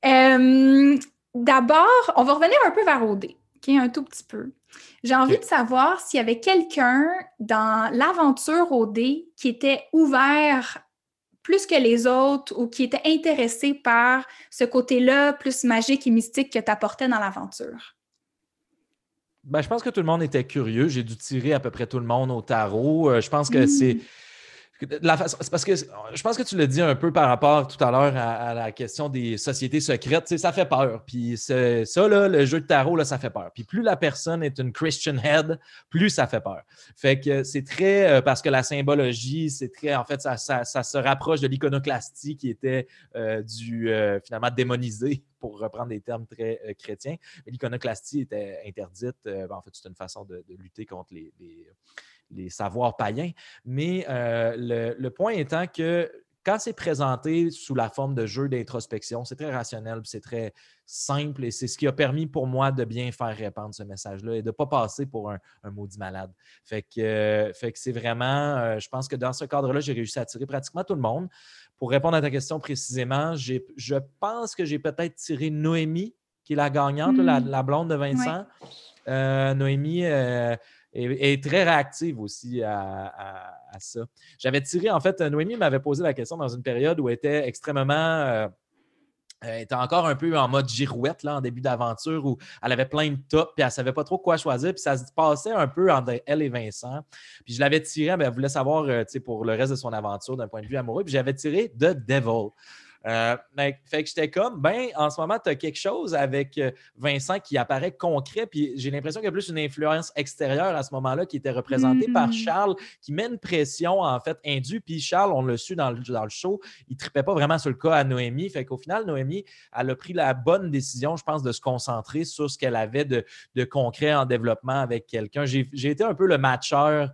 Speaker 1: Euh, D'abord, on va revenir un peu vers O D, OK, un tout petit peu. J'ai envie de
Speaker 2: OK.
Speaker 1: savoir s'il y avait quelqu'un dans l'aventure O D qui était ouvert plus que les autres ou qui était intéressé par ce côté-là plus magique et mystique que tu apportais dans l'aventure.
Speaker 2: Ben, je pense que tout le monde était curieux. J'ai dû tirer à peu près tout le monde au tarot. Euh, je pense que c'est
Speaker 1: Hmm.
Speaker 2: la façon, c'est parce que je pense que tu l'as dit un peu par rapport tout à l'heure à, à la question des sociétés secrètes. Tu sais, ça fait peur. Puis c'est- ça, là, le jeu de tarot, là, ça fait peur. Puis plus la personne est une Christian head, plus ça fait peur. Fait que c'est très, euh, parce que la symbologie, c'est très, en fait, ça, ça- ça se rapproche de l'iconoclastie qui était euh, du, euh, finalement, démonisé, pour reprendre des termes très euh, chrétiens. Mais l'iconoclastie était interdite. Euh, ben, en fait, c'est une façon de, de lutter contre les, les- les savoirs païens. Mais euh, le, le point étant que quand c'est présenté sous la forme de jeu d'introspection, c'est très rationnel, c'est très simple et c'est ce qui a permis pour moi de bien faire répandre ce message-là et de ne pas passer pour un, un maudit malade. Fait que, euh, fait que c'est vraiment, euh, je pense que dans ce cadre-là, j'ai réussi à attirer pratiquement tout le monde. Pour répondre à ta question précisément, j'ai, je pense que j'ai peut-être tiré Noémie, qui est la gagnante, là, la,
Speaker 1: Hmm.
Speaker 2: la blonde de
Speaker 1: Ouais.
Speaker 2: Vincent. Euh, Noémie euh, est, est très réactive aussi à, à- à ça. J'avais tiré, en fait, Noémie m'avait posé la question dans une période où elle était extrêmement. Euh, elle était encore un peu en mode girouette là, en début d'aventure où elle avait plein de tops puis elle ne savait pas trop quoi choisir. Puis ça se passait un peu entre elle et Vincent. Puis je l'avais tiré, mais elle voulait savoir euh, pour le reste de son aventure d'un point de vue amoureux. Puis j'avais tiré The Devil. Euh, fait que j'étais comme, ben, en ce moment, tu as quelque chose avec euh, Vincent qui apparaît concret, puis j'ai l'impression qu'il y a plus une influence extérieure à ce moment-là qui était représentée par
Speaker 1: Hmm.
Speaker 2: Charles, qui met une pression, en fait, indue. Puis Charles, on l'a su dans le, dans le show, il ne tripait pas vraiment sur le cas à Noémie. Fait qu'au final, Noémie, elle a pris la bonne décision, je pense, de se concentrer sur ce qu'elle avait de, de concret en développement avec quelqu'un. J'ai, j'ai été un peu le matcheur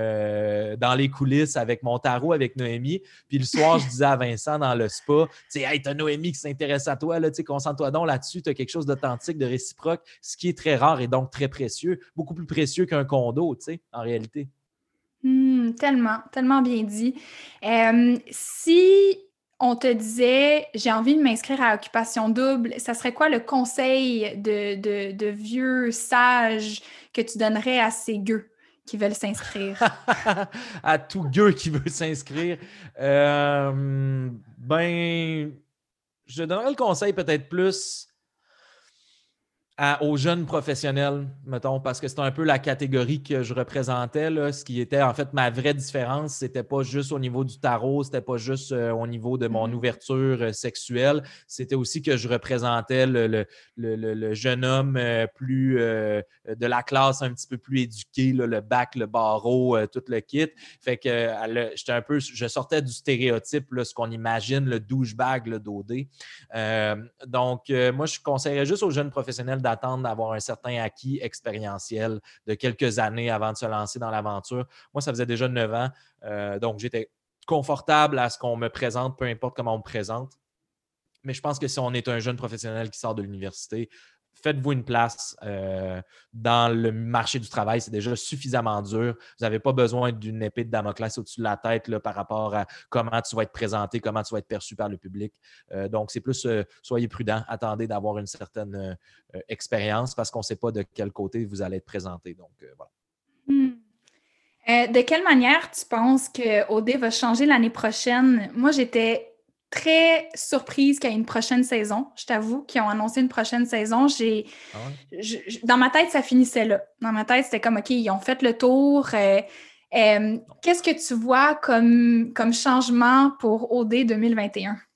Speaker 2: euh, dans les coulisses avec mon tarot avec Noémie. Puis le soir, je disais à Vincent dans le spa, tu sais, hey, t'as Noémie qui s'intéresse à toi, là, tu sais, concentre-toi donc là-dessus, tu as quelque chose d'authentique, de réciproque, ce qui est très rare et donc très précieux, beaucoup plus précieux qu'un condo, tu sais, en réalité.
Speaker 1: Hmm, tellement, tellement bien dit. Euh, si on te disait, j'ai envie de m'inscrire à Occupation Double, ça serait quoi le conseil de, de, de vieux sage que tu donnerais à ces gueux qui veulent s'inscrire?
Speaker 2: À tout gueux qui veut s'inscrire, euh, ben, je donnerais le conseil peut-être plus à- aux jeunes professionnels, mettons, parce que c'est un peu la catégorie que je représentais. Là. Ce qui était en fait ma vraie différence, c'était pas juste au niveau du tarot, c'était pas juste euh, au niveau de mon
Speaker 1: Mhm.
Speaker 2: ouverture euh, sexuelle, c'était aussi que je représentais le, le- le- le- le jeune homme euh, plus euh, de la classe un petit peu plus éduqué, là, le bac, le barreau, euh, tout le kit. Fait que euh, elle- j'étais un peu, je sortais du stéréotype, là, ce qu'on imagine, le douchebag, le dodé. Euh, donc, euh, moi, je conseillerais juste aux jeunes professionnels d'attendre d'avoir un certain acquis expérientiel de quelques années avant de se lancer dans l'aventure. Moi, ça faisait déjà neuf ans, euh, donc j'étais confortable à ce qu'on me présente, peu importe comment on me présente. Mais je pense que si on est un jeune professionnel qui sort de l'université, faites-vous une place euh, dans le marché du travail. C'est déjà suffisamment dur. Vous n'avez pas besoin d'une épée de Damoclès au-dessus de la tête là, par rapport à comment tu vas être présenté, comment tu vas être perçu par le public. Euh, donc, c'est plus euh, soyez prudent, attendez d'avoir une certaine euh, expérience parce qu'on ne sait pas de quel côté vous allez être présenté. Donc, euh, voilà.
Speaker 1: Hmm. Euh, de quelle manière tu penses que O D va changer l'année prochaine? Moi, j'étais très surprise qu'il y ait une prochaine saison. Je t'avoue qu'ils ont annoncé une prochaine saison. J'ai,
Speaker 2: Ah ouais?
Speaker 1: je- je- dans ma tête, ça finissait là. Dans ma tête, c'était comme, OK, ils ont fait le tour. Euh, euh, qu'est-ce que tu vois comme, comme changement pour O D deux mille vingt et un?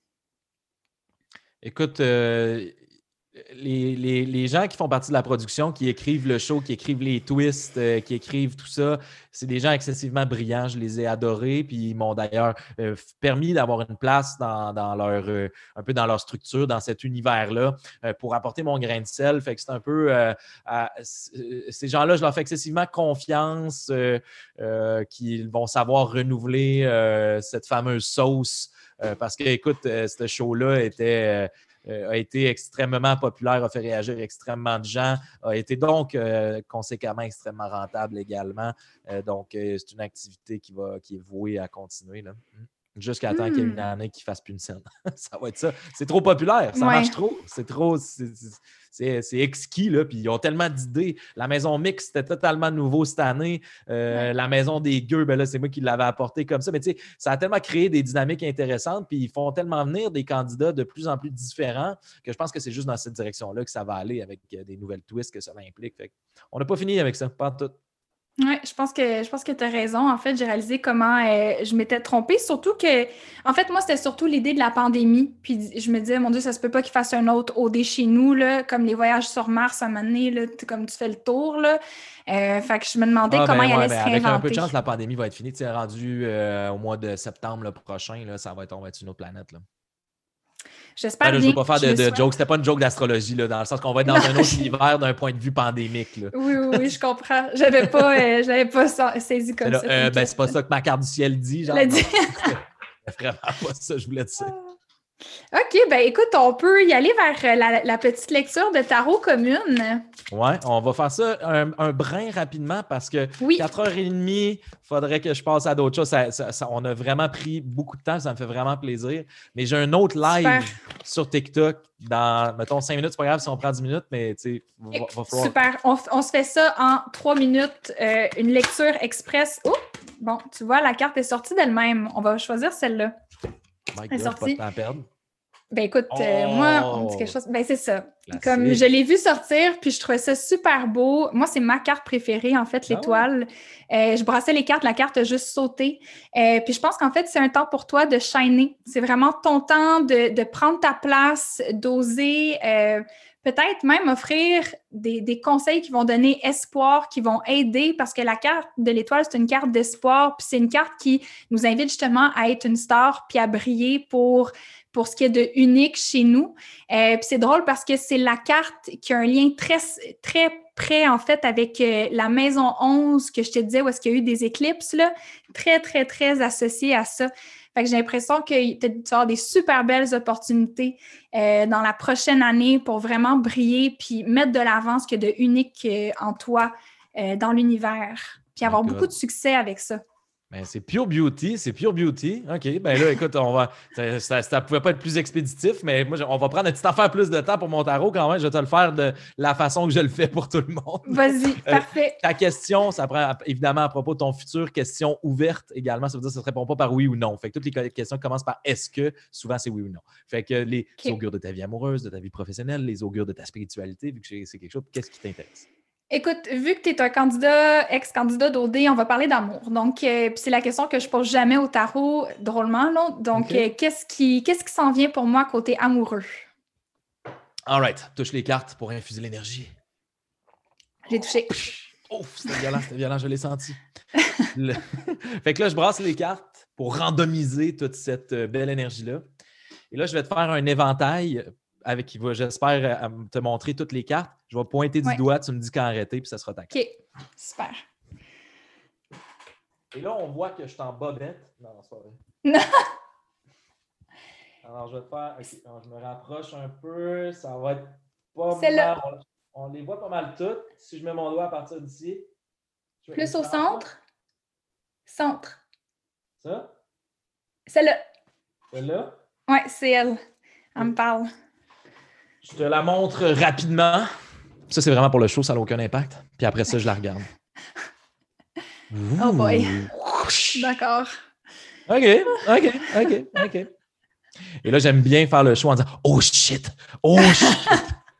Speaker 2: Écoute, euh, les, les- les gens qui font partie de la production, qui écrivent le show, qui écrivent les twists, euh, qui écrivent tout ça, c'est des gens excessivement brillants. Je les ai adorés, puis ils m'ont d'ailleurs euh, f- permis d'avoir une place dans, dans leur, euh, un peu dans leur structure, dans cet univers-là, euh, pour apporter mon grain de sel. Fait que c'est un peu euh, à- c- euh, ces gens-là, je leur fais excessivement confiance, euh, euh, qu'ils vont savoir renouveler euh, cette fameuse sauce. Euh, parce que, écoute, euh, ce show-là était. euh, euh, a été extrêmement populaire, a fait réagir extrêmement de gens, a été donc euh, conséquemment extrêmement rentable également. Euh, donc, euh, c'est une activité qui, va, qui est vouée à continuer là. Jusqu'à temps qu'il y ait une
Speaker 1: Hmm.
Speaker 2: année qui ne fasse plus une scène. Ça va être ça. C'est trop populaire, ça
Speaker 1: Ouais.
Speaker 2: marche trop. C'est trop. C'est, c'est, c'est exquis, là. Puis ils ont tellement d'idées. La maison mixte, c'était totalement nouveau cette année. Euh,
Speaker 1: Ouais.
Speaker 2: La maison des gueux, ben là, c'est moi qui l'avais apporté comme ça. Mais tu sais, ça a tellement créé des dynamiques intéressantes. Puis ils font tellement venir des candidats de plus en plus différents que je pense que c'est juste dans cette direction-là que ça va aller avec euh, des nouvelles twists que ça implique. Fait que on n'a pas fini avec ça, pas en tout.
Speaker 1: Oui, je pense que je pense que tu as raison. En fait, j'ai réalisé comment euh, je m'étais trompée. Surtout que, en fait, moi, c'était surtout l'idée de la pandémie. Puis je me disais, mon Dieu, ça se peut pas qu'ils fassent un autre O D chez nous, là, comme les voyages sur Mars à un moment donné, là, t- comme tu fais le tour. Là. Euh, fait que je me demandais
Speaker 2: Ah
Speaker 1: comment
Speaker 2: ben
Speaker 1: ils
Speaker 2: ouais,
Speaker 1: allaient
Speaker 2: ben
Speaker 1: se
Speaker 2: avec un peu de
Speaker 1: réinventer.
Speaker 2: chance, la pandémie va être finie. Tu sais, rendu euh, au mois de septembre le prochain, là, ça va être, on va être sur une autre planète. Là. Ben
Speaker 1: J'espère
Speaker 2: là, je veux
Speaker 1: bien,
Speaker 2: pas faire
Speaker 1: je
Speaker 2: de,
Speaker 1: le
Speaker 2: de
Speaker 1: souhaite.
Speaker 2: joke. C'était pas une joke d'astrologie, là, dans le sens qu'on va être
Speaker 1: Non,
Speaker 2: dans un autre univers d'un point de vue pandémique. Là.
Speaker 1: oui, oui, oui, je comprends. J'avais pas, euh, j'avais pas sa- saisi
Speaker 2: C'est
Speaker 1: comme
Speaker 2: là,
Speaker 1: ça,
Speaker 2: euh, ben, c'est
Speaker 1: t'inquiète.
Speaker 2: pas ça que ma carte du ciel dit,
Speaker 1: Je l'ai
Speaker 2: genre.
Speaker 1: dit.
Speaker 2: Non, c'était vraiment pas ça, je voulais dire.
Speaker 1: OK, ben écoute, on peut y aller vers euh, la, la petite lecture de tarot commune.
Speaker 2: Ouais, on va faire ça un, un brin rapidement parce que
Speaker 1: Oui,
Speaker 2: quatre heures trente, il faudrait que je passe à d'autres choses. Ça- ça- ça- on a vraiment pris beaucoup de temps, ça me fait vraiment plaisir. Mais j'ai un autre
Speaker 1: super.
Speaker 2: live sur TikTok dans, mettons, cinq minutes. C'est pas grave si on prend dix minutes, mais tu sais, va, va falloir.
Speaker 1: Super. On, on se fait ça en trois minutes. Euh, une lecture express. Oh! Bon, tu vois, la carte est sortie d'elle-même. On va choisir celle-là.
Speaker 2: My
Speaker 1: Elle est
Speaker 2: God, pas de
Speaker 1: sortie.
Speaker 2: temps à perdre.
Speaker 1: Ben écoute, euh, moi, on dit quelque
Speaker 2: Oh!
Speaker 1: chose. Ben c'est ça.
Speaker 2: Classique.
Speaker 1: Comme je l'ai vu sortir, puis je trouvais ça super beau. Moi, c'est ma carte préférée, en fait,
Speaker 2: Ah ouais?
Speaker 1: l'étoile. Euh, je brassais les cartes, la carte a juste sauté. Euh, puis je pense qu'en fait, c'est un temps pour toi de shiner. C'est vraiment ton temps de, de prendre ta place, d'oser, euh, peut-être même offrir des, des conseils qui vont donner espoir, qui vont aider, parce que la carte de l'étoile, c'est une carte d'espoir, puis c'est une carte qui nous invite justement à être une star, puis à briller pour pour ce qui est de unique chez nous. Euh, puis c'est drôle parce que c'est la carte qui a un lien très, très près, en fait, avec euh, la maison onze que je te disais, où est-ce qu'il y a eu des éclipses, là. Très, très, très associé à ça. Fait que j'ai l'impression que tu vas avoir des super belles opportunités euh, dans la prochaine année pour vraiment briller puis mettre de l'avant ce qu'il y a de unique euh, en toi euh, dans l'univers. Puis
Speaker 2: My
Speaker 1: avoir
Speaker 2: God.
Speaker 1: beaucoup de succès avec ça.
Speaker 2: Ben, c'est pure beauty, c'est pure beauty. OK, ben là, écoute, on va. Ça, ça, ne pouvait pas être plus expéditif, mais moi, on va prendre une petite affaire plus de temps pour mon tarot quand même. Je vais te le faire de la façon que je le fais pour tout le monde.
Speaker 1: Vas-y,
Speaker 2: Euh,
Speaker 1: parfait.
Speaker 2: Ta question, ça prend évidemment à propos de ton futur, question ouverte également. Ça veut dire que ça ne se répond pas par oui ou non. Fait que toutes les questions commencent par est-ce que, souvent c'est oui ou non. Fait que les
Speaker 1: OK.
Speaker 2: augures de ta vie amoureuse, de ta vie professionnelle, les augures de ta spiritualité, vu que c'est quelque chose, qu'est-ce qui t'intéresse?
Speaker 1: Écoute, vu que tu es un candidat, ex-candidat d'O D, on va parler d'amour. Donc, euh, puis c'est la question que je pose jamais au tarot, drôlement, là. Donc,
Speaker 2: OK.
Speaker 1: euh, qu'est-ce qui, qu'est-ce qui s'en vient pour moi côté amoureux?
Speaker 2: All right, touche les cartes pour infuser l'énergie.
Speaker 1: J'ai touché.
Speaker 2: Oh, c'était violent, c'était violent, je l'ai senti. Le... fait que là, je brasse les cartes pour randomiser toute cette euh, belle énergie-là. Et là, je vais te faire un éventail avec qui va, j'espère, euh, te montrer toutes les cartes. Je vais pointer du
Speaker 1: Ouais.
Speaker 2: doigt, tu me dis quand arrêter, puis ça sera ta carte.
Speaker 1: OK, super.
Speaker 2: Et là, on voit que je suis en bobette. Non, c'est pas vrai.
Speaker 1: Non.
Speaker 2: Alors, je vais te faire... OK, alors, je me rapproche un peu. Ça va être pas
Speaker 1: C'est
Speaker 2: mal...
Speaker 1: là.
Speaker 2: On, on les voit pas mal toutes. Si je mets mon doigt à partir d'ici... je vais-
Speaker 1: Plus au centre. Centre.
Speaker 2: Ça?
Speaker 1: Celle-là.
Speaker 2: Celle-là?
Speaker 1: Ouais, c'est elle. Elle me parle.
Speaker 2: Je te la montre rapidement. Ça, c'est vraiment pour le show, ça n'a aucun impact. Puis après ça, je la regarde.
Speaker 1: Oh boy.
Speaker 2: Ouh.
Speaker 1: D'accord.
Speaker 2: OK, OK, OK, OK. Et là, j'aime bien faire le show en disant « Oh shit! Oh shit!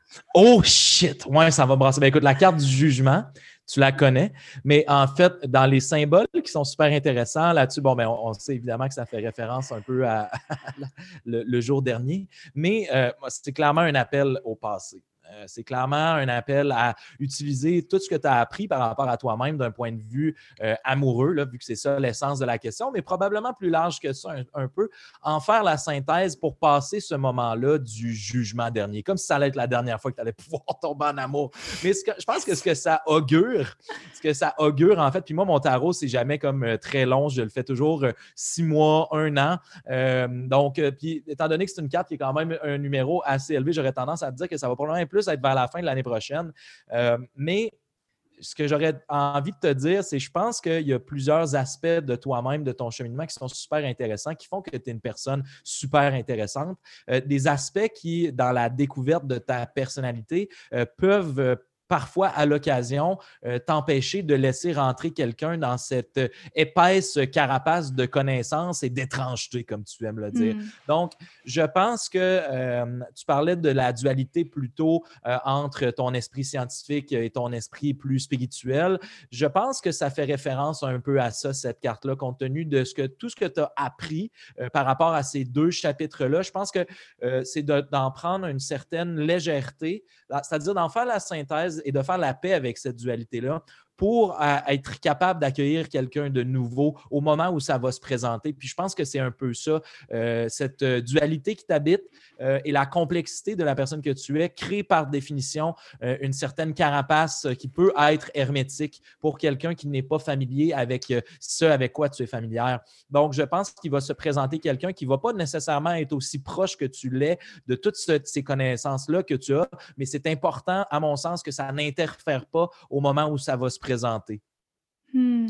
Speaker 2: Oh shit! » Ouais, ça va brasser. Ben écoute, la carte du jugement, tu la connais, mais en fait, dans les symboles qui sont super intéressants là-dessus, bon, ben, on, on sait évidemment que ça fait référence un peu à, à le, le jour dernier, mais euh, c'est clairement un appel au passé. Euh, c'est clairement un appel à utiliser tout ce que tu as appris par rapport à toi-même d'un point de vue euh, amoureux, là, vu que c'est ça l'essence de la question, mais probablement plus large que ça un, un peu, en faire la synthèse pour passer ce moment-là du jugement dernier, comme si ça allait être la dernière fois que tu allais pouvoir tomber en amour. Mais ce que, je pense que ce que ça augure, ce que ça augure en fait, puis moi, mon tarot, c'est jamais comme euh, très long, je le fais toujours euh, six mois, un an. Euh, donc, euh, puis étant donné que c'est une carte qui est quand même un numéro assez élevé, j'aurais tendance à te dire que ça va probablement plus être vers la fin de l'année prochaine. Euh, mais ce que j'aurais envie de te dire, c'est que je pense qu'il y a plusieurs aspects de toi-même, de ton cheminement qui sont super intéressants, qui font que tu es une personne super intéressante. Euh, des aspects qui, dans la découverte de ta personnalité, euh, peuvent euh, parfois, à l'occasion, euh, t'empêcher de laisser rentrer quelqu'un dans cette épaisse carapace de connaissances et d'étrangeté, comme tu aimes le dire.
Speaker 1: Mm.
Speaker 2: Donc, je pense que euh, tu parlais de la dualité plutôt euh, entre ton esprit scientifique et ton esprit plus spirituel. Je pense que ça fait référence un peu à ça, cette carte-là, compte tenu de ce que, tout ce que tu as appris euh, par rapport à ces deux chapitres-là. Je pense que euh, c'est de, d'en prendre une certaine légèreté, c'est-à-dire d'en faire la synthèse et de faire la paix avec cette dualité-là pour euh, être capable d'accueillir quelqu'un de nouveau au moment où ça va se présenter. Puis je pense que c'est un peu ça, euh, cette euh, dualité qui t'habite euh, et la complexité de la personne que tu es crée par définition euh, une certaine carapace qui peut être hermétique pour quelqu'un qui n'est pas familier avec euh, ce avec quoi tu es familière. Donc, je pense qu'il va se présenter quelqu'un qui ne va pas nécessairement être aussi proche que tu l'es de toutes ce, ces connaissances-là que tu as, mais c'est important, à mon sens, que ça n'interfère pas au moment où ça va se présenter.
Speaker 1: Hmm.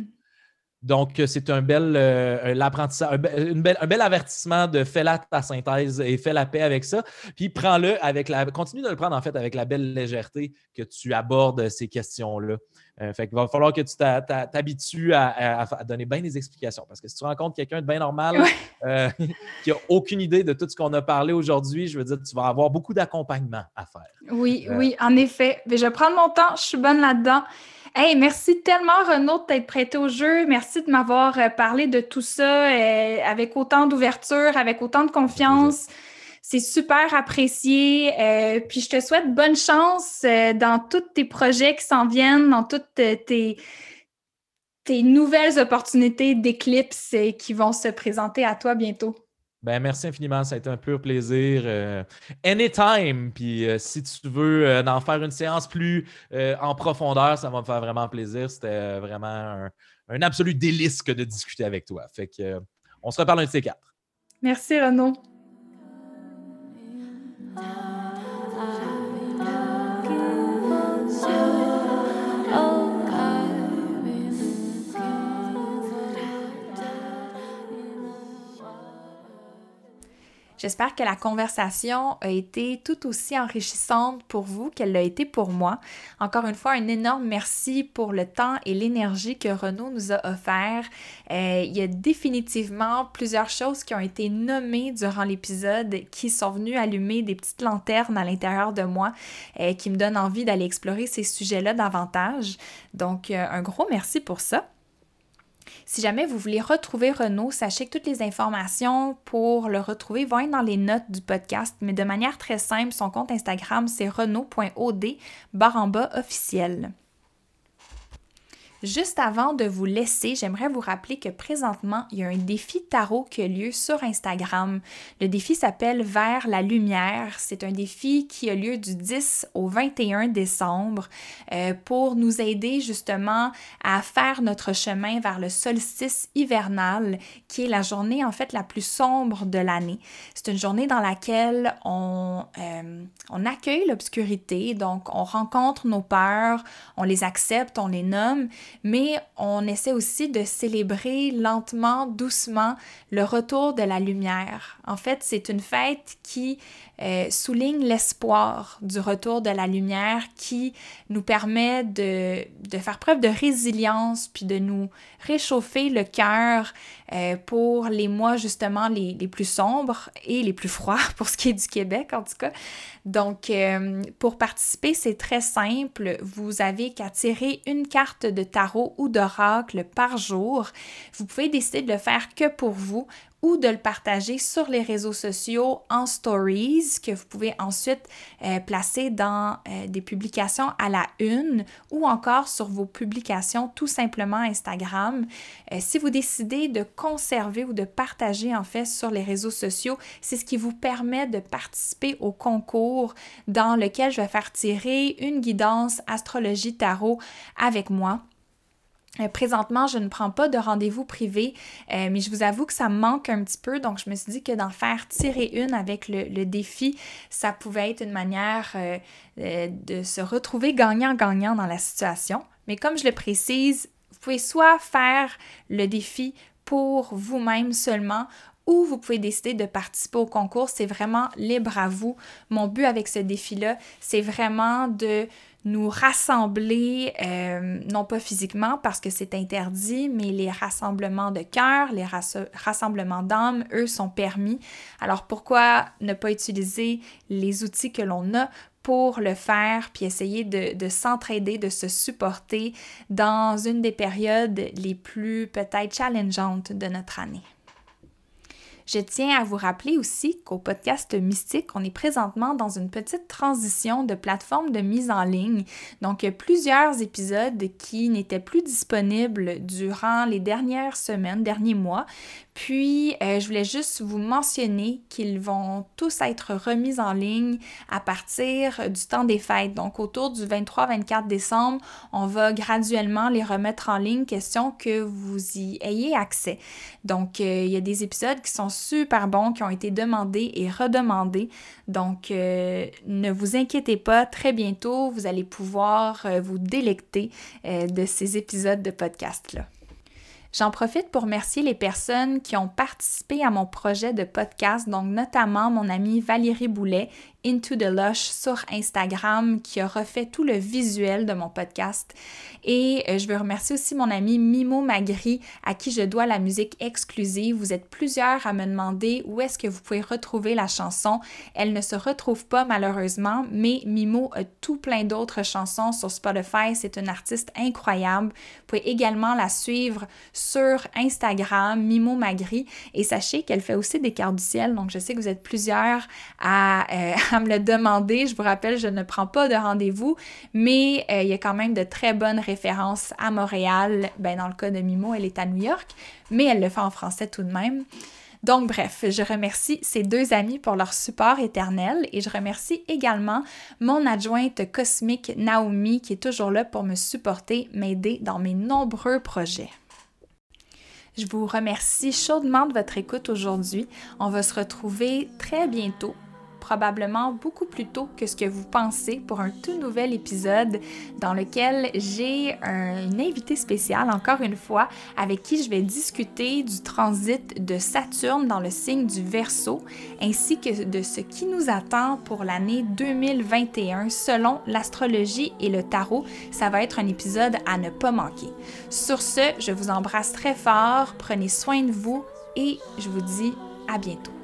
Speaker 2: Donc, c'est un bel, euh, l'apprentissage, un, bel, une belle, un bel avertissement de fais-la ta synthèse et fais la paix avec ça. Puis, prends-le avec la, continue de le prendre en fait avec la belle légèreté que tu abordes ces questions-là. Euh, fait qu'il va falloir que tu t'habitues à, à, à donner bien des explications. Parce que si tu rencontres quelqu'un de bien normal
Speaker 1: Ouais.
Speaker 2: euh, qui n'a aucune idée de tout ce qu'on a parlé aujourd'hui, je veux dire, tu vas avoir beaucoup d'accompagnement à faire.
Speaker 1: Oui,
Speaker 2: euh,
Speaker 1: oui, en effet. Mais je vais prendre mon temps, je suis bonne là-dedans. Hey, merci tellement, Renaud, de t'être prêté au jeu. Merci de m'avoir euh, parlé de tout ça euh, avec autant d'ouverture, avec autant de confiance. C'est super apprécié. Euh, puis je te souhaite bonne chance euh, dans tous tes projets qui s'en viennent, dans toutes euh, tes, tes nouvelles opportunités d'éclipse euh, qui vont se présenter à toi bientôt.
Speaker 2: Ben, merci infiniment, ça a été un pur plaisir. Euh, anytime! Puis euh, si tu veux euh, en faire une séance plus euh, en profondeur, ça va me faire vraiment plaisir. C'était euh, vraiment un, un absolu délice que de discuter avec toi. Fait que euh, on se reparle un de ces quatre.
Speaker 1: Merci, Renaud. J'espère que la conversation a été tout aussi enrichissante pour vous qu'elle l'a été pour moi. Encore une fois, un énorme merci pour le temps et l'énergie que Renaud nous a offert. Euh, il y a définitivement plusieurs choses qui ont été nommées durant l'épisode qui sont venues allumer des petites lanternes à l'intérieur de moi euh, qui me donnent envie d'aller explorer ces sujets-là davantage. Donc, euh, un gros merci pour ça. Si jamais vous voulez retrouver Renaud, sachez que toutes les informations pour le retrouver vont être dans les notes du podcast, mais de manière très simple, son compte Instagram, c'est renaud point o d barre en bas officiel. Juste avant de vous laisser, j'aimerais vous rappeler que présentement, il y a un défi tarot qui a lieu sur Instagram. Le défi s'appelle Vers la lumière. C'est un défi qui a lieu du dix au vingt et un décembre euh, pour nous aider justement à faire notre chemin vers le solstice hivernal, qui est la journée en fait la plus sombre de l'année. C'est une journée dans laquelle on, euh, on accueille l'obscurité, donc on rencontre nos peurs, on les accepte, on les nomme, mais on essaie aussi de célébrer lentement, doucement le retour de la lumière. En fait, c'est une fête qui euh, souligne l'espoir du retour de la lumière, qui nous permet de, de faire preuve de résilience, puis de nous réchauffer le cœur euh, pour les mois justement les, les plus sombres et les plus froids, pour ce qui est du Québec en tout cas. Donc, euh, pour participer, c'est très simple. Vous avez qu'à tirer une carte de tarot ou d'oracle par jour. Vous pouvez décider de le faire que pour vous ou de le partager sur les réseaux sociaux en stories que vous pouvez ensuite euh, placer dans euh, des publications à la une ou encore sur vos publications tout simplement Instagram. Euh, si vous décidez de conserver ou de partager en fait sur les réseaux sociaux, c'est ce qui vous permet de participer au concours dans lequel je vais faire tirer une guidance astrologie tarot avec moi. Euh, présentement, je ne prends pas de rendez-vous privé, euh, mais je vous avoue que ça me manque un petit peu, donc je me suis dit que d'en faire tirer une avec le, le défi, ça pouvait être une manière euh, euh, de se retrouver gagnant-gagnant dans la situation. Mais comme je le précise, vous pouvez soit faire le défi pour vous-même seulement, ou vous pouvez décider de participer au concours, c'est vraiment libre à vous. Mon but avec ce défi-là, c'est vraiment de nous rassembler, euh, non pas physiquement parce que c'est interdit, mais les rassemblements de cœur, les rass- rassemblements d'âme, eux, sont permis. Alors pourquoi ne pas utiliser les outils que l'on a pour le faire, puis essayer de, de s'entraider, de se supporter dans une des périodes les plus peut-être challengeantes de notre année. Je tiens à vous rappeler aussi qu'au podcast Mystique, on est présentement dans une petite transition de plateforme de mise en ligne. Donc, il y a plusieurs épisodes qui n'étaient plus disponibles durant les dernières semaines, derniers mois. Puis, euh, je voulais juste vous mentionner qu'ils vont tous être remis en ligne à partir du temps des fêtes. Donc, autour du vingt-trois vingt-quatre décembre, on va graduellement les remettre en ligne, question que vous y ayez accès. Donc, euh, il y a des épisodes qui sont super bons, qui ont été demandés et redemandés. Donc, euh, ne vous inquiétez pas, très bientôt, vous allez pouvoir euh, vous délecter euh, de ces épisodes de podcast-là. J'en profite pour remercier les personnes qui ont participé à mon projet de podcast, donc notamment mon amie Valérie Boulet, Into the Lush sur Instagram, qui a refait tout le visuel de mon podcast. Et euh, je veux remercier aussi mon amie Mimo Magri, à qui je dois la musique exclusive. Vous êtes plusieurs à me demander où est-ce que vous pouvez retrouver la chanson. Elle ne se retrouve pas malheureusement, mais Mimo a tout plein d'autres chansons sur Spotify. C'est une artiste incroyable. Vous pouvez également la suivre sur Instagram, Mimo Magri. Et sachez qu'elle fait aussi des cartes du ciel. Donc, je sais que vous êtes plusieurs à... Euh, à me le demander. Je vous rappelle, je ne prends pas de rendez-vous, mais euh, il y a quand même de très bonnes références à Montréal. Ben, dans le cas de Mimo, elle est à New York, mais elle le fait en français tout de même. Donc bref, je remercie ces deux amis pour leur support éternel et je remercie également mon adjointe cosmique Naomi qui est toujours là pour me supporter, m'aider dans mes nombreux projets. Je vous remercie chaudement de votre écoute aujourd'hui. On va se retrouver très bientôt, probablement beaucoup plus tôt que ce que vous pensez, pour un tout nouvel épisode dans lequel j'ai un, une invitée spéciale, encore une fois, avec qui je vais discuter du transit de Saturne dans le signe du Verseau, ainsi que de ce qui nous attend pour l'année deux mille vingt et un selon l'astrologie et le tarot. Ça va être un épisode à ne pas manquer. Sur ce, je vous embrasse très fort, prenez soin de vous et je vous dis à bientôt.